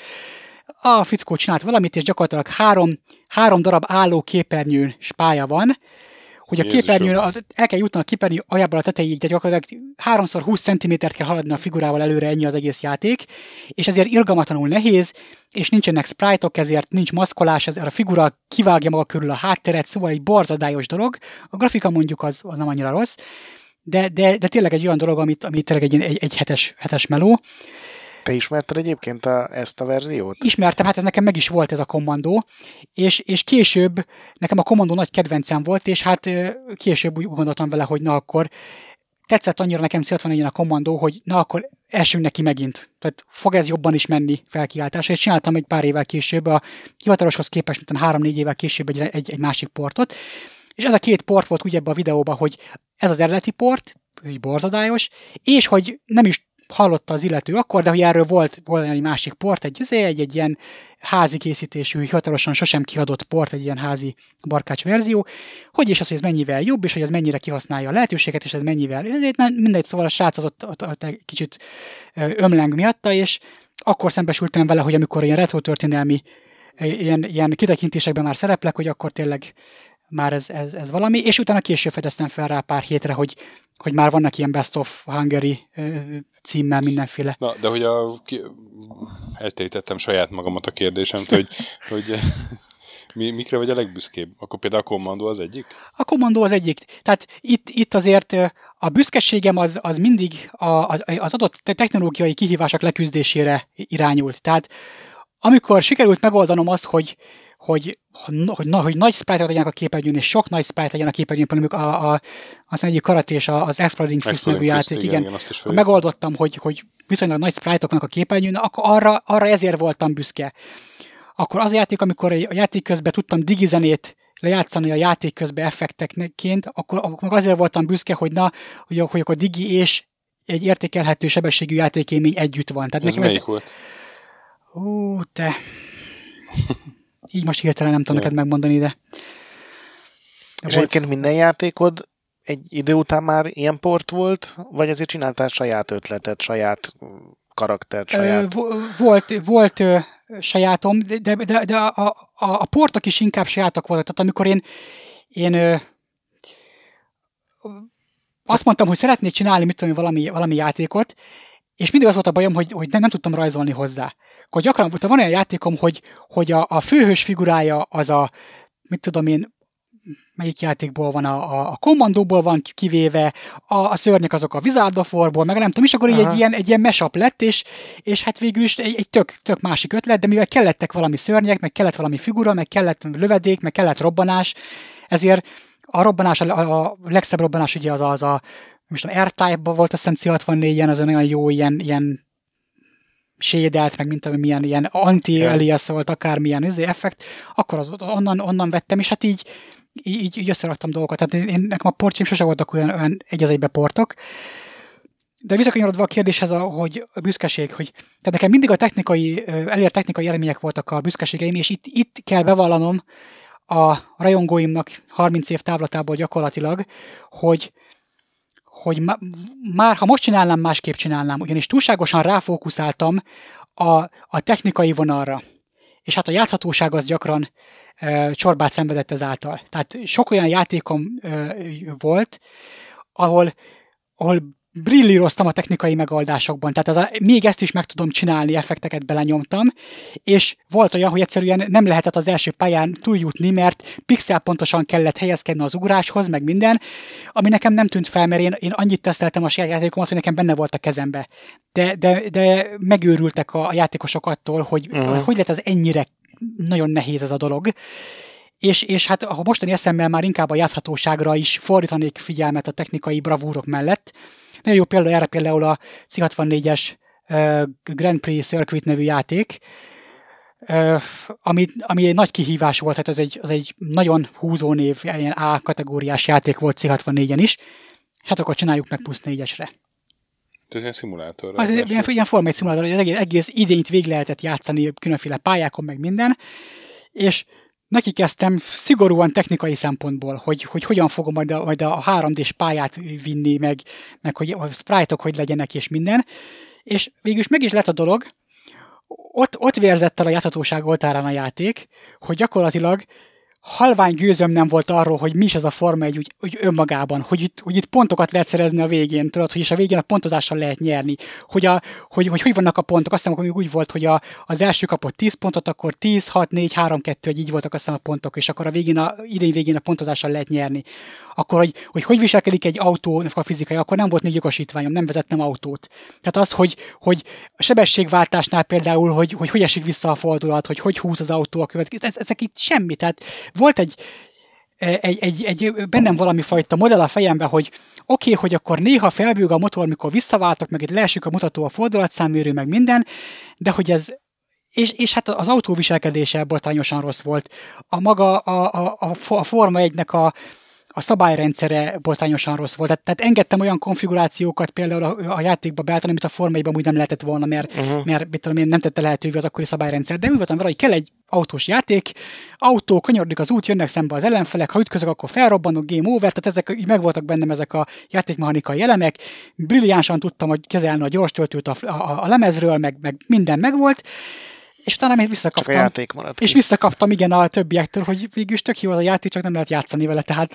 a fickó csinált valamit, és gyakorlatilag három, három darab álló képernyőn spálya van, hogy a képernyőn, el kell jutni a képernyő aljából a tetejéig, de gyakorlatilag háromszor húsz centimétert kell haladni a figurával előre, ennyi az egész játék, és ezért irgalmatlanul nehéz, és nincsenek sprite-ok, ezért nincs maszkolás, ezért a figura kivágja maga körül a hátteret, szóval egy barzadályos dolog. A grafika mondjuk az, az nem annyira rossz, de, de, de tényleg egy olyan dolog, amit, amit tényleg egy, egy, egy hetes, hetes meló. Te ismerted egyébként a, ezt a verziót? Ismertem, hát ez nekem meg is volt ez a kommandó, és, és később nekem a kommandó nagy kedvencem volt, és hát később úgy gondoltam vele, hogy na akkor tetszett annyira nekem céltvan a kommandó, hogy na akkor elsünk neki megint. Tehát fog ez jobban is menni felkiáltásra, és csináltam egy pár évvel később, a hivataloshoz képest, mint három-négy évvel később egy, egy, egy másik portot, és ez a két port volt úgy ebben a videóban, hogy ez az eredeti port, egy borzadályos, és hogy nem is hallotta az illető akkor, de hogy erről volt, volt egy másik port, egy, egy, egy ilyen házi készítésű, hivatalosan sosem kiadott port, egy ilyen házi barkács verzió, hogy is az, hogy ez mennyivel jobb, és hogy ez mennyire kihasználja a lehetőséget, és ez mennyivel, mindegy, szóval a srác ott, ott, ott egy kicsit ömleng miatta, és akkor szembesültem vele, hogy amikor ilyen retro történelmi ilyen, ilyen kitekintésekben már szereplek, hogy akkor tényleg már ez, ez, ez valami, és utána később fedeztem fel rá pár hétre, hogy, hogy már vannak ilyen Best of Hungary címmel mindenféle. Na, de hogy a, ki, eltérítettem saját magamat a kérdésem, hogy, hogy mi, mikre vagy a legbüszkébb? Akkor például a kommandó az egyik? A kommandó az egyik. Tehát itt, itt azért a büszkeségem az, az mindig az, az adott technológiai kihívások leküzdésére irányult. Tehát amikor sikerült megoldanom azt, hogy hogy, hogy, na, hogy nagy sprite-ot legyenek a képernyőn, és sok nagy sprite legyen a képernyőn, mondjuk a, a, az egyik karate és az Exploding Fist nevű játék, igen, igen ha megoldottam, hogy, hogy viszonylag nagy sprite-oknak a képernyőn, akkor arra, arra ezért voltam büszke. Akkor az a játék, amikor a játék közben tudtam digizenét lejátszani a játék közben effektekként, akkor, akkor meg azért voltam büszke, hogy na, hogy, hogy akkor digi és egy értékelhető sebességű játékélmény együtt van. Tehát ez nekem melyik ez... volt? Ó, te... így most hirtelen nem tudom neked megmondani, de... És egyébként minden játékod egy idő után már ilyen port volt, vagy azért csináltál saját ötletet, saját karaktert, saját... Ö, volt, volt ö, sajátom, de, de, de a, a, a portok is inkább sajátok voltak. Tehát amikor én, én ö, azt mondtam, hogy szeretnék csinálni mit tudom, valami, valami játékot, és mindig az volt a bajom, hogy, hogy nem, nem tudtam rajzolni hozzá. Akkor gyakran volt, van olyan játékom, hogy, hogy a, a főhős figurája az a, mit tudom én, melyik játékból van, a, a kommandóból van kivéve, a, a szörnyek azok a Wizard of Warból, meg nem tudom, és akkor így egy ilyen, egy ilyen mashup lett, és, és hát végül is egy, egy tök, tök másik ötlet, de mivel kellettek valami szörnyek, meg kellett valami figura, meg kellett lövedék, meg kellett robbanás, ezért a robbanás, a, a legszebb robbanás ugye az az a, most tudom, R-Type-ban volt, azt hiszem C hatvannégyen, az olyan jó ilyen, ilyen sédelt, meg mint amilyen ilyen anti-alias volt, akármilyen izé, effekt, akkor az, onnan, onnan vettem, és hát így Így, így összeraktam dolgokat. Tehát én, én, nekem a portjaim sose voltak olyan, olyan egy az egybe portok. De visszakanyarodva a kérdéshez, a, hogy a büszkeség, hogy tehát nekem mindig a technikai, elért technikai eredmények voltak a büszkeségeim, és itt, itt kell bevallanom a rajongóimnak harminc év távlatából gyakorlatilag, hogy, hogy má, már ha most csinálnám, másképp csinálnám, ugyanis túlságosan ráfókuszáltam a, a technikai vonalra. És hát a játszhatóság az gyakran uh, csorbát szenvedett ezáltal. Tehát sok olyan játékom uh, volt, ahol, ahol brillíroztam a technikai megoldásokban. Tehát az a, még ezt is meg tudom csinálni, effekteket belenyomtam, és volt olyan, hogy egyszerűen nem lehetett az első pályán túljutni, mert pixel pontosan kellett helyezkedni az ugráshoz, meg minden, ami nekem nem tűnt fel, mert én, én annyit teszteltem a saját játékomat, hogy nekem benne volt a kezembe. De, de, de megőrültek a játékosok attól, hogy uh-huh. hogy lett az ennyire nagyon nehéz ez a dolog. És, és hát a mostani eszemmel már inkább a játszhatóságra is fordítanék figyelmet a technikai bravúrok mellett. Nagyon jó példa erre például a C hatvannégyes uh, Grand Prix Circuit nevű játék, uh, ami, ami egy nagy kihívás volt, tehát az egy, az egy nagyon húzó név, ilyen A kategóriás játék volt C hatvannégyen is. Hát akkor csináljuk meg plusz négyesre. Ez ilyen szimulátor. Az egy ilyen, ilyen Forma egy szimulátor, hogy az egész, egész idényt végig lehetett játszani különféle pályákon, meg minden, és neki kezdtem szigorúan technikai szempontból, hogy, hogy hogyan fogom majd a, majd a három dés pályát vinni, meg, meg hogy a sprite-ok hogy legyenek, és minden. És végülis meg is lett a dolog, ott, ott vérzett el a játszhatóság oltárán a játék, hogy gyakorlatilag halvány gőzöm nem volt arról, hogy mi is az a Forma egy úgy, úgy önmagában, hogy itt, hogy itt pontokat lehet szerezni a végén, tudod, hogy is a végén a pontozással lehet nyerni, hogy, a, hogy, hogy, hogy vannak a pontok. Azt hiszem, hogy úgy volt, hogy a, az első kapott tíz pontot, akkor tíz, hat, négy, három, kettő, egy így voltak azt hiszem a pontok, és akkor a végén, a idén végén a pontozással lehet nyerni. Akkor, hogy hogy, hogy viselkedik egy autó a fizikai, akkor nem volt még jogosítványom, nem vezettem autót. Tehát az, hogy, hogy a sebességváltásnál például, hogy, hogy hogy esik vissza a fordulat, hogy hogy húz az autó a következő, ez, ezek itt semmi. Tehát volt egy, egy, egy, egy bennem valami fajta modell a fejemben, hogy oké, okay, hogy akkor néha felbőg a motor, mikor visszaváltok, meg itt leesik a mutató, a fordulatszámmérő, meg minden, de hogy ez És, és hát az autó viselkedése botrányosan rossz volt. A maga a, a, a, a Forma egynek a a szabályrendszere botrányosan rossz volt. Tehát, tehát engedtem olyan konfigurációkat például a, a játékba beállítani, amit a Forma egyben úgy nem lehetett volna, mert, uh-huh. mert mit tudom én, nem tette lehetővé az akkori szabályrendszer. De úgy voltam vele, hogy kell egy autós játék, autó, kanyarodik az út, jönnek szembe az ellenfelek, ha ütközök, akkor felrobbanok, game over, tehát ezek így megvoltak bennem ezek a játékmechanikai elemek. Brilliánsan tudtam, hogy kezelni a gyors töltőt a, a, a lemezről, meg, meg minden megvolt. És utána még visszakaptam. Csak a játék maradt ki. És visszakaptam, igen, a többiektől, hogy végül is tök jó az a játék, csak nem lehet játszani vele, tehát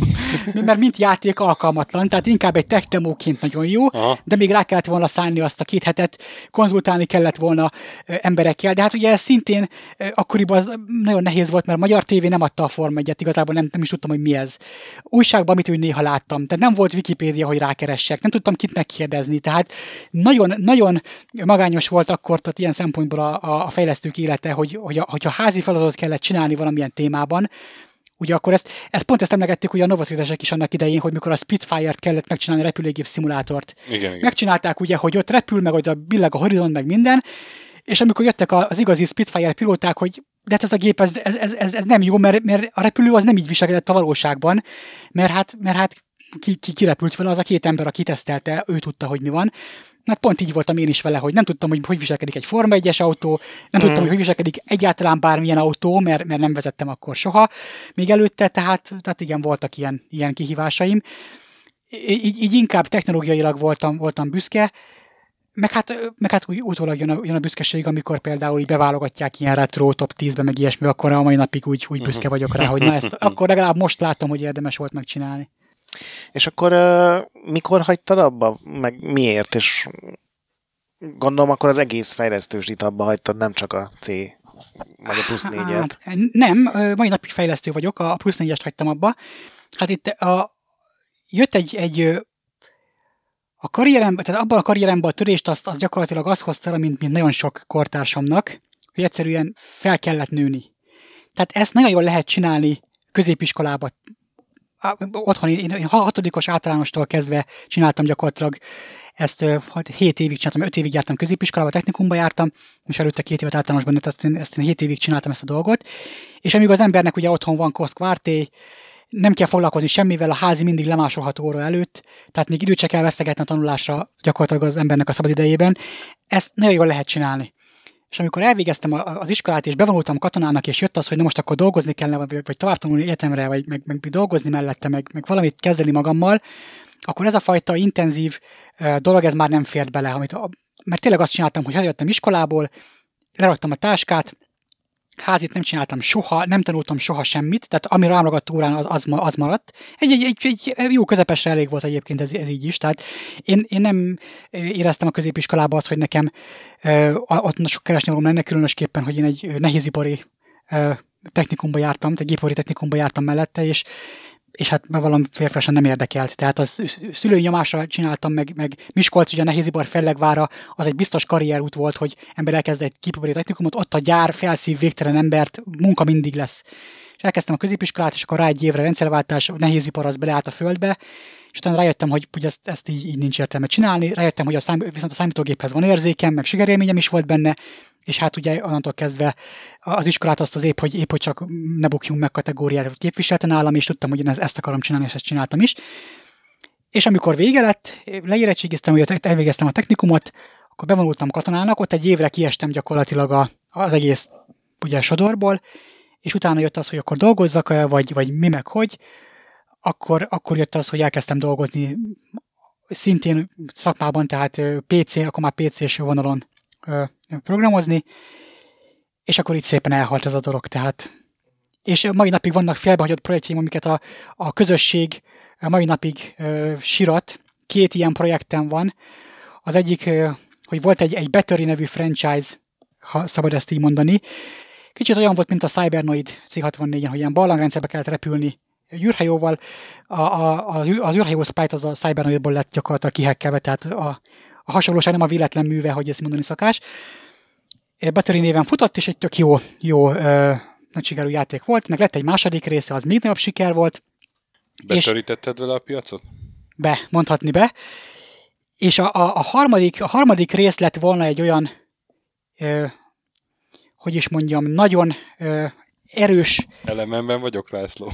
mert mint játék alkalmatlan, tehát inkább egy tech demóként nagyon jó, aha. De még rá kellett volna szállni azt a két hetet, konzultálni kellett volna emberekkel, de hát ugye ez szintén akkoriban az nagyon nehéz volt, mert a magyar tévé nem adta a Forma egyet, igazából nem, nem is tudtam, hogy mi ez. Újságban, amit úgy néha láttam, tehát nem volt Wikipédia, hogy rákeressek, nem tudtam kit megkérdezni, tehát nagyon, nagyon magányos volt akkor, tehát ilyen szempontból a, a a fejlesztők élete, hogy, hogy a, hogyha házi feladatot kellett csinálni valamilyen témában, ugye akkor ezt, ezt pont ezt emlegették ugye a Novatradesek is annak idején, hogy mikor a Spitfire-t kellett megcsinálni, a repülőgép szimulátort. Igen, igen. Megcsinálták ugye, hogy ott repül, meg hogy a billeg a horizont, meg minden, és amikor jöttek az igazi Spitfire pilóták, hogy de hát ez a gép, ez, ez, ez, ez nem jó, mert, mert a repülő az nem így viselkedett a valóságban, mert hát, mert hát ki, ki kirepült vele, az a két ember, aki tesztelte, ő tudta, hogy mi van. Hát pont így voltam én is vele, hogy nem tudtam, hogy hogy viselkedik egy Forma egyes autó, nem mm. tudtam, hogy hogy viselkedik egyáltalán bármilyen autó, mert, mert nem vezettem akkor soha még előtte, tehát, tehát igen, voltak ilyen, ilyen kihívásaim. Így, így inkább technológiailag voltam, voltam büszke, meg hát, meg hát úgy utólag jön a, jön a büszkeség, amikor például így beválogatják ilyen retro top tízbe, meg ilyesmi, akkor a mai napig úgy, úgy büszke vagyok rá, hogy na ezt, akkor legalább most látom, hogy érdemes volt megcsinálni. És akkor uh, mikor hagytad abba? Meg miért? És gondolom akkor az egész fejlesztősdit abba hagytad, nem csak a C, vagy a plusz négyet. Hát, nem, mai napig fejlesztő vagyok, a plusz négyest hagytam abba. Hát itt a, jött egy, egy a karrieremben, tehát abban a karrieremben a törést azt, azt gyakorlatilag azt hozta, mint, mint nagyon sok kortársamnak, hogy egyszerűen fel kellett nőni. Tehát ezt nagyon jól lehet csinálni középiskolában. Otthon én, én hatodikos általánostól kezdve csináltam gyakorlatilag ezt hét évig csináltam, öt évig jártam középiskolába, technikumba jártam, és előtte két évet általánosban, ezt én, ezt én hét évig csináltam ezt a dolgot. És amíg az embernek ugye otthon van koszkvárté, nem kell foglalkozni semmivel, a házi mindig lemásolható óra előtt, tehát még időt se kell vesztegetni a tanulásra gyakorlatilag az embernek a szabad idejében. Ezt nagyon jól lehet csinálni. És amikor elvégeztem az iskolát, és bevonultam katonának, és jött az, hogy na most akkor dolgozni kellene, vagy, vagy tovább tanulni egyetemre, vagy meg, meg dolgozni mellette, meg, meg valamit kezdeni magammal, akkor ez a fajta intenzív uh, dolog, ez már nem fért bele. Amit, mert tényleg azt csináltam, hogy hazajöttem iskolából, leraktam a táskát, házit nem csináltam soha, nem tanultam soha semmit, tehát ami rám ragadt órán, az, az, az maradt. Egy, egy, egy, egy jó közepesre elég volt egyébként ez, ez így is, tehát én, én nem éreztem a középiskolában azt, hogy nekem uh, ott sok keresni valóm lenne, különösképpen, hogy én egy nehézipari uh, technikumba jártam, tehát gépipari technikumba jártam mellette, és és hát valami férfiasan nem érdekelt. Tehát az szülői nyomásra csináltam, meg, meg Miskolc, ugye a nehézipar Fellegvára, az egy biztos karrierút volt, hogy ember elkezd egy gépipari technikumot, ott a gyár felszív végtelen embert, munka mindig lesz. És elkezdtem a középiskolát, és akkor rá egy évre rendszerváltás, nehézipar az beleállt a földbe, és utána rájöttem, hogy, hogy ezt, ezt így, így nincs értelme csinálni, rájöttem, hogy a szám, viszont a számítógéphez van érzékem, meg sikerélményem is volt benne, és hát ugye onnantól kezdve az iskolát azt az épp, hogy épp, hogy csak ne bukjunk meg kategóriát képviselten állam, és tudtam, hogy én ezt akarom csinálni, és ezt csináltam is. És amikor vége lett, leérettségiztem, hogy elvégeztem a technikumot, akkor bevonultam katonának, ott egy évre kiestem gyakorlatilag a, az egész ugye, sodorból, és utána jött az, hogy akkor dolgozzak, vagy, vagy mi meg hogy, akkor, akkor jött az, hogy elkezdtem dolgozni szintén szakmában, tehát pé cé, akkor már pé cés vonalon programozni, és akkor így szépen elhalt ez a dolog, tehát. És a mai napig vannak félbehagyott projektjeim, amiket a, a közösség a mai napig uh, sirat. Két ilyen projektem van. Az egyik, uh, hogy volt egy, egy Battery nevű franchise, ha szabad ezt így mondani. Kicsit olyan volt, mint a Cybernoid cé hatvannégyen, hogy ilyen barlangrendszerbe kellett repülni űrhajóval. A, a, a, az űrhajó Sprite az a Cybernoidból lett gyakorlatilag kihekkelve, tehát a A hasonlóság nem a véletlen műve, hogy ezt mondani szakás. Battery néven futott, és egy tök jó, jó ö, nagy sikerű játék volt. Meg lett egy második része, az még nagyobb siker volt. Betörítetted vele a piacot? Be, mondhatni be. És a, a, a, harmadik, a harmadik rész lett volna egy olyan, ö, hogy is mondjam, nagyon ö, erős... Elememben vagyok, László.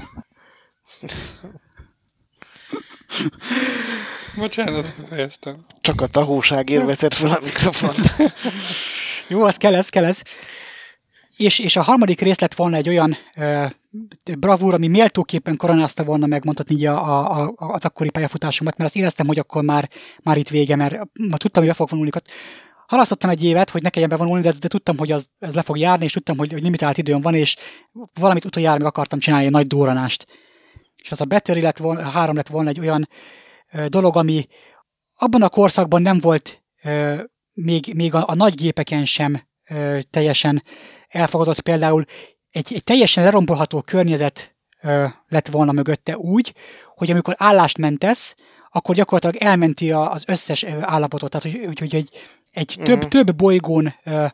Bocsánat, fejeztem. Csak a tahóságért veszed fel a mikrofont. Jó, az kell ez, kell ez. És, és a harmadik rész lett volna egy olyan uh, bravúr, ami méltóképpen koronázta volna meg, mondhatni így a, a, a, az akkori pályafutásomat, mert azt éreztem, hogy akkor már, már itt vége, mert ma tudtam, hogy be fog vonulni. Halasztottam egy évet, hogy ne kelljen bevonulni, de, de tudtam, hogy az, ez le fog járni, és tudtam, hogy, hogy limitált időm van, és valamit utoljára meg akartam csinálni, egy nagy dóranást. És az a Battery lett volna, a három lett volna egy olyan ö, dolog, ami abban a korszakban nem volt ö, még, még a, a nagy gépeken sem ö, teljesen elfogadott. Például egy, egy teljesen lerombolható környezet ö, lett volna mögötte úgy, hogy amikor állást mentesz, akkor gyakorlatilag elmenti a, az összes ö, állapotot. Tehát, hogy, hogy egy, egy uh-huh. több, több bolygón ö,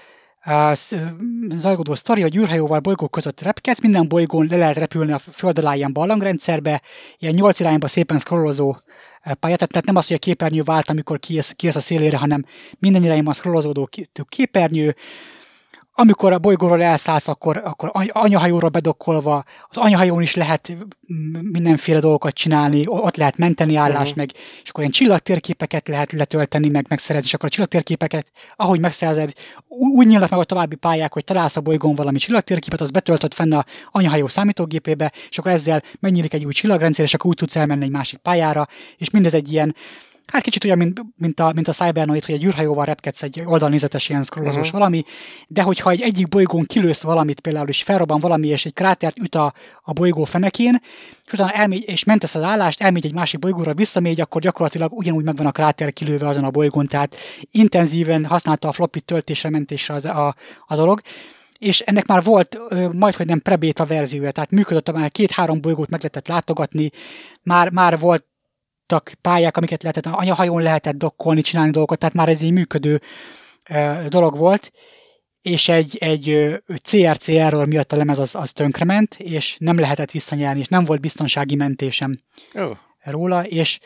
zajgódó sztori, hogy űrhajóval bolygók között repkedsz, minden bolygón le lehet repülni a föld alá ilyen barlangrendszerbe, ilyen nyolc irányba szépen scrollozó pályát, tehát nem az, hogy a képernyő vált, amikor kijössz, kijössz a szélére, hanem minden irányban scrollozódó képernyő. amikor a bolygóról elszállsz, akkor, akkor anyahajóról bedokkolva, az anyahajón is lehet mindenféle dolgokat csinálni, ott lehet menteni állást, uh-huh. meg, és akkor ilyen csillagtérképeket lehet letölteni, meg megszerezni, és akkor a csillagtérképeket, ahogy megszerzed, úgy nyílnak meg a további pályák, hogy találsz a bolygón valami csillagtérképet, az betöltöd fenn a anyahajó számítógépébe, és akkor ezzel megnyílik egy új csillagrendszer, és akkor úgy tudsz elmenni egy másik pályára, és mindez egy ilyen, hát kicsit olyan, mint, mint, a, mint a Cybernoid, hogy egy űrhajóval repkedsz egy oldalnézetes ilyen scrollozós uh-huh. valami, de hogyha egy egyik bolygón kilősz valamit, például is felrobban valami, és egy krátert üt a, a bolygó fenekén, és utána elmegy, és mentesz az állást, elmegy egy másik bolygóra, visszamegy, akkor gyakorlatilag ugyanúgy megvan a kráter kilőve azon a bolygón, tehát intenzíven használta a floppy töltésre, mentésre az, a, a dolog. És ennek már volt majdhogy nem prebéta verziója, tehát működött, már két-három bolygót meg lehetett látogatni, már, már volt pályák, amiket lehetett, anyahajón lehetett dokkolni, csinálni dolgokat, tehát már ez egy működő uh, dolog volt, és egy, egy uh, cé er cé erről miatt a lemez az, az tönkrement, és nem lehetett visszanyerni, és nem volt biztonsági mentésem oh. róla, és,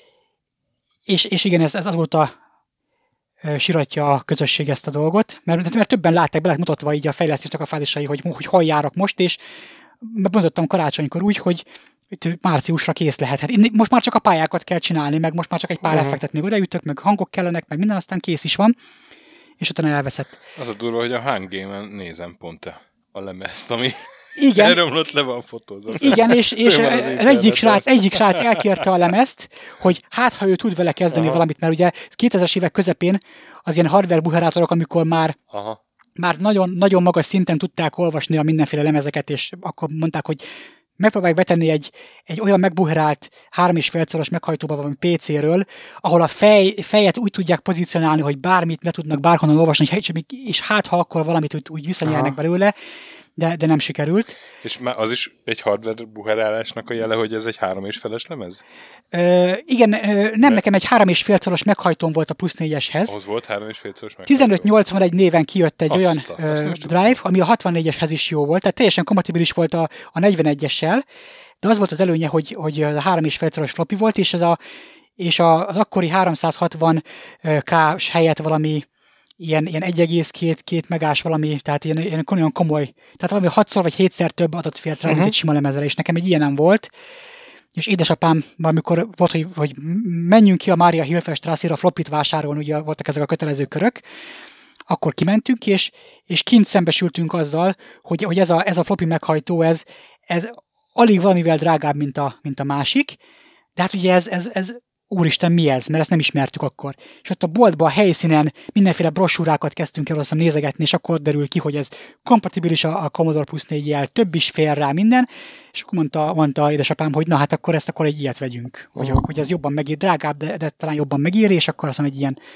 és, és igen, ez, ez azóta uh, siratja a közösség ezt a dolgot, mert, mert többen látták, be lett mutatva így a fejlesztésnek a fázisai, hogy, hogy hol járok most, és bemutattam karácsonykor úgy, hogy márciusra kész lehet. Hát most már csak a pályákat kell csinálni, meg most már csak egy pár uh-huh. effektet még odaütök, meg hangok kellenek, meg minden, aztán kész is van, és utána elveszett. Az a durva, hogy a Hunt Game-en nézem pont a lemezt, ami igen. elromlott le van fotózva. Igen, és, és egyik, srác, egyik srác elkérte a lemezt, hogy hát, ha ő tud vele kezdeni Aha. valamit, mert ugye kétezres évek közepén az ilyen hardware buherátorok, amikor már Aha. már nagyon, nagyon magas szinten tudták olvasni a mindenféle lemezeket, és akkor mondták, hogy megpróbálják betenni egy, egy olyan megbuherált három és fél szoros meghajtóba valami pé céről, ahol a fej, fejet úgy tudják pozícionálni, hogy bármit le tudnak bárhonnan olvasni, és hát ha akkor valamit úgy, úgy visszanyernek Aha. belőle, de, de nem sikerült. És már az is egy hardware buherálásnak a jele, hogy ez egy három és feles lemez? Ö, igen, ö, nem Mert... nekem egy három és fél szoros meghajtóm volt a plusz négyeshez. Az volt három és fél szoros meghajtó. tizenöt nyolcvanegy néven kijött egy azt olyan a, ö, drive, ami a hatvannégyeshez is jó volt, tehát teljesen kompatibilis volt a, a negyvenegyessel, de az volt az előnye, hogy, hogy a három és fél szoros floppy volt, és, ez a, és a, az akkori háromszázhatvan K-s helyett valami ilyen, ilyen egy egész két megás valami, tehát ilyen, ilyen nagyon komoly, tehát valami hatszor vagy hétszer több adat fért rá, uh-huh. mint egy sima lemezre, és nekem egy ilyen nem volt. És édesapám, amikor volt, hogy, hogy menjünk ki a Mária Hilfestrasszéra floppit vásárolni, ugye voltak ezek a kötelező körök, akkor kimentünk, és, és kint szembesültünk azzal, hogy, hogy ez, a, ez a floppy meghajtó, ez, ez alig valamivel drágább, mint a, mint a másik, de hát ugye ez, ez, ez úristen, mi ez? Mert ezt nem ismertük akkor. És ott a boltban, a helyszínen mindenféle brossúrákat kezdtünk el azt nézegetni, és akkor derül ki, hogy ez kompatibilis a, a Commodore Plus négyjel, több is fér rá minden, és akkor mondta, mondta édesapám, hogy na hát akkor ezt akkor egy ilyet vegyünk. Hogy, uh-huh. hogy ez jobban megír, drágább, de, de talán jobban megír, és akkor azt mondom, egy ilyen,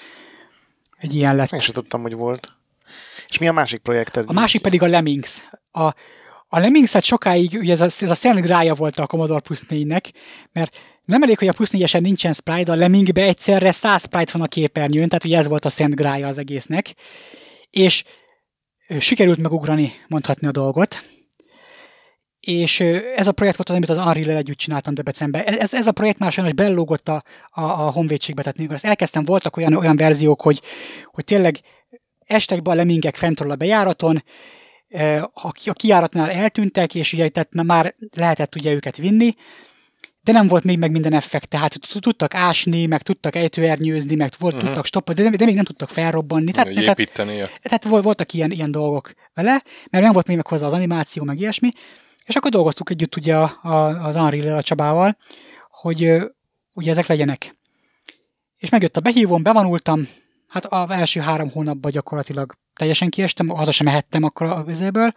egy ilyen lett. Én sem tudtam, hogy volt. És mi a másik projekted? A másik pedig a Lemmings. A, a Lemmings-et sokáig, ugye ez a, ez a Szent Grája volt a Commodore Plus négynek, mert nem elég, hogy a plusz négyesen nincsen sprite, a Lemmingbe egyszerre száz sprite van a képernyőn, tehát ugye ez volt a szent grája az egésznek. És sikerült megugrani, mondhatni a dolgot. És ez a projekt volt az, amit az Unreal-el együtt csináltam Debrecenben. Ez, ez a projekt már sajnos bellógott a, a, a honvédségbe, tehát mikor ezt elkezdtem, voltak olyan, olyan verziók, hogy, hogy tényleg estek be a Lemmingek fentről a bejáraton, a kijáratnál eltűntek, és ugye tehát már lehetett ugye őket vinni, de nem volt még meg minden effekt, tehát tudtak ásni, meg tudtak ejtőernyőzni, meg volt, uh-huh. tudtak stoppolni, de, de még nem tudtak felrobbanni. Tehát, tehát, tehát voltak ilyen, ilyen dolgok vele, mert nem volt még meg hozzá az animáció, meg ilyesmi, és akkor dolgoztuk együtt ugye a, a, az Unreal-el a Csabával, hogy ugye ezek legyenek. És megjött a behívón, bevonultam, hát az első három hónapban gyakorlatilag teljesen kiestem, haza sem mehettem akkor a vizéből,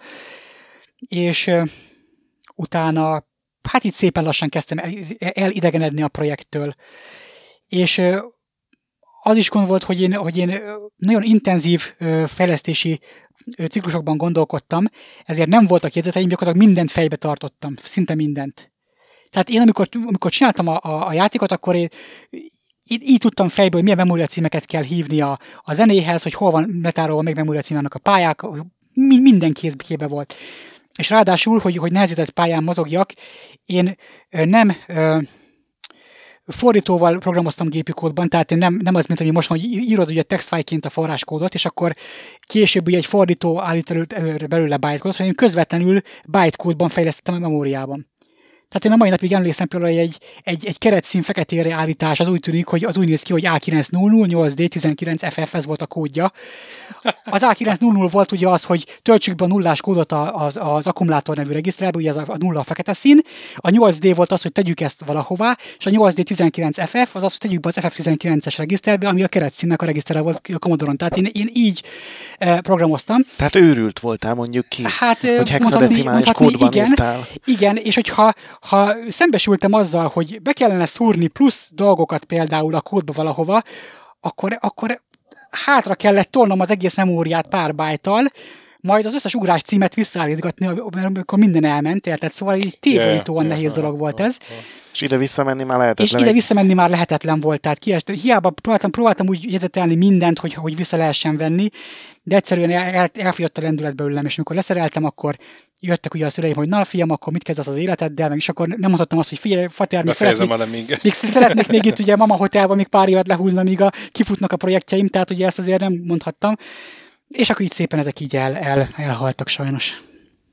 és uh, utána hát itt szépen lassan kezdtem el, elidegenedni a projekttől. És az is gond volt, hogy én, hogy én nagyon intenzív fejlesztési ciklusokban gondolkodtam, ezért nem voltak jegyzeteim, gyakorlatilag mindent fejbe tartottam, szinte mindent. Tehát én, amikor, amikor csináltam a, a, a játékot, akkor én így, így tudtam fejből, hogy milyen memória címeket kell hívni a, a zenéhez, hogy hol van letárolva meg memória címának a pályák, minden kézbe volt. És ráadásul, hogy, hogy nehezített pályán mozogjak, én nem ö, fordítóval programoztam gépi kódban, tehát én nem, nem az, mint ami most van, hogy írod ugye textfile-ként a forráskódot, és akkor később ugye egy fordító állít elő, előre belőle bytecódot, hanem én közvetlenül bytecódban fejlesztettem a memóriában. Tehát én a mai napig emlékszem például, hogy egy, egy, egy keretszín feketére állítás az úgy tűnik, hogy az úgy néz ki, hogy á kilenc nulla nulla nyolc D tizenkilenc F F, ez volt a kódja. Az á kilenc nulla nulla volt ugye az, hogy töltsük be a nullás kódot az, az akkumulátor nevű regiszterbe, ugye az a nulla a fekete szín. A nyolc D volt az, hogy tegyük ezt valahová, és a nyolc D tizenkilenc F F az az, hogy tegyük be az F F tizenkilences regiszterbe, ami a keretszínnek a regisztere volt a Commodore-on. Tehát én, én így eh, programoztam. Tehát őrült voltál mondjuk ki, hát, hogy hexadecimális kódban igen, írtál. Igen, és hogyha ha szembesültem azzal, hogy be kellene szúrni plusz dolgokat például a kódba valahova, akkor, akkor hátra kellett tolnom az egész memóriát pár bájttal, majd az összes ugrás címet visszaállítgatni, amikor minden elment, érted? Szóval így téborítóan yeah, nehéz yeah, dolog volt ez. És ide visszamenni már lehetetlen. És ide visszamenni már lehetetlen volt, tehát kiest, hiába próbáltam, próbáltam úgy jegyzetelni mindent, hogy, hogy vissza lehessen venni, de egyszerűen el, el, elfogyott a lendület belőlem, és mikor leszereltem, akkor jöttek ugye a szüleim, hogy na fiam, akkor mit kezdesz az életeddel, meg és akkor nem mondhattam azt, hogy figyelj, fater, még szeretnék, még szeretnék még itt ugye Mama Hotelban még pár évet lehúzni, míg a, kifutnak a projektjeim, tehát ugye ezt azért nem mondhattam. És akkor így szépen ezek így el, el, elhaltak sajnos.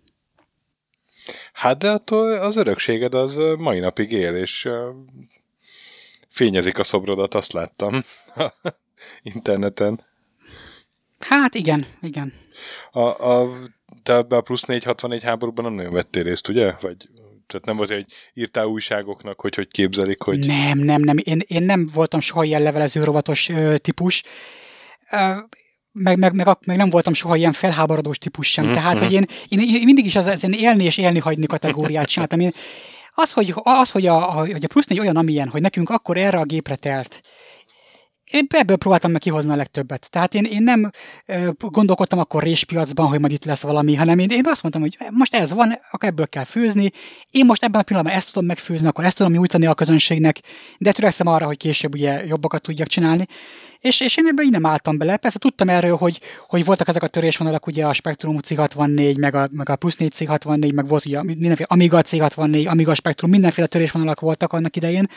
Hát de attól az örökséged az mai napig él, és fényezik a szobrodat, azt láttam interneten. Hát igen, igen. A, a, te ebbe a plusz négyszázhatvannégy háborúban nem nagyon vettél részt, ugye? Vagy, tehát nem volt, hogy írtál újságoknak, hogy hogy képzelik, hogy... Nem, nem, nem. Én, én nem voltam soha ilyen levelező rovatos ö, típus. Ö, Meg, meg, meg, meg nem voltam soha ilyen felháborodós típus sem. Mm-hmm. Tehát, hogy én, én, én mindig is az, az élni és élni hagyni kategóriát csináltam. Én, az, hogy, az, hogy a, a, a plusz négy olyan, amilyen, hogy nekünk akkor erre a gépre telt, én ebből próbáltam meg kihozni a legtöbbet. Tehát én, én nem ö, gondolkodtam akkor réspiacban, hogy majd itt lesz valami, hanem én, én azt mondtam, hogy most ez van, akkor ebből kell főzni. Én most ebben a pillanatban ezt tudom megfőzni, akkor ezt tudom nyújtani a közönségnek, de törekszem arra, hogy később ugye jobbakat tudjak csinálni. És, és én ebben így nem álltam bele. Persze tudtam erről, hogy, hogy voltak ezek a törésvonalak, ugye a Spectrum C hatvannégy, meg a, meg a plusz négy C hatvannégy, meg volt ugye mindenféle Amiga C hatvannégy, Amiga Spectrum, mindenféle törésvonalak voltak annak idején.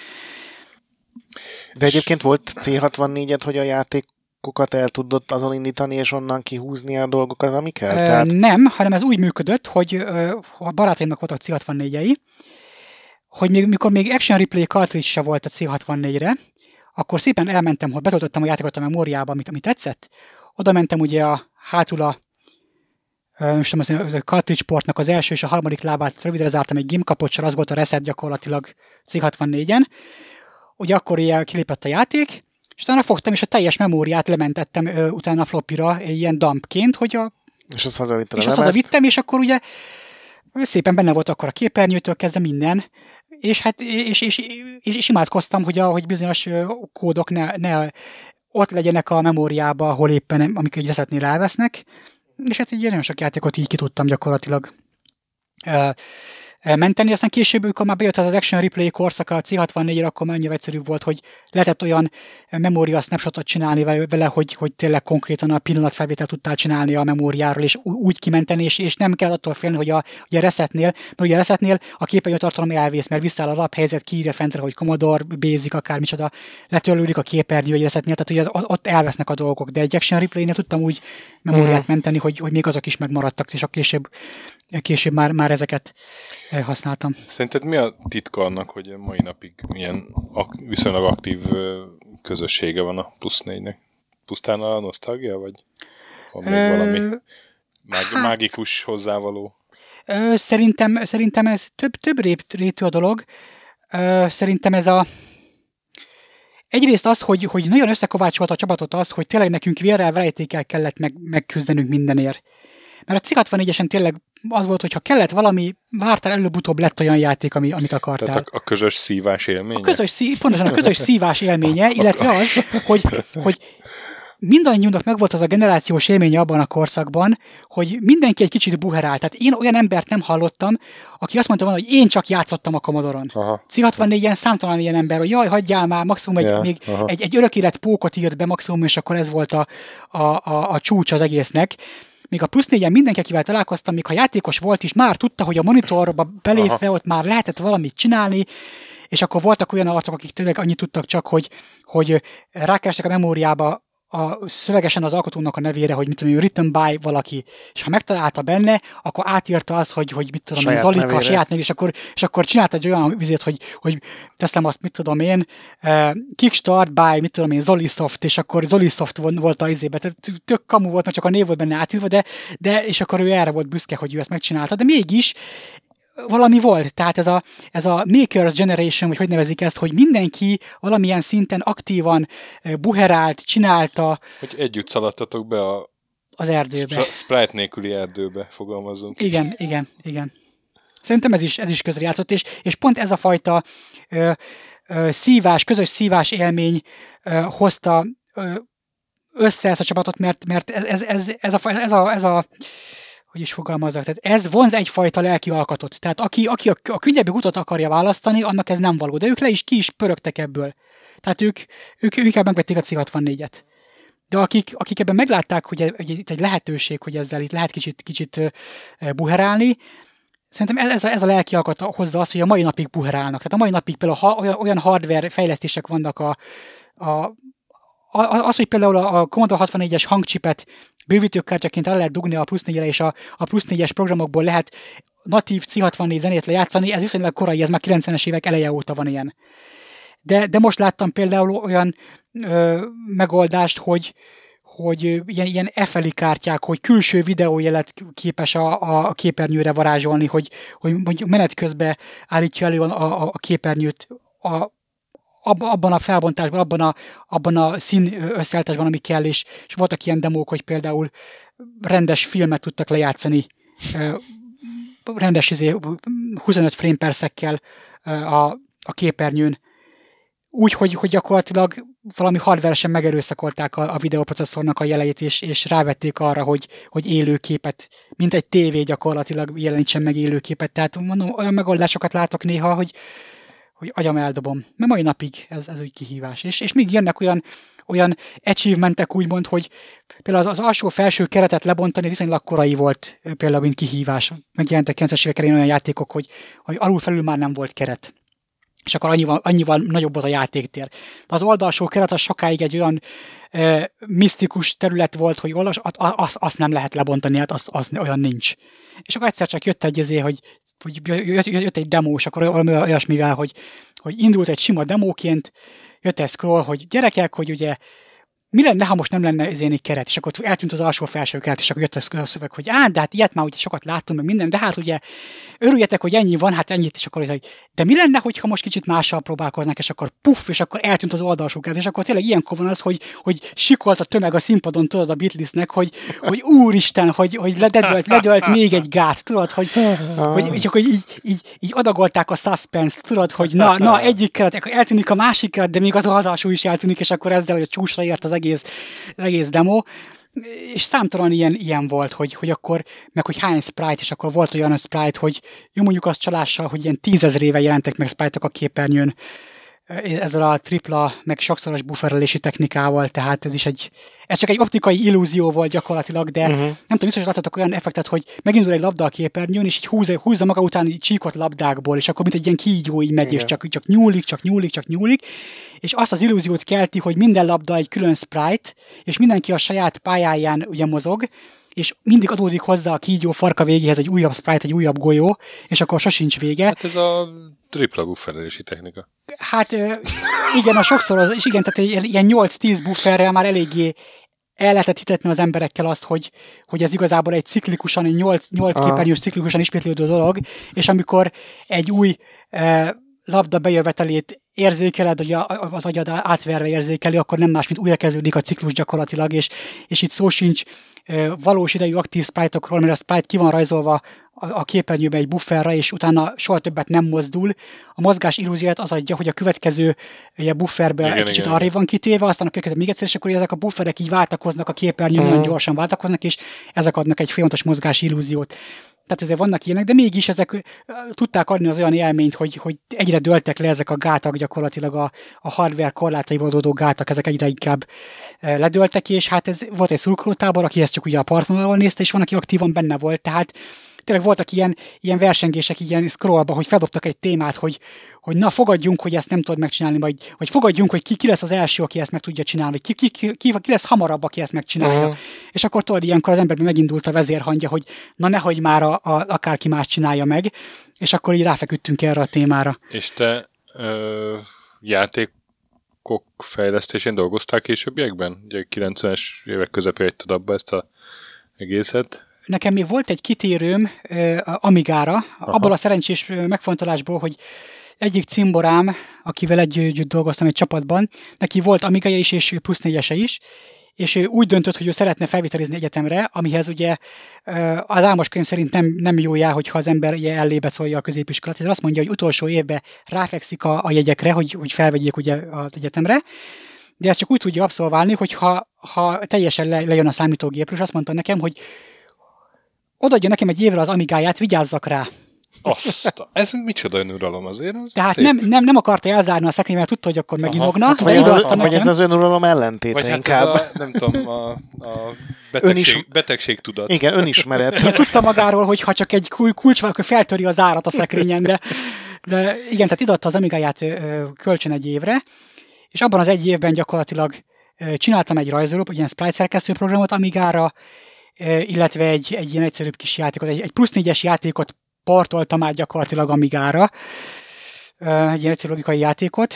De egyébként volt C hatvannégyed, hogy a játékokat el tudott azon indítani, és onnan kihúzni a dolgokat, ami kell? E, Tehát... Nem, hanem ez úgy működött, hogy ö, a barátaimnak voltak C hatvannégyei, hogy még, mikor még Action Replay cartridge se volt a C hatvannégyre, akkor szépen elmentem, hogy betöltöttem a játékot a memóriába, amit, amit tetszett. Oda mentem ugye a hátul a, most tudom, a cartridge portnak az első és a harmadik lábát rövidre zártam egy gimkapocsal, az volt a reset gyakorlatilag C hatvannégyen. Ugye akkor ilyen kilépett a játék, és utána fogtam, és a teljes memóriát lementettem ö, utána a floppira ilyen dumpként, hogy a... És azt hazavittem. És azt hazavittem, és akkor ugye szépen benne volt akkor a képernyőtől kezdve minden, és hát és, és, és, és imádkoztam, hogy, a, hogy bizonyos kódok ne, ne ott legyenek a memóriában, ahol éppen, amik egy reszetnél elvesznek, és hát így nagyon sok játékot így ki tudtam gyakorlatilag uh, menteni, aztán később, amikor már bejött az, az Action Replay korszaka a C hatvannégyre, akkor már annyira egyszerűbb volt, hogy lehetett olyan memória snapshotot csinálni vele, hogy, hogy tényleg konkrétan a pillanatfelvételt tudtál csinálni a memóriáról, és úgy kimenteni, és, és nem kell attól félni, hogy a, hogy a resetnél, mert ugye a resetnél a képernyőtartalom elvész, mert visszaáll a alaphelyzet, kiírja fentre, hogy Commodore, Basic, akármicsoda, letörlődik a képernyő egy resetnél, tehát ugye ott elvesznek a dolgok, de egy Action Replay-nél tudtam úgy memóriát uh-huh. menteni, hogy, hogy még azok is megmaradtak, és a később Később már, már ezeket használtam. Szerinted mi a titka annak, hogy mai napig ilyen ak- viszonylag aktív közössége van a plusz négynek? Pusztán a nosztalgia, vagy van még Ö... valami mág- hát... mágikus hozzávaló? Ö, szerintem, szerintem ez több, több rétű a dolog. Ö, szerintem ez a egyrészt az, hogy, hogy nagyon összekovácsolta a csapatot az, hogy tényleg nekünk vérrel, verejtékkel kellett meg, megküzdenünk mindenért. Mert a C hatvannégyesen tényleg az volt, hogy ha kellett valami, vártál, előbb-utóbb lett olyan játék, ami, amit akartál. Tehát a, a közös szívás élménye? A közös szí, pontosan a közös szívás élménye, illetve az, hogy, hogy mindannyiunknak megvolt az a generációs élménye abban a korszakban, hogy mindenki egy kicsit buherál. Tehát én olyan embert nem hallottam, aki azt mondta volna, hogy én csak játszottam a Commodore-on. C hatvannégyen számtalan ilyen ember, hogy jaj, hagyjál már, maximum egy, yeah, még egy, egy örök élet pókot írt be maximum, és akkor ez volt a, a, a, a csúcs az egésznek. Még a plusz négyen mindenki, akivel találkoztam, még ha játékos volt is, már tudta, hogy a monitorba belépve aha. ott már lehetett valamit csinálni, és akkor voltak olyan arcok, akik tényleg annyit tudtak csak, hogy, hogy rákerestek a memóriába a szövegesen az alkotónak a nevére, hogy mit tudom, written by valaki, és ha megtalálta benne, akkor átírta az, hogy, hogy mit tudom, saját Zalika, nevére. saját nev, és akkor, és akkor csinálta egy olyan vizét, hogy, hogy teszem azt, mit tudom én, uh, Kickstart by, mit tudom én, Zolisoft, és akkor Zolisoft volt a izébe, tök kamu volt, mert csak a név volt benne átírva, de, de és akkor ő erre volt büszke, hogy ő ezt megcsinálta, de mégis valami volt, tehát ez a, ez a Makers Generation, vagy hogy nevezik ezt, hogy mindenki valamilyen szinten aktívan buherált, csinálta. Hogy együtt szaladtatok be a az erdőbe. Spr- Sprite nélküli erdőbe, fogalmazunk. Igen, is. igen, igen. Szerintem ez is, ez is közrejátszott, és, és pont ez a fajta ö, ö, szívás, közös szívás élmény ö, hozta ö, össze ezt a csapatot, mert, mert ez, ez, ez, ez, a, ez, a, ez a hogy is fogalmazzak, tehát ez vonz egyfajta lelki alkatot. Tehát aki, aki a, a könnyebbi utat akarja választani, annak ez nem való. De ők le is ki is pörögtek ebből. Tehát ők, ők, ők inkább megvették a cé hatvannégyet. De akik, akik ebben meglátták, hogy, hogy itt egy lehetőség, hogy ezzel itt lehet kicsit, kicsit uh, buherálni, szerintem ez, ez, a, ez a lelki alkat hozza azt, hogy a mai napig buherálnak. Tehát a mai napig például ha, olyan, olyan hardware fejlesztések vannak a, a az, hogy például a Commodore hatvannégyes hangcsipet bővítőkártyaként el lehet dugni a plusz négyre, és a, a plusz négyes programokból lehet natív cé hatvannégy zenét lejátszani, ez viszonylag korai, ez már kilencvenes évek eleje óta van ilyen. De, de most láttam például olyan ö, megoldást, hogy, hogy ilyen, ilyen ef el i kártyák, hogy külső videójelet képes a, a képernyőre varázsolni, hogy, hogy mondjuk menet közben állítja elő a, a, a képernyőt a abban a felbontásban, abban a, abban a szín összeállításban, ami kell, és, és voltak ilyen demók, hogy például rendes filmet tudtak lejátszani, rendes huszonöt frame per szekkel a, a képernyőn. Úgy, hogy, hogy gyakorlatilag valami hardveresen megerőszakolták a, a videoprocesszornak a jeleit, és, és rávették arra, hogy, hogy élőképet, mint egy tévé gyakorlatilag jelenítsen meg élőképet. Tehát mondom, olyan megoldásokat látok néha, hogy hogy agyam eldobom. Mert mai napig ez, ez úgy kihívás. És, és még jönnek olyan, olyan achievementek úgymond, hogy például az, az alsó-felső keretet lebontani viszonylag korai volt például, mint kihívás. Megjelentek kilencvenes évek elején olyan játékok, hogy, hogy alul-felül már nem volt keret. És akkor annyival, annyival nagyobb volt a játéktér. De az oldalsó keret az sokáig egy olyan e, misztikus terület volt, hogy oldals, azt az nem lehet lebontani, hát az, az olyan nincs. És akkor egyszer csak jött egy izé, hogy, hogy jött, jött egy demo, és akkor valami olyasmivel, hogy, hogy indult egy sima demóként, jött egy scroll, hogy gyerekek, hogy ugye mi lenne, ha most nem lenne ezért egy keret, és akkor eltűnt az alsó-felső keret, és akkor jött a szöveg, hogy á, de hát ilyet már ugye sokat láttunk, meg minden, de hát ugye örüljetek, hogy ennyi van, hát ennyit, és akkor hogy de mi lenne, hogyha most kicsit mással próbálkoznak, és akkor puff, és akkor eltűnt az oldalsó keret, és akkor tényleg ilyenkor van az, hogy, hogy sikolt a tömeg a színpadon, tudod, a Beatlesnek, hogy, hogy úristen, hogy, hogy ledölt, ledölt még egy gát, tudod, hogy, hogy, és akkor így, így, így adagolták a suspense-t, tudod, hogy na, na egyik keret, akkor eltűnik a másik keret, de még az oldalsó is eltűnik, és akkor ezzel, hogy a csúcsra ért az egész, az egész demo, és számtalan ilyen, ilyen volt, hogy, hogy akkor, meg hogy hány sprite, és akkor volt olyan sprite, hogy jó mondjuk az csalással, hogy ilyen tízezrével jelentek meg sprite-ok a képernyőn, ezzel a tripla, meg sokszoros bufferelési technikával, tehát ez is egy, ez csak egy optikai illúzió volt gyakorlatilag, de uh-huh. nem tudom, biztos, hogy láttatok olyan effektet, hogy megindul egy labda a képernyőn, és így húzza, húzza maga után így csíkot labdákból, és akkor mint egy ilyen kígyó így megy, és csak, csak nyúlik, csak nyúlik, csak nyúlik, és azt az illúziót kelti, hogy minden labda egy külön sprite, és mindenki a saját pályáján ugye mozog, és mindig adódik hozzá a kígyó farka végéhez egy újabb sprite, egy újabb golyó, és akkor sosincs vége. Hát ez a tripla bufferelési technika. Hát igen, a sokszor, és igen, tehát ilyen nyolc-tíz bufferrel már eléggé el lehetett hitetni az emberekkel azt, hogy, hogy ez igazából egy ciklikusan, egy nyolc, nyolc képernyős ciklikusan ismétlődő dolog, és amikor egy új eh, labda bejövetelét érzékeled, hogy az agyad átverve érzékeli, akkor nem más, mint újra kezdődik a ciklus gyakorlatilag, és, és itt szó sincs valós idejű aktív sprite-okról, mert a sprite ki van rajzolva a képernyőbe egy bufferra, és utána soha többet nem mozdul. A mozgás illúzióját az adja, hogy a következő ugye, bufferbe igen, egy kicsit igen, arrébb van kitéve, aztán a következő még egyszer, és akkor ezek a bufferek így váltakoznak a képernyőn, uh-huh. nagyon gyorsan váltakoznak, és ezek adnak egy folyamatos mozgás illúziót. Tehát azért vannak ilyenek, de mégis ezek tudták adni az olyan élményt, hogy, hogy egyre dőltek le ezek a gátak, gyakorlatilag a, a hardware korlátaiból adódó gátak, ezek egyre inkább ledőltek, és hát ez volt egy szurkolótábor, aki ezt csak ugye a partvonalon nézte, és van, aki aktívan benne volt, tehát tényleg voltak ilyen, ilyen versengések, ilyen scrollba, hogy feldobtak egy témát, hogy, hogy na fogadjunk, hogy ezt nem tudod megcsinálni, vagy, vagy fogadjunk, hogy ki, ki lesz az első, aki ezt meg tudja csinálni, vagy ki, ki, ki, ki, ki lesz hamarabb, aki ezt megcsinálja. Uh-huh. És akkor tudod, ilyenkor az emberben megindult a vezérhangja, hogy na nehogy már a, a, akárki más csinálja meg, és akkor így ráfeküdtünk erre a témára. És te ö, játékok fejlesztésén dolgoztál későbbiekben? Ugye kilencvenes évek közepén hagytad abba ezt az egészet. Nekem még volt egy kitérőm uh, Amigára, aha, abból a szerencsés megfontolásból, hogy egyik cimborám, akivel együtt dolgoztam egy csapatban, neki volt Amigája is, és plusz négyese is, és ő úgy döntött, hogy ő szeretne felvételizni egyetemre, amihez ugye az álmos könyv szerint nem, nem jó jár, hogyha az ember ilyen ellébe szólja a középiskolát. Ez azt mondja, hogy utolsó évben ráfekszik a, a jegyekre, hogy, hogy felvegyék ugye az egyetemre, de ezt csak úgy tudja abszolválni, hogy ha, ha teljesen le, lejön a számítógépről, és azt mondta nekem, hogy odaadja nekem egy évre az Amigáját, vigyázzak rá. Azt, ez micsoda önuralom azért? Ez Tehát szép. nem, nem, nem akarta elzárni a szekrény, mert tudta, hogy akkor meginogna. Hát, vagy, ez a, vagy ez az önuralom ellentéte vagy inkább. Hát ez a, nem tudom, a, a betegség, is, betegségtudat. Igen, önismeret. Tudta magáról, hogy ha csak egy kulcs van, akkor feltöri az árat a szekrényen, de, de igen, tehát ideadta az Amigáját kölcsön egy évre, és abban az egy évben gyakorlatilag csináltam egy rajzoló, egy ilyen sprite szerkesztő programot Amigára, illetve egy, egy ilyen egyszerűbb kis játékot, egy, egy plusz négyes játékot portoltam át gyakorlatilag Amigára, egy ilyen egyszerű logikai játékot,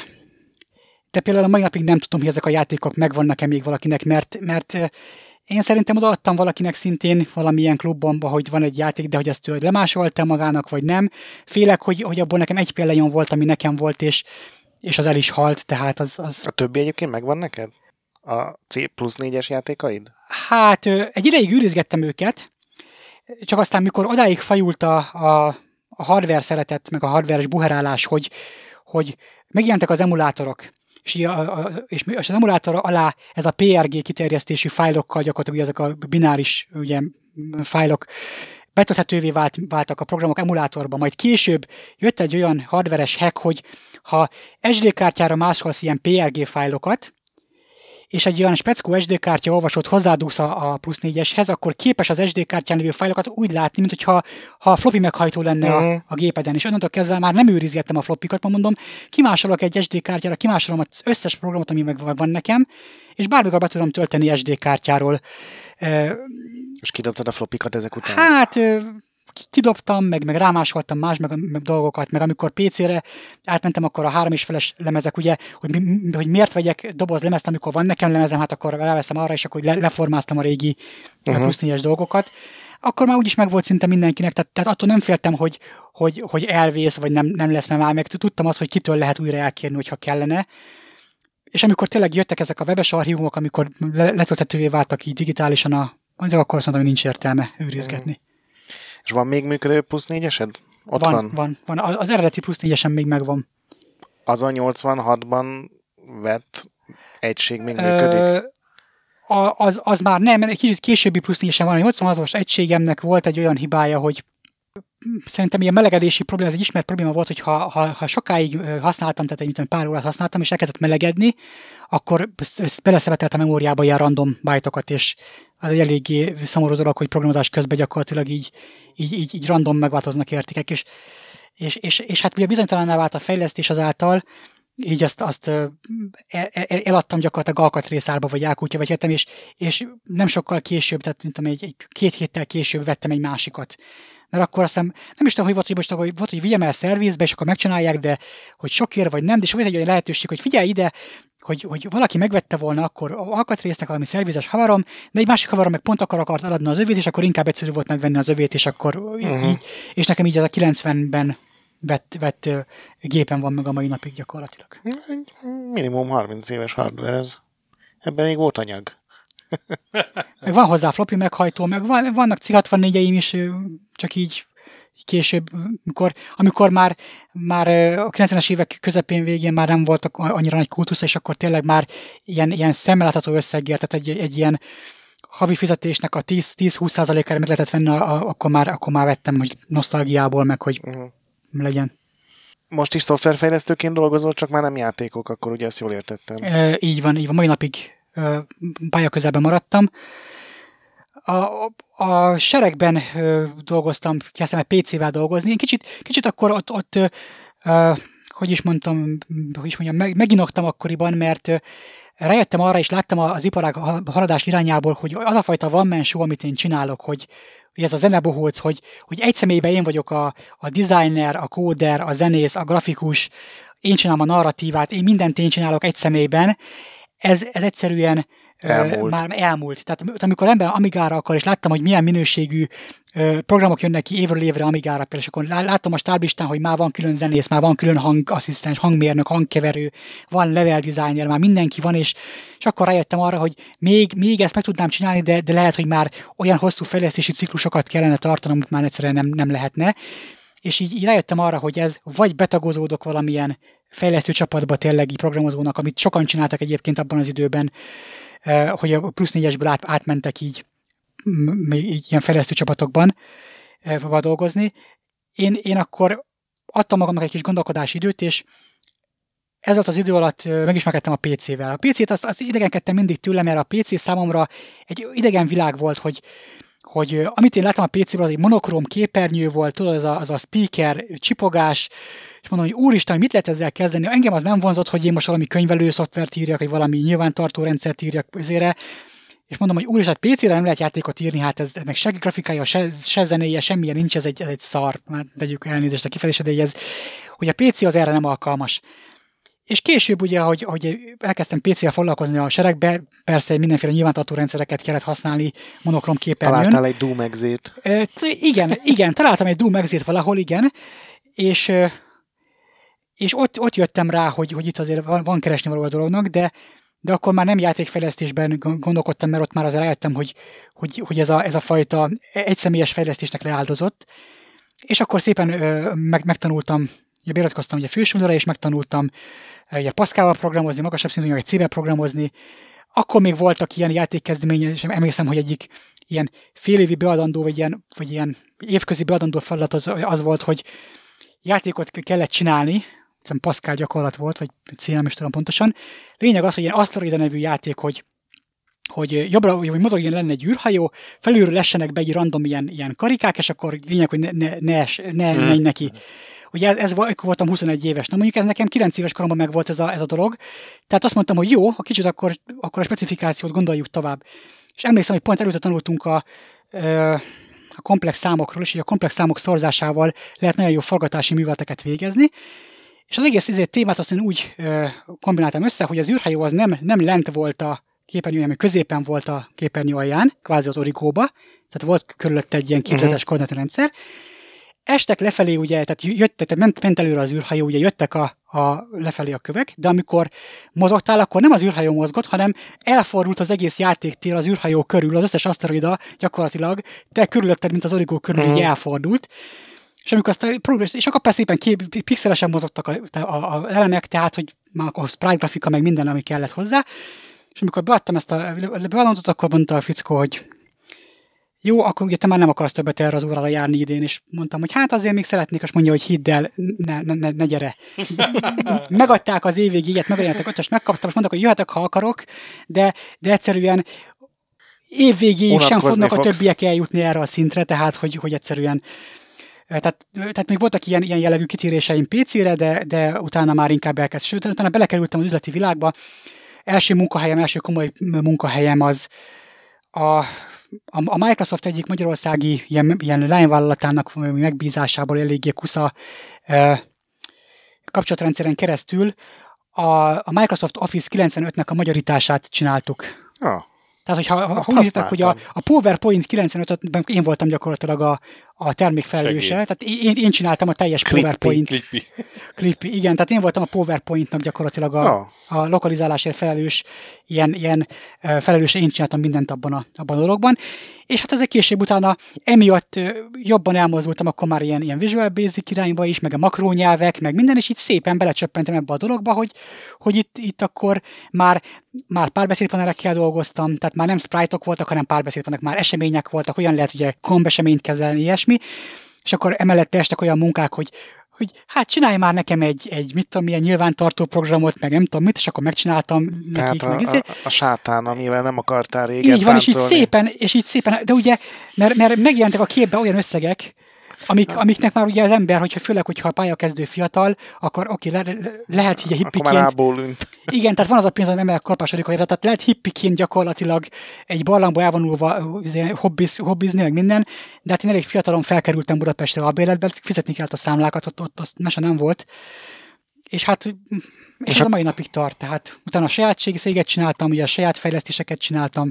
de például a mai napig nem tudom, hogy ezek a játékok megvannak-e még valakinek, mert, mert én szerintem odaadtam valakinek szintén valamilyen klubban, hogy van egy játék, de hogy ezt ő lemásolta magának, vagy nem. Félek, hogy, hogy abból nekem egy példány volt, ami nekem volt, és, és az el is halt, tehát az, az... A többi egyébként megvan neked? A C plusz négyes játékaid? Hát egy ideig őrizgettem őket, csak aztán, mikor odáig fajult a, a, a hardware szeretet, meg a hardware-es buherálás, hogy, hogy megjelentek az emulátorok, és, a, a, és az emulátor alá ez a pé er gé kiterjesztésű fájlokkal, gyakorlatilag ezek a bináris ugye, fájlok betölthetővé vált, váltak a programok emulátorban, majd később jött egy olyan hardware-es hack, hogy ha es dé kártyára másolsz ilyen pé er gé fájlokat, és egy olyan speckó es dé kártya olvasót hozzádúsz a plusz négyeshez, akkor képes az es dé kártyán lévő fájlokat úgy látni, mint hogyha ha a floppy meghajtó lenne uh-huh. a, a gépeden, és onnantól kezdve már nem őrizgettem a floppikat, ma mondom, kimásolok egy es dé kártyára, kimásolom az összes programot, ami meg van nekem, és bármikor be tudom tölteni es dé kártyáról. És kidobtad a floppikat ezek után? Hát... kidobtam, meg, meg rámásoltam más meg, meg dolgokat, meg amikor pé cére átmentem, akkor a három és feles lemezek, ugye, hogy, hogy miért vegyek doboz lemezt, amikor van nekem lemezem, hát akkor ráveszem arra, és akkor le, leformáztam a régi uh-huh. plusz négyes dolgokat. Akkor már úgyis meg volt szinte mindenkinek, tehát, tehát attól nem féltem, hogy, hogy, hogy elvész, vagy nem, nem lesz, mert már meg tudtam azt, hogy kitől lehet újra elkérni, hogyha kellene. És amikor tényleg jöttek ezek a webes archívumok, amikor letölthetővé váltak így digitálisan, a, azért akkor azt mondtam, hogy nincs értelme őrizgetni. Uh-huh. És van még működő plusz négyesed? Ott van, van? Van, van. Az eredeti plusz négyesen még megvan. Az a nyolcvanhatban vett egység még működik? Ö, az, az már nem, egy kicsit későbbi plusz négyesen van. A nyolcvanhatos egységemnek volt egy olyan hibája, hogy szerintem ilyen melegedési probléma, ez egy ismert probléma volt, hogy ha, ha, ha sokáig használtam, tehát egy pár órát használtam, és elkezdett melegedni, akkor beleszevetelt a memóriába ilyen random bájtokat, és az egy eléggé szomorú dolog, hogy programozás közben gyakorlatilag így, így, így, így random megváltoznak értékek, és, és, és, és hát ugye bizonytalanná vált a fejlesztés azáltal, így azt, azt el, el, eladtam gyakorlatilag alkatrészárba, vagy ákútya, vagy vettem, és, és nem sokkal később, tehát mint egy, egy két héttel később vettem egy másikat. Mert akkor azt hiszem, nem is tudom, hogy volt, hogy most hogy volt, hogy vigyem el szervizbe, és akkor megcsinálják, de hogy sokért vagy nem, de és volt egy olyan lehetőség, hogy figyelj ide, hogy, hogy valaki megvette volna akkor alkatrésznek valami szervizes havarom, de egy másik havarom meg pont akkor akart eladni az övét, és akkor inkább egyszerű volt megvenni az övét, és akkor uh-huh. így, és nekem így ez a kilencvenben vett, vett gépen van meg a mai napig gyakorlatilag. Minimum harminc éves hardware ez. Ebben még volt anyag. Meg van hozzá floppy meghajtó, meg van, vannak cé hatvannégy-eim is, csak így később, amikor, amikor már, már a kilencvenes évek közepén végén már nem voltak annyira nagy kultusz, és akkor tényleg már ilyen, ilyen szemmel látható összeggel, tehát egy, egy ilyen havi fizetésnek a tíz-húsz százalékára meg lehetett venni, a, a, akkor, már, akkor már vettem, hogy nosztalgiából, meg hogy uh-huh. legyen. Most is szoftverfejlesztőként dolgozol, csak már nem játékok, akkor ugye ezt jól értettem. E, így van, így van, mai napig pályaközelben maradtam. a, a seregben ö, dolgoztam, kezdtem egy pé cével dolgozni. Én kicsit, kicsit akkor ott, ott ö, hogy is mondtam, hogy is mondjam, meg, meginoktam akkoriban, mert ö, rájöttem arra, és láttam az iparág haladás irányából, hogy az a fajta one-man show, amit én csinálok, hogy, hogy ez a zenebohóc, hogy, hogy egy személyben én vagyok a, a designer, a kóder, a zenész, a grafikus, én csinálom a narratívát, én mindent én csinálok egy személyben, ez, ez egyszerűen elmúlt. már elmúlt. Tehát amikor ember Amigára akar, és láttam, hogy milyen minőségű programok jönnek ki évről évre Amigára, például, és akkor láttam a stáblistán, hogy már van külön zenész, már van külön hangasszisztens, hangmérnök, hangkeverő, van level designer, már mindenki van, és, és akkor rájöttem arra, hogy még, még ezt meg tudnám csinálni, de, de lehet, hogy már olyan hosszú fejlesztési ciklusokat kellene tartanom, amit már egyszerűen nem, nem lehetne. És így, így rájöttem arra, hogy ez vagy betagozódok valamilyen fejlesztő csapatba tényleg így programozónak, amit sokan csináltak egyébként abban az időben, hogy a plusz négyesből át, átmentek így, így ilyen fejlesztő csapatokban dolgozni. Én, én akkor adtam magamnak egy kis gondolkodási időt, és ez volt az idő alatt megismerkedtem a pé cével. A pé cét azt, azt idegenkedtem mindig tőle, mert a pé cé számomra egy idegen világ volt, hogy hogy amit én láttam a pé céből, az egy monokróm képernyő volt, tudod, az a, az a speaker, csipogás, és mondom, hogy úristen, mit lehet ezzel kezdeni? Engem az nem vonzott, hogy én most valami könyvelő szoftvert írjak, vagy valami nyilvántartó rendszert írjak ezére, és mondom, hogy úristen, pé cére nem lehet játékot írni, hát ez, ennek se grafikája, se, se zenéje, semmilyen nincs, ez egy, ez egy szar, már tegyük elnézést a kifejezésre, de ez, hogy a pé cé az erre nem alkalmas. És később ugye, hogy, hogy elkezdtem pé cével foglalkozni a seregbe, persze mindenféle nyilvántartó rendszereket kellett használni monokrom képernyőn. Találtál egy Doom exét. E, igen, igen, találtam egy Doom exét valahol, igen, és, és ott, ott jöttem rá, hogy, hogy itt azért van, van keresni való a dolognak, de, de akkor már nem játékfejlesztésben gondolkodtam, mert ott már azért rájöttem, hogy, hogy, hogy ez, a, ez a fajta egyszemélyes fejlesztésnek leáldozott. És akkor szépen meg, megtanultam, ugye beiratkoztam ugye fősúlyra, és megtanultam ugye Pascalval programozni, magasabb szintű, vagy cé-vel programozni. Akkor még voltak ilyen játékkezdemények, és emlékszem, hogy egyik ilyen félévi beadandó, vagy ilyen, vagy ilyen évközi beadandó feladat az, az volt, hogy játékot kellett csinálni, hiszen Pascal gyakorlat volt, vagy C, nem is tudom pontosan. Lényeg az, hogy ilyen Asteroida nevű játék, hogy hogy jobbra, hogy mozogjon lenne egy űrhajó, felülről lessenek be egy random ilyen, ilyen karikák, és akkor lényeg, hogy ne, ne, ne, ne hmm. menj neki. Ugye ez, ez voltam huszonegy éves. Na mondjuk ez nekem kilenc éves koromban meg volt ez a, ez a dolog. Tehát azt mondtam, hogy jó, ha kicsit akkor, akkor a specifikációt gondoljuk tovább. És emlékszem, hogy pont előtte tanultunk a, a komplex számokról, és hogy a komplex számok szorzásával lehet nagyon jó forgatási műveleteket végezni. És az egész ezért témát azt én úgy kombináltam össze, hogy az űrhajó az nem, nem lent volt a képernyő, ami középen volt a képernyő alján, kvázi az origóba, tehát volt körülötte egy ilyen képzetes uh-huh. koordinátorrendszer. Estek lefelé, ugye, tehát, jött, tehát ment, ment előre az űrhajó, ugye jöttek a, a, lefelé a kövek, de amikor mozogtál, akkor nem az űrhajó mozgott, hanem elfordult az egész játéktér az űrhajó körül, az összes aszteroida gyakorlatilag te körülötted, mint az origó körül, uh-huh. így elfordult. És amikor azt a, és akkor persze szépen kép, pixelesen mozogtak a, a, a elemek, tehát, hogy már a sprite grafika, meg minden, ami kellett hozzá. És amikor beadtam ezt a beadandót, akkor mondta a fickó, hogy jó, akkor ugye te már nem akarsz többet erre az órára járni idén, és mondtam, hogy hát azért még szeretnék, és mondja, hogy hidd el, ne, ne, ne, ne gyere. Megadták az évvégéget, megadják ötöst, megkaptam, és mondtak, hogy jöhetek, ha akarok, de, de egyszerűen évvégéig sem fognak fogsz. a többiek eljutni erre a szintre, tehát, hogy, hogy egyszerűen Tehát, tehát még voltak ilyen, ilyen jellegű kitéréseim pé cére, de, de utána már inkább elkezd. Sőt, utána belekerültem az üzleti világba. Első munkahelyem, első komoly munkahelyem az a, a Microsoft egyik magyarországi ilyen, ilyen lányvállalatának megbízásából eléggé kusza e, kapcsolatrendszeren keresztül a, a Microsoft Office kilencvenötnek a magyarítását csináltuk. Ah. Tehát, hogyha ha úgy hisztek, hogy a, a PowerPoint kilencvenötben én voltam gyakorlatilag a, a termékfelelőse, tehát én, én csináltam a teljes Clippy, PowerPoint. Clippy. Clippy, igen, tehát én voltam a PowerPointnak gyakorlatilag a, oh. a lokalizálásért felelős, ilyen, ilyen felelős, én csináltam mindent abban a, abban a dologban. És hát ezek később utána emiatt jobban elmozdultam akkor már ilyen, ilyen Visual Basic irányba is, meg a makrónyelvek, meg minden, és így szépen belecsöppentem ebbe a dologba, hogy, hogy itt, itt akkor már, már párbeszédpanelekkel dolgoztam, tehát már nem sprite-ok voltak, hanem párbeszédpanelek, már események voltak, olyan lehet ugye komb eseményt kezelni, ilyesmi, és akkor emellett estek olyan munkák, hogy hogy hát csinálj már nekem egy, egy mit tudom, milyen nyilvántartó programot, meg nem tudom mit, és akkor megcsináltam Tehát nekik. a, Meg a, a sátán, amivel nem akartál régen így van, és így táncolni. szépen, és így szépen, de ugye, mert, mert megjelentek a képben olyan összegek, amik, amiknek már ugye az ember, hogyha főleg, hogyha a pályakezdő fiatal, akkor oké, le, le, lehet így a hippiként. Akkor már rábólint. Igen, tehát van az a pénz, ami ember karpásodik, hogy tehát lehet hippiként gyakorlatilag egy barlangba elvonulva hobbiz, hobbizni, meg minden, de hát én elég fiatalon felkerültem Budapestre albérletbe, fizetni kellett a számlákat, ott, ott azt mese nem volt. És hát, és, és ez a mai napig tart, tehát utána a saját céget csináltam, ugye a saját fejlesztéseket csináltam.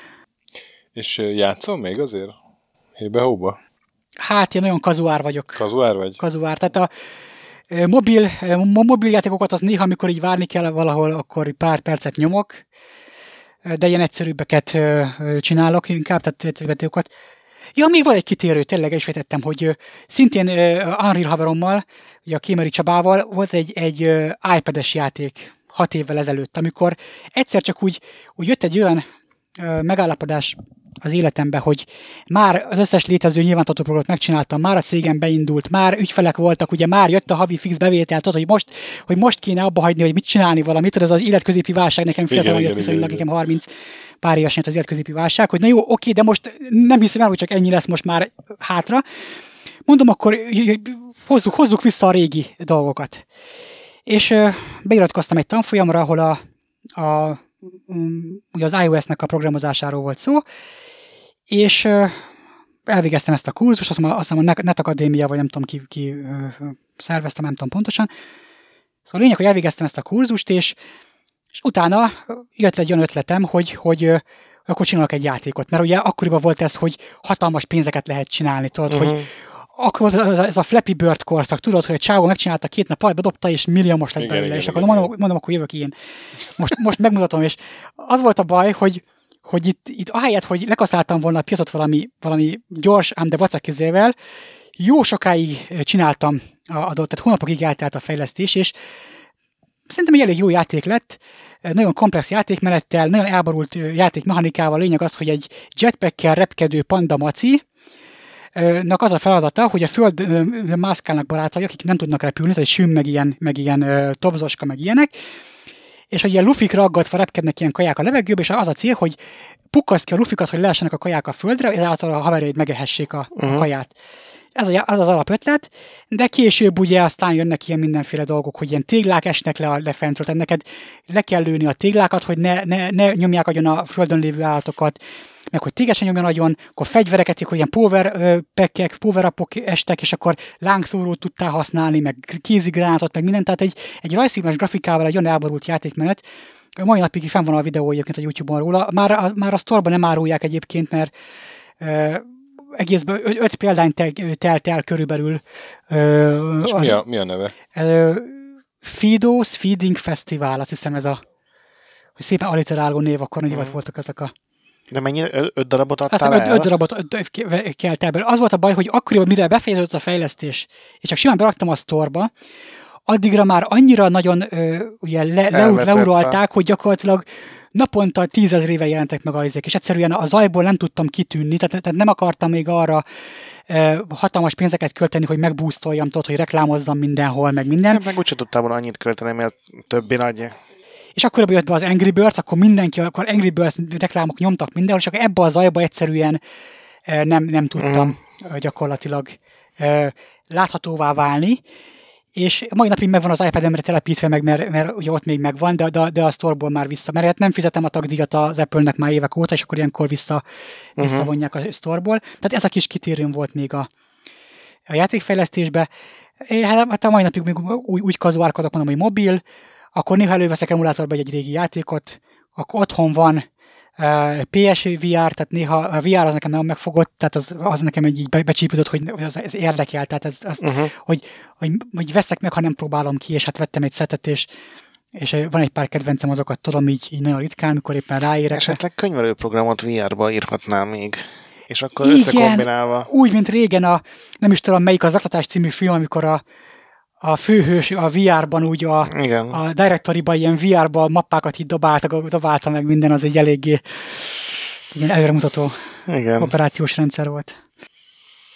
És játszol még azért? Hébe-hóba? Hát én nagyon kazuár vagyok. Kazuár vagy? Kazuár. Tehát a mobil, mobil játékokat az néha, amikor így várni kell valahol, akkor pár percet nyomok, de ilyen egyszerűbbeket csinálok inkább, tehát egyszerűbb játékokat. Ja, még van egy kitérő, tényleg is vetettem, hogy szintén Unreal haverommal, ugye a Kémeri Csabával volt egy, egy iPad-es játék hat évvel ezelőtt, amikor egyszer csak úgy, úgy jött egy olyan megállapodás az életemben, hogy már az összes létező nyilvántartó programot megcsináltam, már a cégem beindult, már ügyfelek voltak, ugye már jött a havi fix bevétel, tudod, hogy most, hogy most kéne abba hagyni, hogy mit csinálni valamit, tudod, ez az életközépi válság, nekem fiatalon jött viszonylag, nekem harminc pár évesen az életközépi válság, hogy na jó, oké, de most nem hiszem el, hogy csak ennyi lesz most már hátra. Mondom, akkor hozzuk, hozzuk vissza a régi dolgokat. És beiratkoztam egy tanfolyamra, ahol a, a ugye az iOS-nek a programozásáról volt szó, és elvégeztem ezt a kurzust, azt hiszem a Net Akadémia, vagy nem tudom ki, ki szerveztem, nem tudom pontosan. Szóval a lényeg, hogy elvégeztem ezt a kurzust, és, és utána jött egy olyan ötletem, hogy, hogy akkor csinálok egy játékot, mert ugye akkoriban volt ez, hogy hatalmas pénzeket lehet csinálni, tudod, uh-huh. hogy akkor ez a Flappy Bird korszak, tudod, hogy a csávó megcsinálta két nap alatt, bedobta, és milliómos lett belőle, igen, és igen, akkor igen. Mondom, mondom, akkor jövök én. Most, most megmutatom, és az volt a baj, hogy, hogy itt, itt ahelyett, hogy lekaszáltam volna a piacot valami, valami gyors, ám de vacakizével, jó sokáig csináltam a adott, tehát hónapokig eltelt a fejlesztés, és szerintem egy elég jó játék lett, nagyon komplex játékmenettel, nagyon elborult játékmechanikával. Lényeg az, hogy egy jetpackkel repkedő panda maci, nak az a feladata, hogy a földön mászkálnak barátai, akik nem tudnak repülni, tehát süm, meg ilyen, meg ilyen tobzoska, meg ilyenek, és hogy ilyen lufik raggatva repkednek ilyen kaják a levegőbe, és az a cél, hogy pukkaszt ki a lufikat, hogy leessenek a kaják a földre, ezáltal a haverjaid megehessék a, uh-huh. a kaját. Ez az, az az alapötlet, de később ugye aztán jönnek ilyen mindenféle dolgok, hogy ilyen téglák esnek le, le fentről, tehát neked le kell lőni a téglákat, hogy ne, ne, ne nyomják agyon a földön lévő állatokat, meg hogy téged sem nyomjon agyon, akkor fegyvereket, akkor ilyen power packek, power upok estek, és akkor lángszórót tudtál használni, meg kézigránátot, meg mindent, tehát egy, egy rajzfilmes grafikával egy olyan elborult játékmenet. Mai napig fenn van a videó egyébként a YouTube-on róla, már a, már a sztorban nem árulják egyébként, mert uh, egészben öt példány telt el körülbelül. Uh, és az, mi, a, mi a neve? Uh, Fido's Feeding Festival, azt hiszem ez a, hogy szépen alliteráló név, akkor nagy divat voltak ezek a... De mennyi? Öt darabot adtál Aztán el? Öt, öt darabot kelt el belőle. Az volt a baj, hogy akkoriban, mire befejeződött a fejlesztés, és csak simán beraktam a sztorba, addigra már annyira nagyon ö, ugye le, le, leuralták, hogy gyakorlatilag naponta tízezrével jelentek meg a izék, és egyszerűen a zajból nem tudtam kitűnni, tehát, tehát nem akartam még arra ö, hatalmas pénzeket költeni, hogy megbúztoljam, tudod, hogy reklámozzam mindenhol, meg minden. Meg úgyse tudtál volna annyit költeni, mert többi nagy. És akkor jött be az Angry Birds, akkor mindenki, akkor Angry Birds reklámok nyomtak mindenhol, és akkor ebbe a zajba egyszerűen nem, nem tudtam mm. gyakorlatilag láthatóvá válni. És mai napig megvan az iPad-emre telepítve meg, mert, mert ugye ott még megvan, de, de, de a sztorból már vissza. Mert hát nem fizetem a tagdíjat az Apple-nek már évek óta, és akkor ilyenkor vissza, uh-huh. visszavonják a sztorból. Tehát ez a kis kitérőm volt még a, a játékfejlesztésbe. Hát a mai napig még úgy, úgy kazuárkodok, mondom, hogy mobil, akkor néha előveszek emulátorba egy régi játékot, akkor otthon van uh, pé es vé er, tehát néha a vé er az nekem nem megfogott, tehát az, az nekem egy így becsípődött, hogy az, az érdekel, tehát ez, az, uh-huh. hogy, hogy, hogy veszek meg, ha nem próbálom ki, és hát vettem egy szettet, és, és van egy pár kedvencem, azokat tudom így, így nagyon ritkán, mikor éppen ráérek. Esetleg könyvelőprogramot vé er-ba írhatnám még, és akkor igen, összekombinálva. Úgy, mint régen a, nem is tudom melyik az Zaklatás című film, amikor a a főhős a vé er-ban úgy a, a directory-ban ilyen vé er-ban mappákat így dobálta, dobálta meg minden, az egy eléggé ilyen előremutató igen. operációs rendszer volt.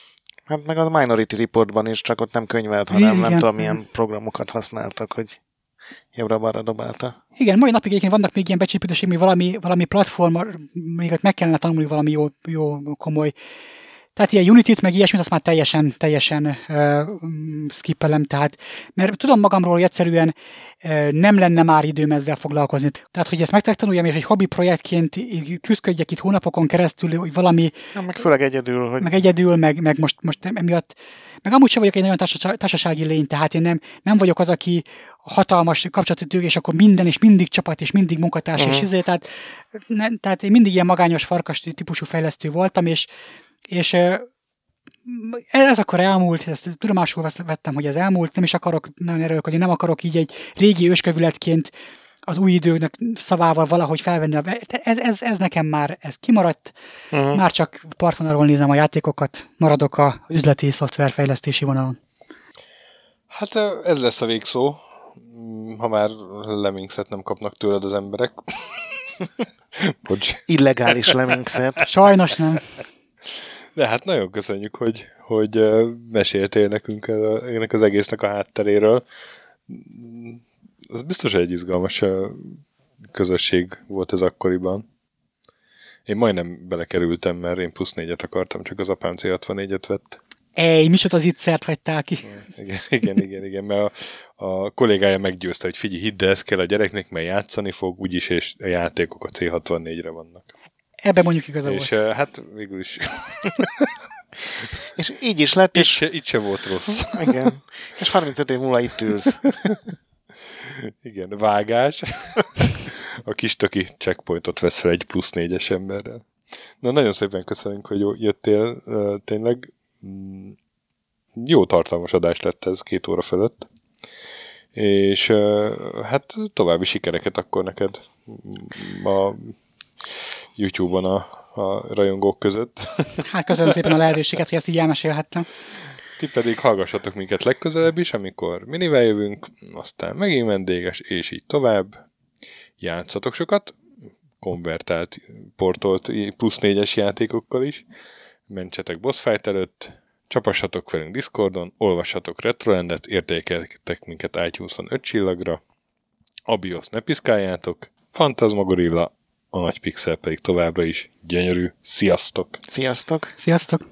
Hát meg az Minority Reportban is, csak ott nem könyvelt, hanem Igen. nem tudom, milyen programokat használtak, hogy jobbra-balra dobálta. Igen, mai napig egyébként vannak még ilyen becsípődések, még valami, valami platform, még ott meg kellene tanulni valami jó, jó komoly. Tehát ilyen Unity-t, meg ilyesmit, azt már teljesen, teljesen uh, skippelem, tehát, mert tudom magamról, hogy egyszerűen uh, nem lenne már időm ezzel foglalkozni. Tehát, hogy ezt megtanuljam, és egy hobbi projektként küzdködjek itt hónapokon keresztül, hogy valami... Ja, meg főleg egyedül, hogy... Meg egyedül, meg, meg most, most emiatt... Meg amúgy sem vagyok egy nagyon társasági lény, tehát én nem, nem vagyok az, aki hatalmas kapcsolati tők, és akkor minden, és mindig csapat, és mindig munkatárs, uh-huh. és izé, tehát, ne, tehát én mindig ilyen magányos farkas típusú fejlesztő voltam, és És ez akkor elmúlt, ezt tudomásul vettem, hogy ez elmúlt, nem is akarok nagyon erőlködni, nem akarok így egy régi őskövületként az új időknek szavával valahogy felvenni. A, ez, ez, ez nekem már, ez kimaradt, uh-huh. már csak partvonalról nézem a játékokat, maradok a üzleti szoftverfejlesztési vonalon. Hát ez lesz a végszó, ha már Lemmingset nem kapnak tőled az emberek. Bocs. Illegális Lemmingset. Sajnos nem. De hát nagyon köszönjük, hogy, hogy meséltél nekünk ennek az egésznek a hátteréről. Ez biztos egy izgalmas közösség volt ez akkoriban. Én majdnem belekerültem, mert én plusz négyet akartam, csak az apám cé hatvannégyet vett. Ej, micsoda az ittszert hagytál ki. Igen, igen, igen, igen, mert a, a kollégája meggyőzte, hogy figyelj, hidd, ez kell a gyereknek, mert játszani fog, úgyis, és a játékok a cé hatvannégyre vannak. Ebben mondjuk igaza és volt. És hát végül is... és így is lett, és... Itt se, itt se volt rossz. Igen. És harmincöt év múlva itt ülsz. Igen, vágás. A kis töki checkpointot vesz fel egy plusz négyes emberrel. Na, nagyon szépen köszönünk, hogy jöttél, tényleg. Jó tartalmas adás lett ez két óra fölött. És hát további sikereket akkor neked a YouTube-on a, a rajongók között. Hát köszönöm szépen a lehetőséget, hogy ezt így elmesélhettem. Ti pedig hallgassatok minket legközelebb is, amikor minivel jövünk, aztán megint vendéges, és így tovább. Játszatok sokat, konvertált, portolt plusz négyes játékokkal is. Mentsetek boss fight előtt, csapassatok velünk Discordon, olvassatok Retrolandet, értékeljetek minket iTunes-on öt csillagra, a BIOS ne piszkáljátok, Fantasmagorilla, a nagy pixel pedig továbbra is gyönyörű. Sziasztok! Sziasztok! Sziasztok!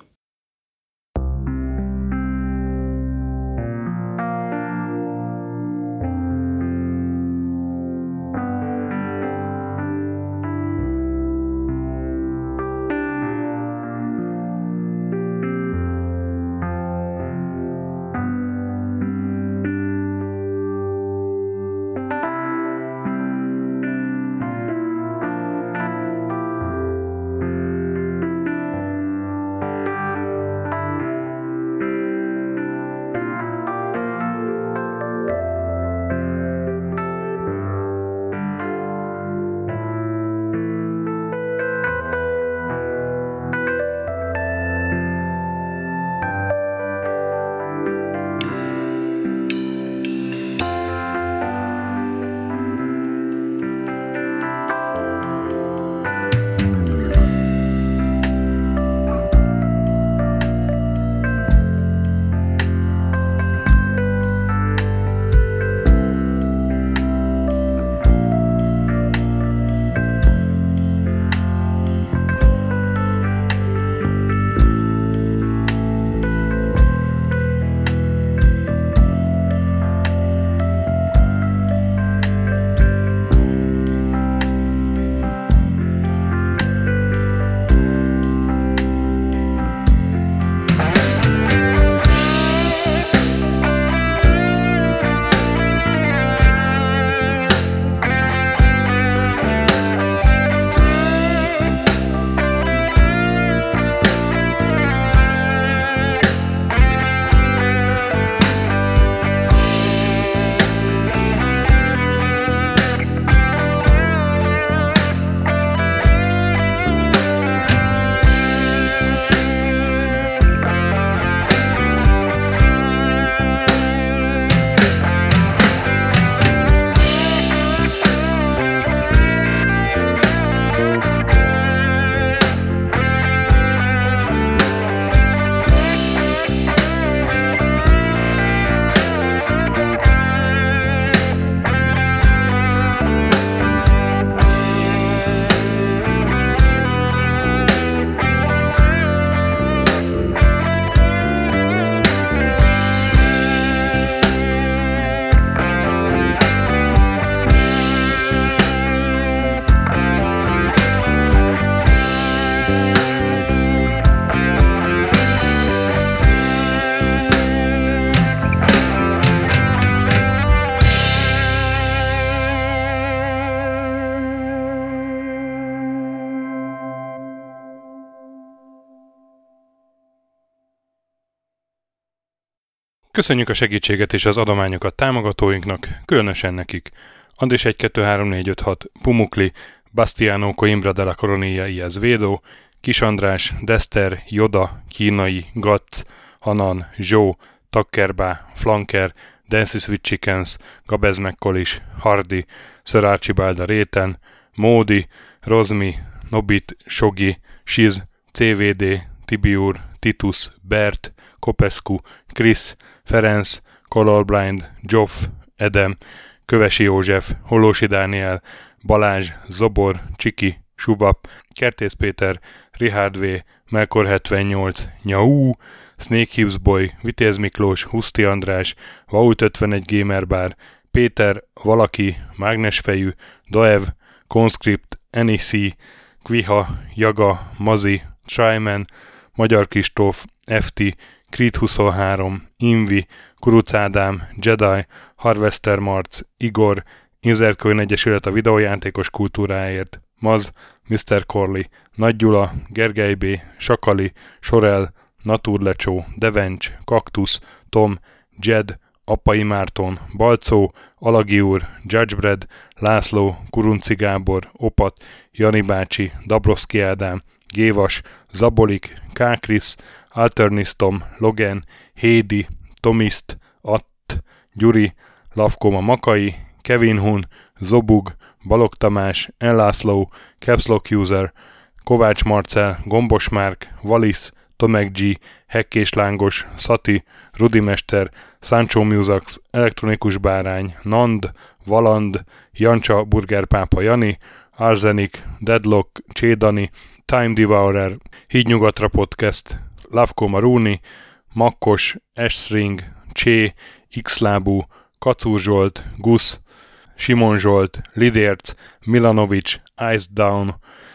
Köszönjük a segítséget és az adományokat támogatóinknak, különösen nekik. Andris egy kettő három négy öt hat, Pumukli, Bastiano Coimbra de la Coronilla y Azvedo, Kis András, Dester, Joda, Kínai, Gatz, Hanan, Zsó, Takkerbá, Flanker, Dances with Chickens, Gabez Mekkolis, Hardy, Sir Archibald a Réten, Módi, Rozmi, Nobit, Sogi, Siz, cé vé dé, Tibiur, Titus, Bert, Kopescu, Krisz, Ferenc, Colorblind, Joff, Edem, Kövesi József, Hollósi Dániel, Balázs, Zobor, Csiki, Subap, Kertész Péter, Richard V, Melkor hetvennyolc, Nyau, Snake Hips Boy, Vitéz Miklós, Huszti András, Vault ötvenegy Gamerbar, Péter, Valaki, Mágnesfejű, Daev, Conscript, en i cé, Kviha, Jaga, Mazi, Tryman, Magyar Kistóf, ef té, Creed huszonhárom, Invi, Kuruc Ádám, Jedi, Harvester Marc, Igor, Insert Coin Egyesület a videójátékos kultúráért, Maz, miszter Corley, Nagy Gyula, Gergely B, Sakali, Sorel, Naturlecsó, Devencs, Kaktusz, Tom, Jed, Appai Márton, Balcó, Alagi úr, Judgebred, László, Kurunci Gábor, Opat, Jani bácsi, Dabrowski Ádám, Gévas, Zabolik, Kákris, Alternisztom, Logan, Hédi, Tomiszt, Att, Gyuri, Lavkoma Makai, Kevin Hun, Zobug, Balog Tamás, Enlászló, Capslock User, Kovács Marcel, Gombos Márk, Valisz, Tomek G, Hekkés Lángos, Szati, Rudimester, Sancho Musax, Elektronikus Bárány, Nand, Valand, Jancsa, Burgerpápa Jani, Arzenik, Deadlock, Csédani, Time Devourer, Hídnyugatra Podcast, Lavko Maruni, Makkos, Esstring, Csé, Xlábú, Kacúr Zsolt, Gusz, Simon Zsolt, Lidérc, Milanovic, Ice Down,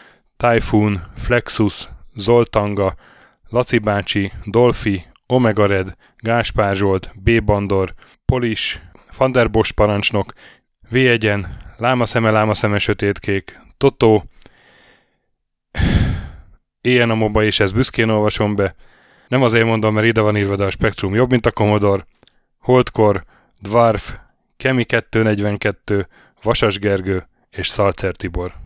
Typhoon, Flexus, Zoltanga, Laci bácsi, Dolfi, Omega Red, Gáspár Zsolt, B. Bandor, Polis, Fanderbos parancsnok, V egyen, Lámaszeme, Lámaszeme sötétkék, Totó, Éjjel a moba, és ezt büszkén olvasom be. Nem azért mondom, mert ide van írva, de a Spektrum jobb, mint a Commodore. Holdkor, Dwarf, Kemi kettőnegyvenkettő, Vasas Gergő és Szalcer Tibor.